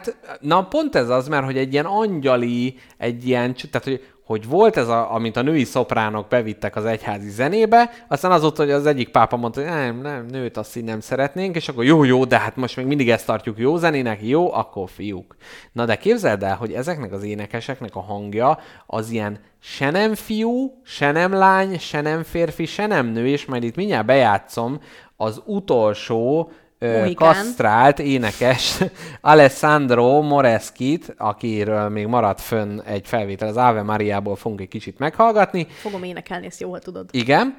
Pont ez az, mert hogy egy ilyen angyali, tehát hogy volt ez, amit a női szopránok bevittek az egyházi zenébe, aztán az volt, hogy az egyik pápa mondta, hogy nem, nőt azt így nem szeretnénk, és akkor jó, de most még mindig ezt tartjuk jó zenének, jó, akkor fiúk. Na de képzeld el, hogy ezeknek az énekeseknek a hangja az ilyen se nem fiú, se nem lány, se nem férfi, se nem nő, és majd itt mindjárt bejátszom az utolsó kasztrált énekes Alessandro Moreskit, akiről még maradt fönn egy felvétel, az Ave Mariából fogunk egy kicsit meghallgatni. Fogom énekelni, ezt jó, ha tudod. Igen,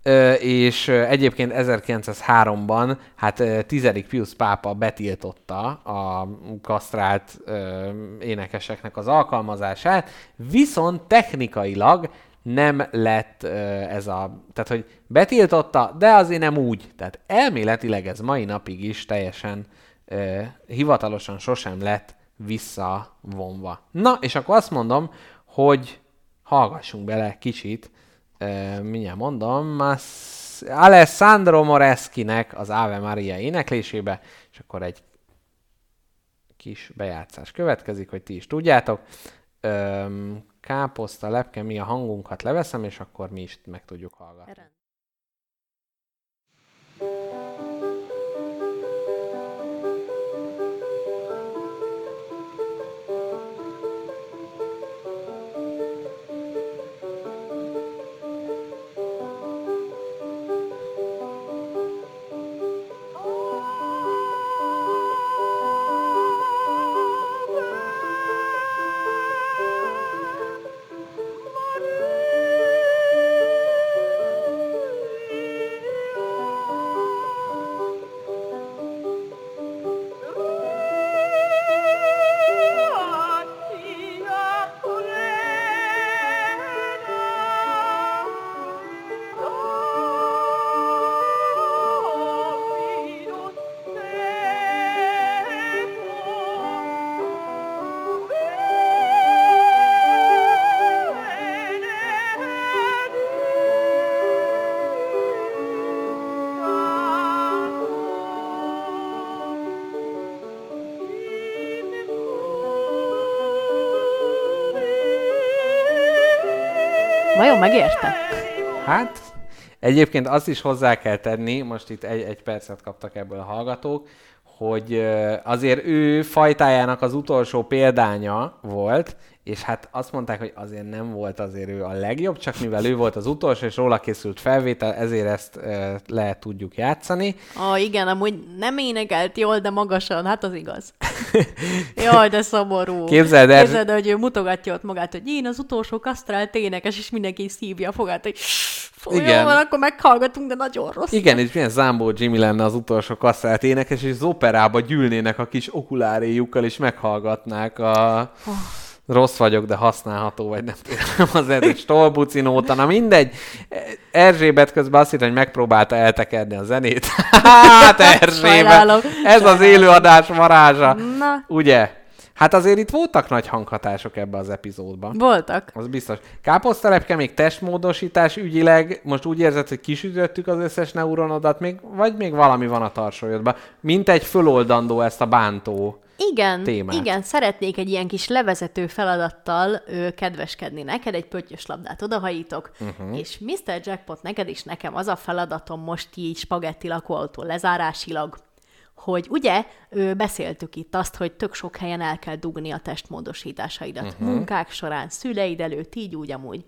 és egyébként 1903-ban 10. Pius pápa betiltotta a kasztrált énekeseknek az alkalmazását, viszont technikailag nem lett tehát hogy betiltotta, de azért nem úgy. Tehát elméletileg ez mai napig is teljesen hivatalosan sosem lett visszavonva. Na, és akkor azt mondom, hogy hallgassunk bele kicsit Mindjárt mondom, Alessandro Moreschinek az Ave Maria éneklésébe, és akkor egy kis bejátszás következik, hogy ti is tudjátok. Káposzta, lepke, mi a hangunkat leveszem, és akkor mi is meg tudjuk hallgatni. Vajon megérte? Hát, egyébként azt is hozzá kell tenni, most itt egy percet kaptak ebből a hallgatók, hogy azért ő fajtájának az utolsó példánya volt, és hát azt mondták, hogy azért nem volt azért ő a legjobb, csak mivel ő volt az utolsó, és róla készült felvétel, ezért ezt lehet tudjuk játszani. Igen, amúgy nem énekelt jól, de magasan, hát az igaz. Jaj, de szomorú. Képzeld el, hogy ő mutogatja ott magát, hogy én az utolsó kasztrált énekes, és mindenki szívja a fogát, hogy igen. Jó van, akkor meghallgatunk, de nagyon rossz. Igen, és milyen Zambó Jimmy lenne az utolsó kasztrált énekes, és az operába gyűlnének a kis okuláréjukkal, és meghallgatnák a... Rossz vagyok, de használható, vagy nem tudom, az egy stolbucinóta, na mindegy. Erzsébet közben azt hitt, hogy megpróbálta eltekerni a zenét. Hát Erzsébet, ez az élőadás varázsa. Na. Ugye? Hát azért itt voltak nagy hanghatások ebbe az epizódban. Voltak. Az biztos. Káposztalepke még testmódosítás ügyileg, most úgy érzed, hogy kisütöttük az összes neuronodat, vagy még valami van a tarsolyodban. Mint egy föloldandó ezt a bántó témát. Igen, szeretnék egy ilyen kis levezető feladattal kedveskedni neked, egy pöttyös labdát odahajítok, és Mr. Jackpot, neked is nekem az a feladatom most így spagetti lakóautó lezárásilag, hogy ugye beszéltük itt azt, hogy tök sok helyen el kell dugni a testmódosításaidat. Munkák során, szüleid előtt, így úgy amúgy.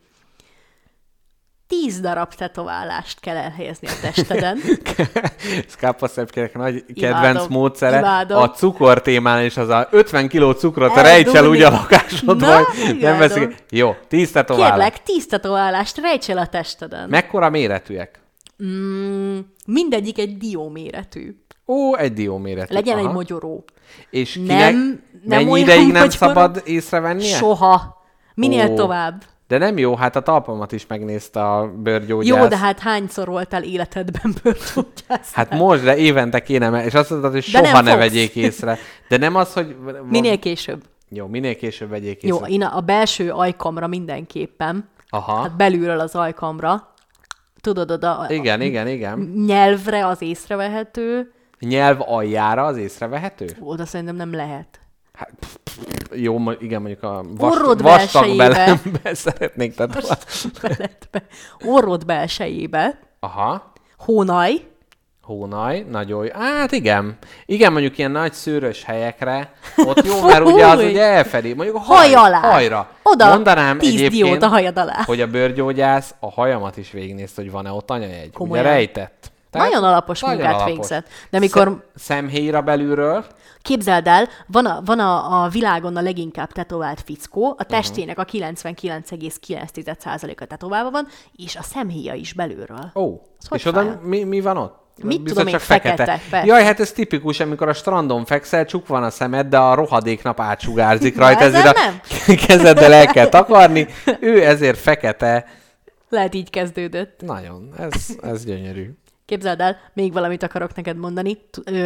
10 darab tetoválást kell elhelyezni a testeden. Ez Káposztalepkének nagy kedvenc módszere. Imádom. A cukor témán is az a 50 kiló cukrot rejts el úgy a lakásodban. Nem veszik. Jó, 10 tetoválás. Kérlek, 10 tetoválást rejts el a testeden. Mekkora méretűek? Mindegyik egy dióméretű. Ó, egy dióméretű. Legyen egy mogyoró. És kinek mennyi ideig nem szabad észrevennie? Soha. Minél tovább. De nem jó, hát a talpamat is megnézte a bőrgyógyász. Jó, de hát hányszor voltál életedben bőrgyógyász? Hát most, de évente kéne, és azt mondtad, hogy soha ne vegyék észre. De nem az, hogy... Minél később. Jó, minél később vegyék észre. Jó, én a belső ajkamra mindenképpen. Aha. Hát belülről az ajkamra. Tudod, oda... Igen. Nyelvre az észrevehető. Nyelv aljára az észrevehető? Oda szerintem nem lehet. Hát, jó, igen, mondjuk a vastag belembe szeretnék tetoválni. Orrod belsejébe. Aha. Hónaj, nagyon jó. Hát igen. Igen, mondjuk ilyen nagy szőrös helyekre, ott jó, mert ugye az ugye elfedi. Mondjuk a haj alá. Hajra. Oda mondanám 10 diót a hajad alá. hogy a bőrgyógyász a hajamat is végignézte, hogy van-e ott anyajegy. Komolyan. Ugye rejtett. Tehát nagyon alapos munkát végzett. De mikor... Szemhéjra belülről. Képzeld el, van a világon a leginkább tetovált fickó, a testének a 99,9%-a tetoválva van, és a szemhéja is belülről. Ó, és oda mi van ott? Mit tudom én, fekete. Jaj, hát ez tipikus, amikor a strandon fekszel, csuk van a szemed, de a rohadék nap átsugárzik rajta, ezért a kezeddel el kell takarni. Ő ezért fekete. Lehet így kezdődött. Nagyon, ez gyönyörű. Képzeld el, még valamit akarok neked mondani.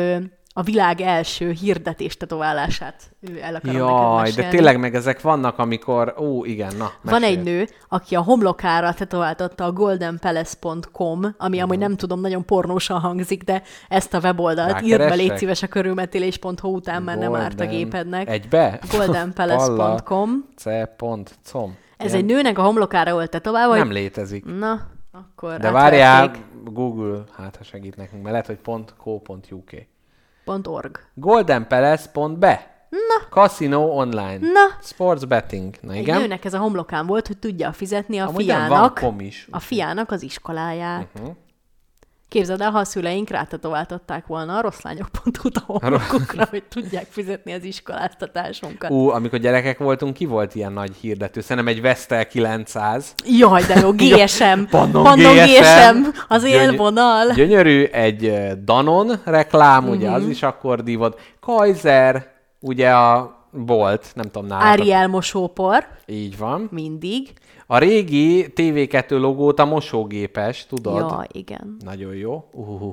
a világ első hirdetés tetoválását el akarom neked Jaj, mesélni. de tényleg meg ezek vannak, amikor... Igen, na, Van mesélj. egy nő, aki a homlokára tetováltatta a goldenpalace.com, ami amúgy nem tudom, nagyon pornósan hangzik, de ezt a weboldalt írd be, légy Rákeressek? szíves a körülmetélés.hu után, mert nem árt a Golden- gépednek. Egybe? goldenpalace.com. C.com. Ez egy nőnek a homlokára volt tetoválva, Nem hogy... létezik. Na, akkor De várjál, átverték. Google, hát ha segít nekünk, mert lehet, hogy .co.uk. .org. goldenpalace.be. Na. Casino online. Na. Sports betting. Na Egy igen. nőnek ez a homlokán volt, hogy tudja fizetni a Amúgy nem van fiának, kom is. a fiának az iskoláját. Uh-huh. Képzeld el, ha a szüleink rátetováltatták volna a rosszlányok.hu-t a homlokukra, hogy tudják fizetni az iskoláztatásunkat. Amikor gyerekek voltunk, ki volt ilyen nagy hirdető? Szerintem egy Vestel 900. Jaj, de jó, GSM. Pannon GSM. Az élvonal. Gyönyörű, egy Danon reklám, ugye az is akkor dívott. Kaiser, ugye a Bolt, nem tudom nálatok. Ariel mosópor. Így van. Mindig. A régi TV2 logót a mosógépes, tudod? Ja, igen. Nagyon jó.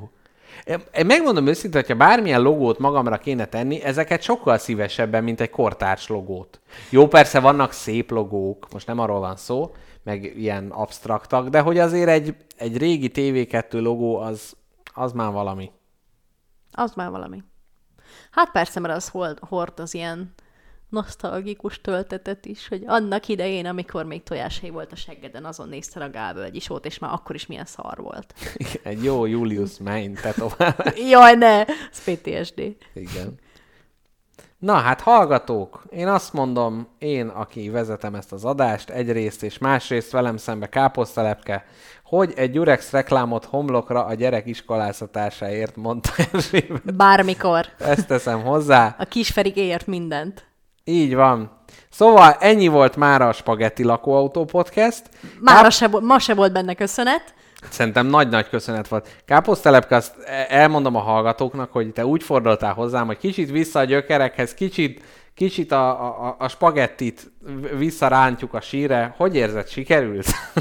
Én megmondom őszintén, hogyha bármilyen logót magamra kéne tenni, ezeket sokkal szívesebben, mint egy kortárs logót. Jó, persze vannak szép logók, most nem arról van szó, meg ilyen absztraktak, de hogy azért egy régi TV2 logó az már valami. Az már valami. Hát persze, mert az hord az ilyen nosztalgikus töltetet is, hogy annak idején, amikor még tojáshéj volt a seggeden, azon nézted a Gálvölgyisót, és már akkor is milyen szar volt. Egy jó Julius Main tetoválás. Jaj, ne! Ez PTSD. Igen. Na hát hallgatók, én azt mondom, én, aki vezetem ezt az adást, egyrészt és másrészt velem szembe Káposztalepke, hogy egy Durex reklámot homlokra a gyerek iskoláztatásáért, mondta Erzsébet. Bármikor. Ezt teszem hozzá. A kisferig ért mindent. Így van. Szóval ennyi volt már a Spagetti Lakóautó Podcast. Ma se volt benne köszönet. Szerintem nagy-nagy köszönet volt. Káposztelepke, azt elmondom a hallgatóknak, hogy te úgy fordultál hozzám, hogy kicsit vissza a gyökerekhez, kicsit a spagettit visszarántjuk a sírre. Hogy érzed, sikerült?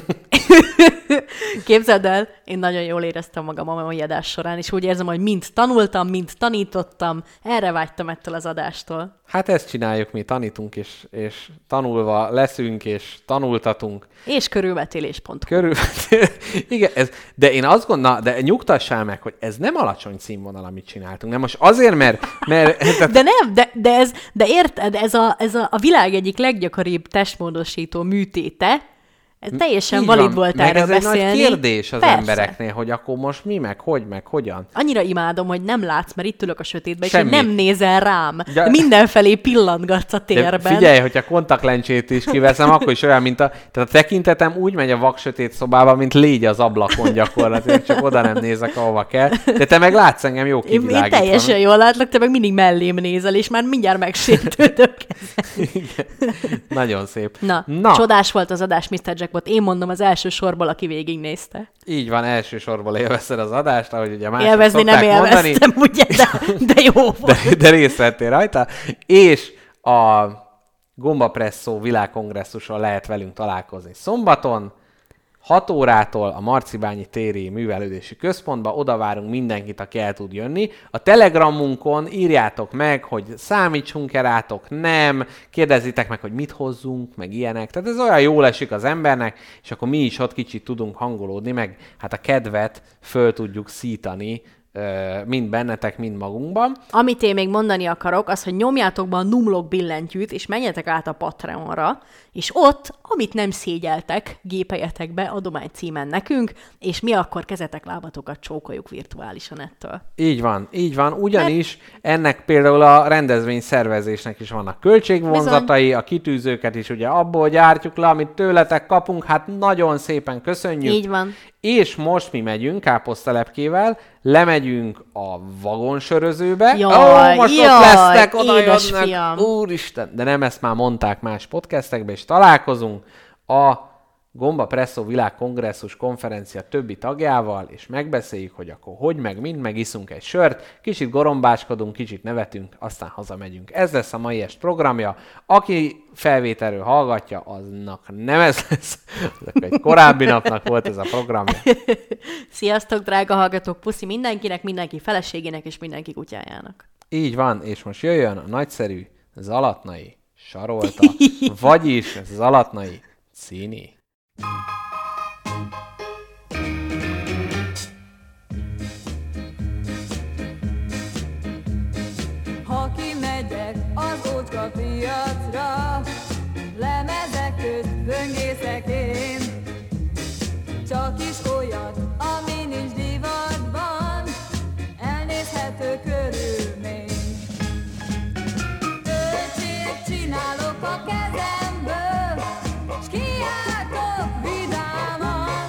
Képzeld el, én nagyon jól éreztem magam a mai adás során, és úgy érzem, hogy mind tanultam, mind tanítottam, erre vágytam ettől az adástól. Hát ezt csináljuk mi, tanítunk, és tanulva leszünk, és tanultatunk. És körülmetélés.hu. Igen, de én azt gondolom, de nyugtassál meg, hogy ez nem alacsony színvonal, amit csináltunk. Nem most azért, mert De nem, de érted, ez a világ egyik leggyakoribb testmódosító műtéte, ez teljesen így valid van. volt meg erről ez egy beszélni. nagy kérdés az Persze. embereknél, hogy akkor most mi, meg hogy, meg hogyan. Annyira imádom, hogy nem látsz, mert itt ülök a sötétben, és Semmit. hogy nem nézel rám. Ja. De mindenfelé pillantgatsz a De térben. figyelj, hogyha kontaktlencsét is kiveszem, akkor is olyan, mint tehát a tekintetem úgy megy a vaksötét szobába, mint légy az ablakon gyakorlatilag, csak oda nem nézek, ahova kell. De te meg látsz engem jó Én kivilágítva. teljesen jól látlak, te meg mindig mellém nézel, és már mindjárt megsértődök. Nagyon szép. Na, csodás volt az adás, Mr. Jackpot. Én mondom az első sorból, aki végignézte. Így van, elsősorban élvezted az adást, ahogy ugye mások Élvezni nem szokták mondani. élveztem, ugye, de jó volt. De részt vettél rajta. És a Gombapresszó világkongresszuson lehet velünk találkozni szombaton, 6 órától a Marcibányi téri művelődési központba, oda várunk mindenkit, aki el tud jönni. A Telegramunkon írjátok meg, hogy számítsunk-e rátok, nem, kérdezzitek meg, hogy mit hozzunk, meg ilyenek. Tehát ez olyan jól esik az embernek, és akkor mi is ott kicsit tudunk hangolódni, meg hát a kedvet föl tudjuk szítani, mind bennetek, mind magunkban. Amit én még mondani akarok, az, hogy nyomjátok be a numlok billentyűt, és menjetek át a Patreonra, és ott, amit nem szégyeltek, gépeljetek be adomány címen nekünk, és mi akkor kezetek, lábatokat csókoljuk virtuálisan ettől. Így van, ugyanis ennek például a rendezvény szervezésnek is vannak költségvonzatai, a kitűzőket is ugye abból gyártjuk le, amit tőletek kapunk, hát nagyon szépen köszönjük. Így van. És most mi megyünk Káposztelepkével, lemegyünk a vagonsörözőbe. Jaj, most jaj, ott lesznek, oda édes jönnek. fiam. Úristen, de nem ezt már mondták más podcastekben, és találkozunk a Gomba Presszó világkongresszus konferencia többi tagjával, és megbeszéljük, hogy akkor hogy meg mind, megiszunk egy sört, kicsit gorombáskodunk, kicsit nevetünk, aztán hazamegyünk. Ez lesz a mai est programja. Aki felvételről hallgatja, aznak nem ez lesz. Egy korábbi napnak volt ez a programja. Sziasztok, drága hallgatók, puszi mindenkinek, mindenki feleségének és mindenki kutyájának. Így van, és most jöjjön a nagyszerű Zalatnai Sarolta, vagyis Zalatnai Cini. Ha kimegyek az ócska piacra, lemezek közt böngészek én. Csak is olyat, ami nincs divatban, elnézhető körülmény. Töltsét csinálok a kezemből, s kiáltok vidáman.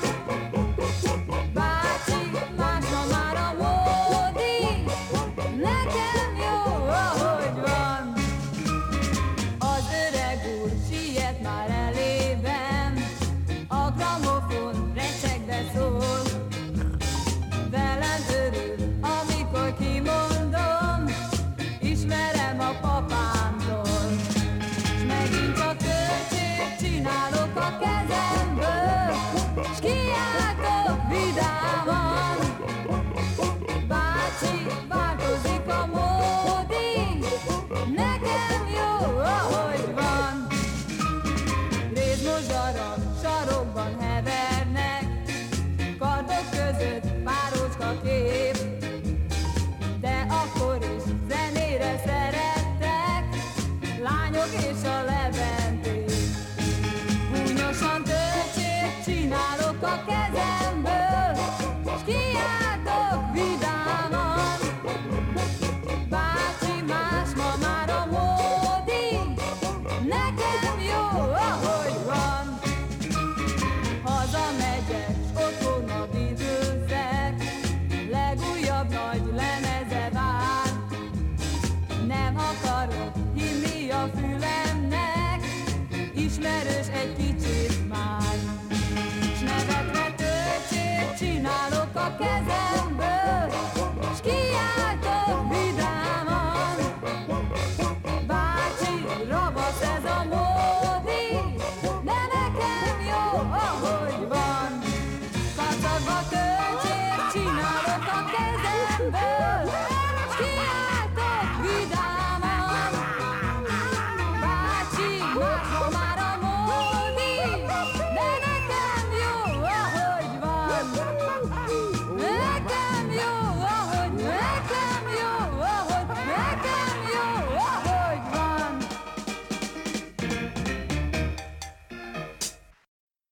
Bácsi, másna már a módi, nekem jó, ahogy van. Az öreg úr siet már elében, a gramofon recsegve szól. Velem örül, amikor kimondom, ismerem a papámtól. S megint csak töltsét csinálok a kezemből, s kiáltok vidáman. Bácsi, változik a módi, nekem jó, ahogy van. Rézmozsarab sarokban hevernek, kardok között párócska kép. De akkor is zenére szerettek, lányok és a leventék. Húnyosan töltsét csinálok a kezemből, s kiáltok vidáman. Bácsi, más ma már a módi, nekem jó, ahogy van. Hazamegyek, s otthon a bízőzek, legújabb nagy lemeze vár. Nem akarok hinni a fülemnek, ismerős egy kicsit már. S nevetve töltsét csinálok a kezemben,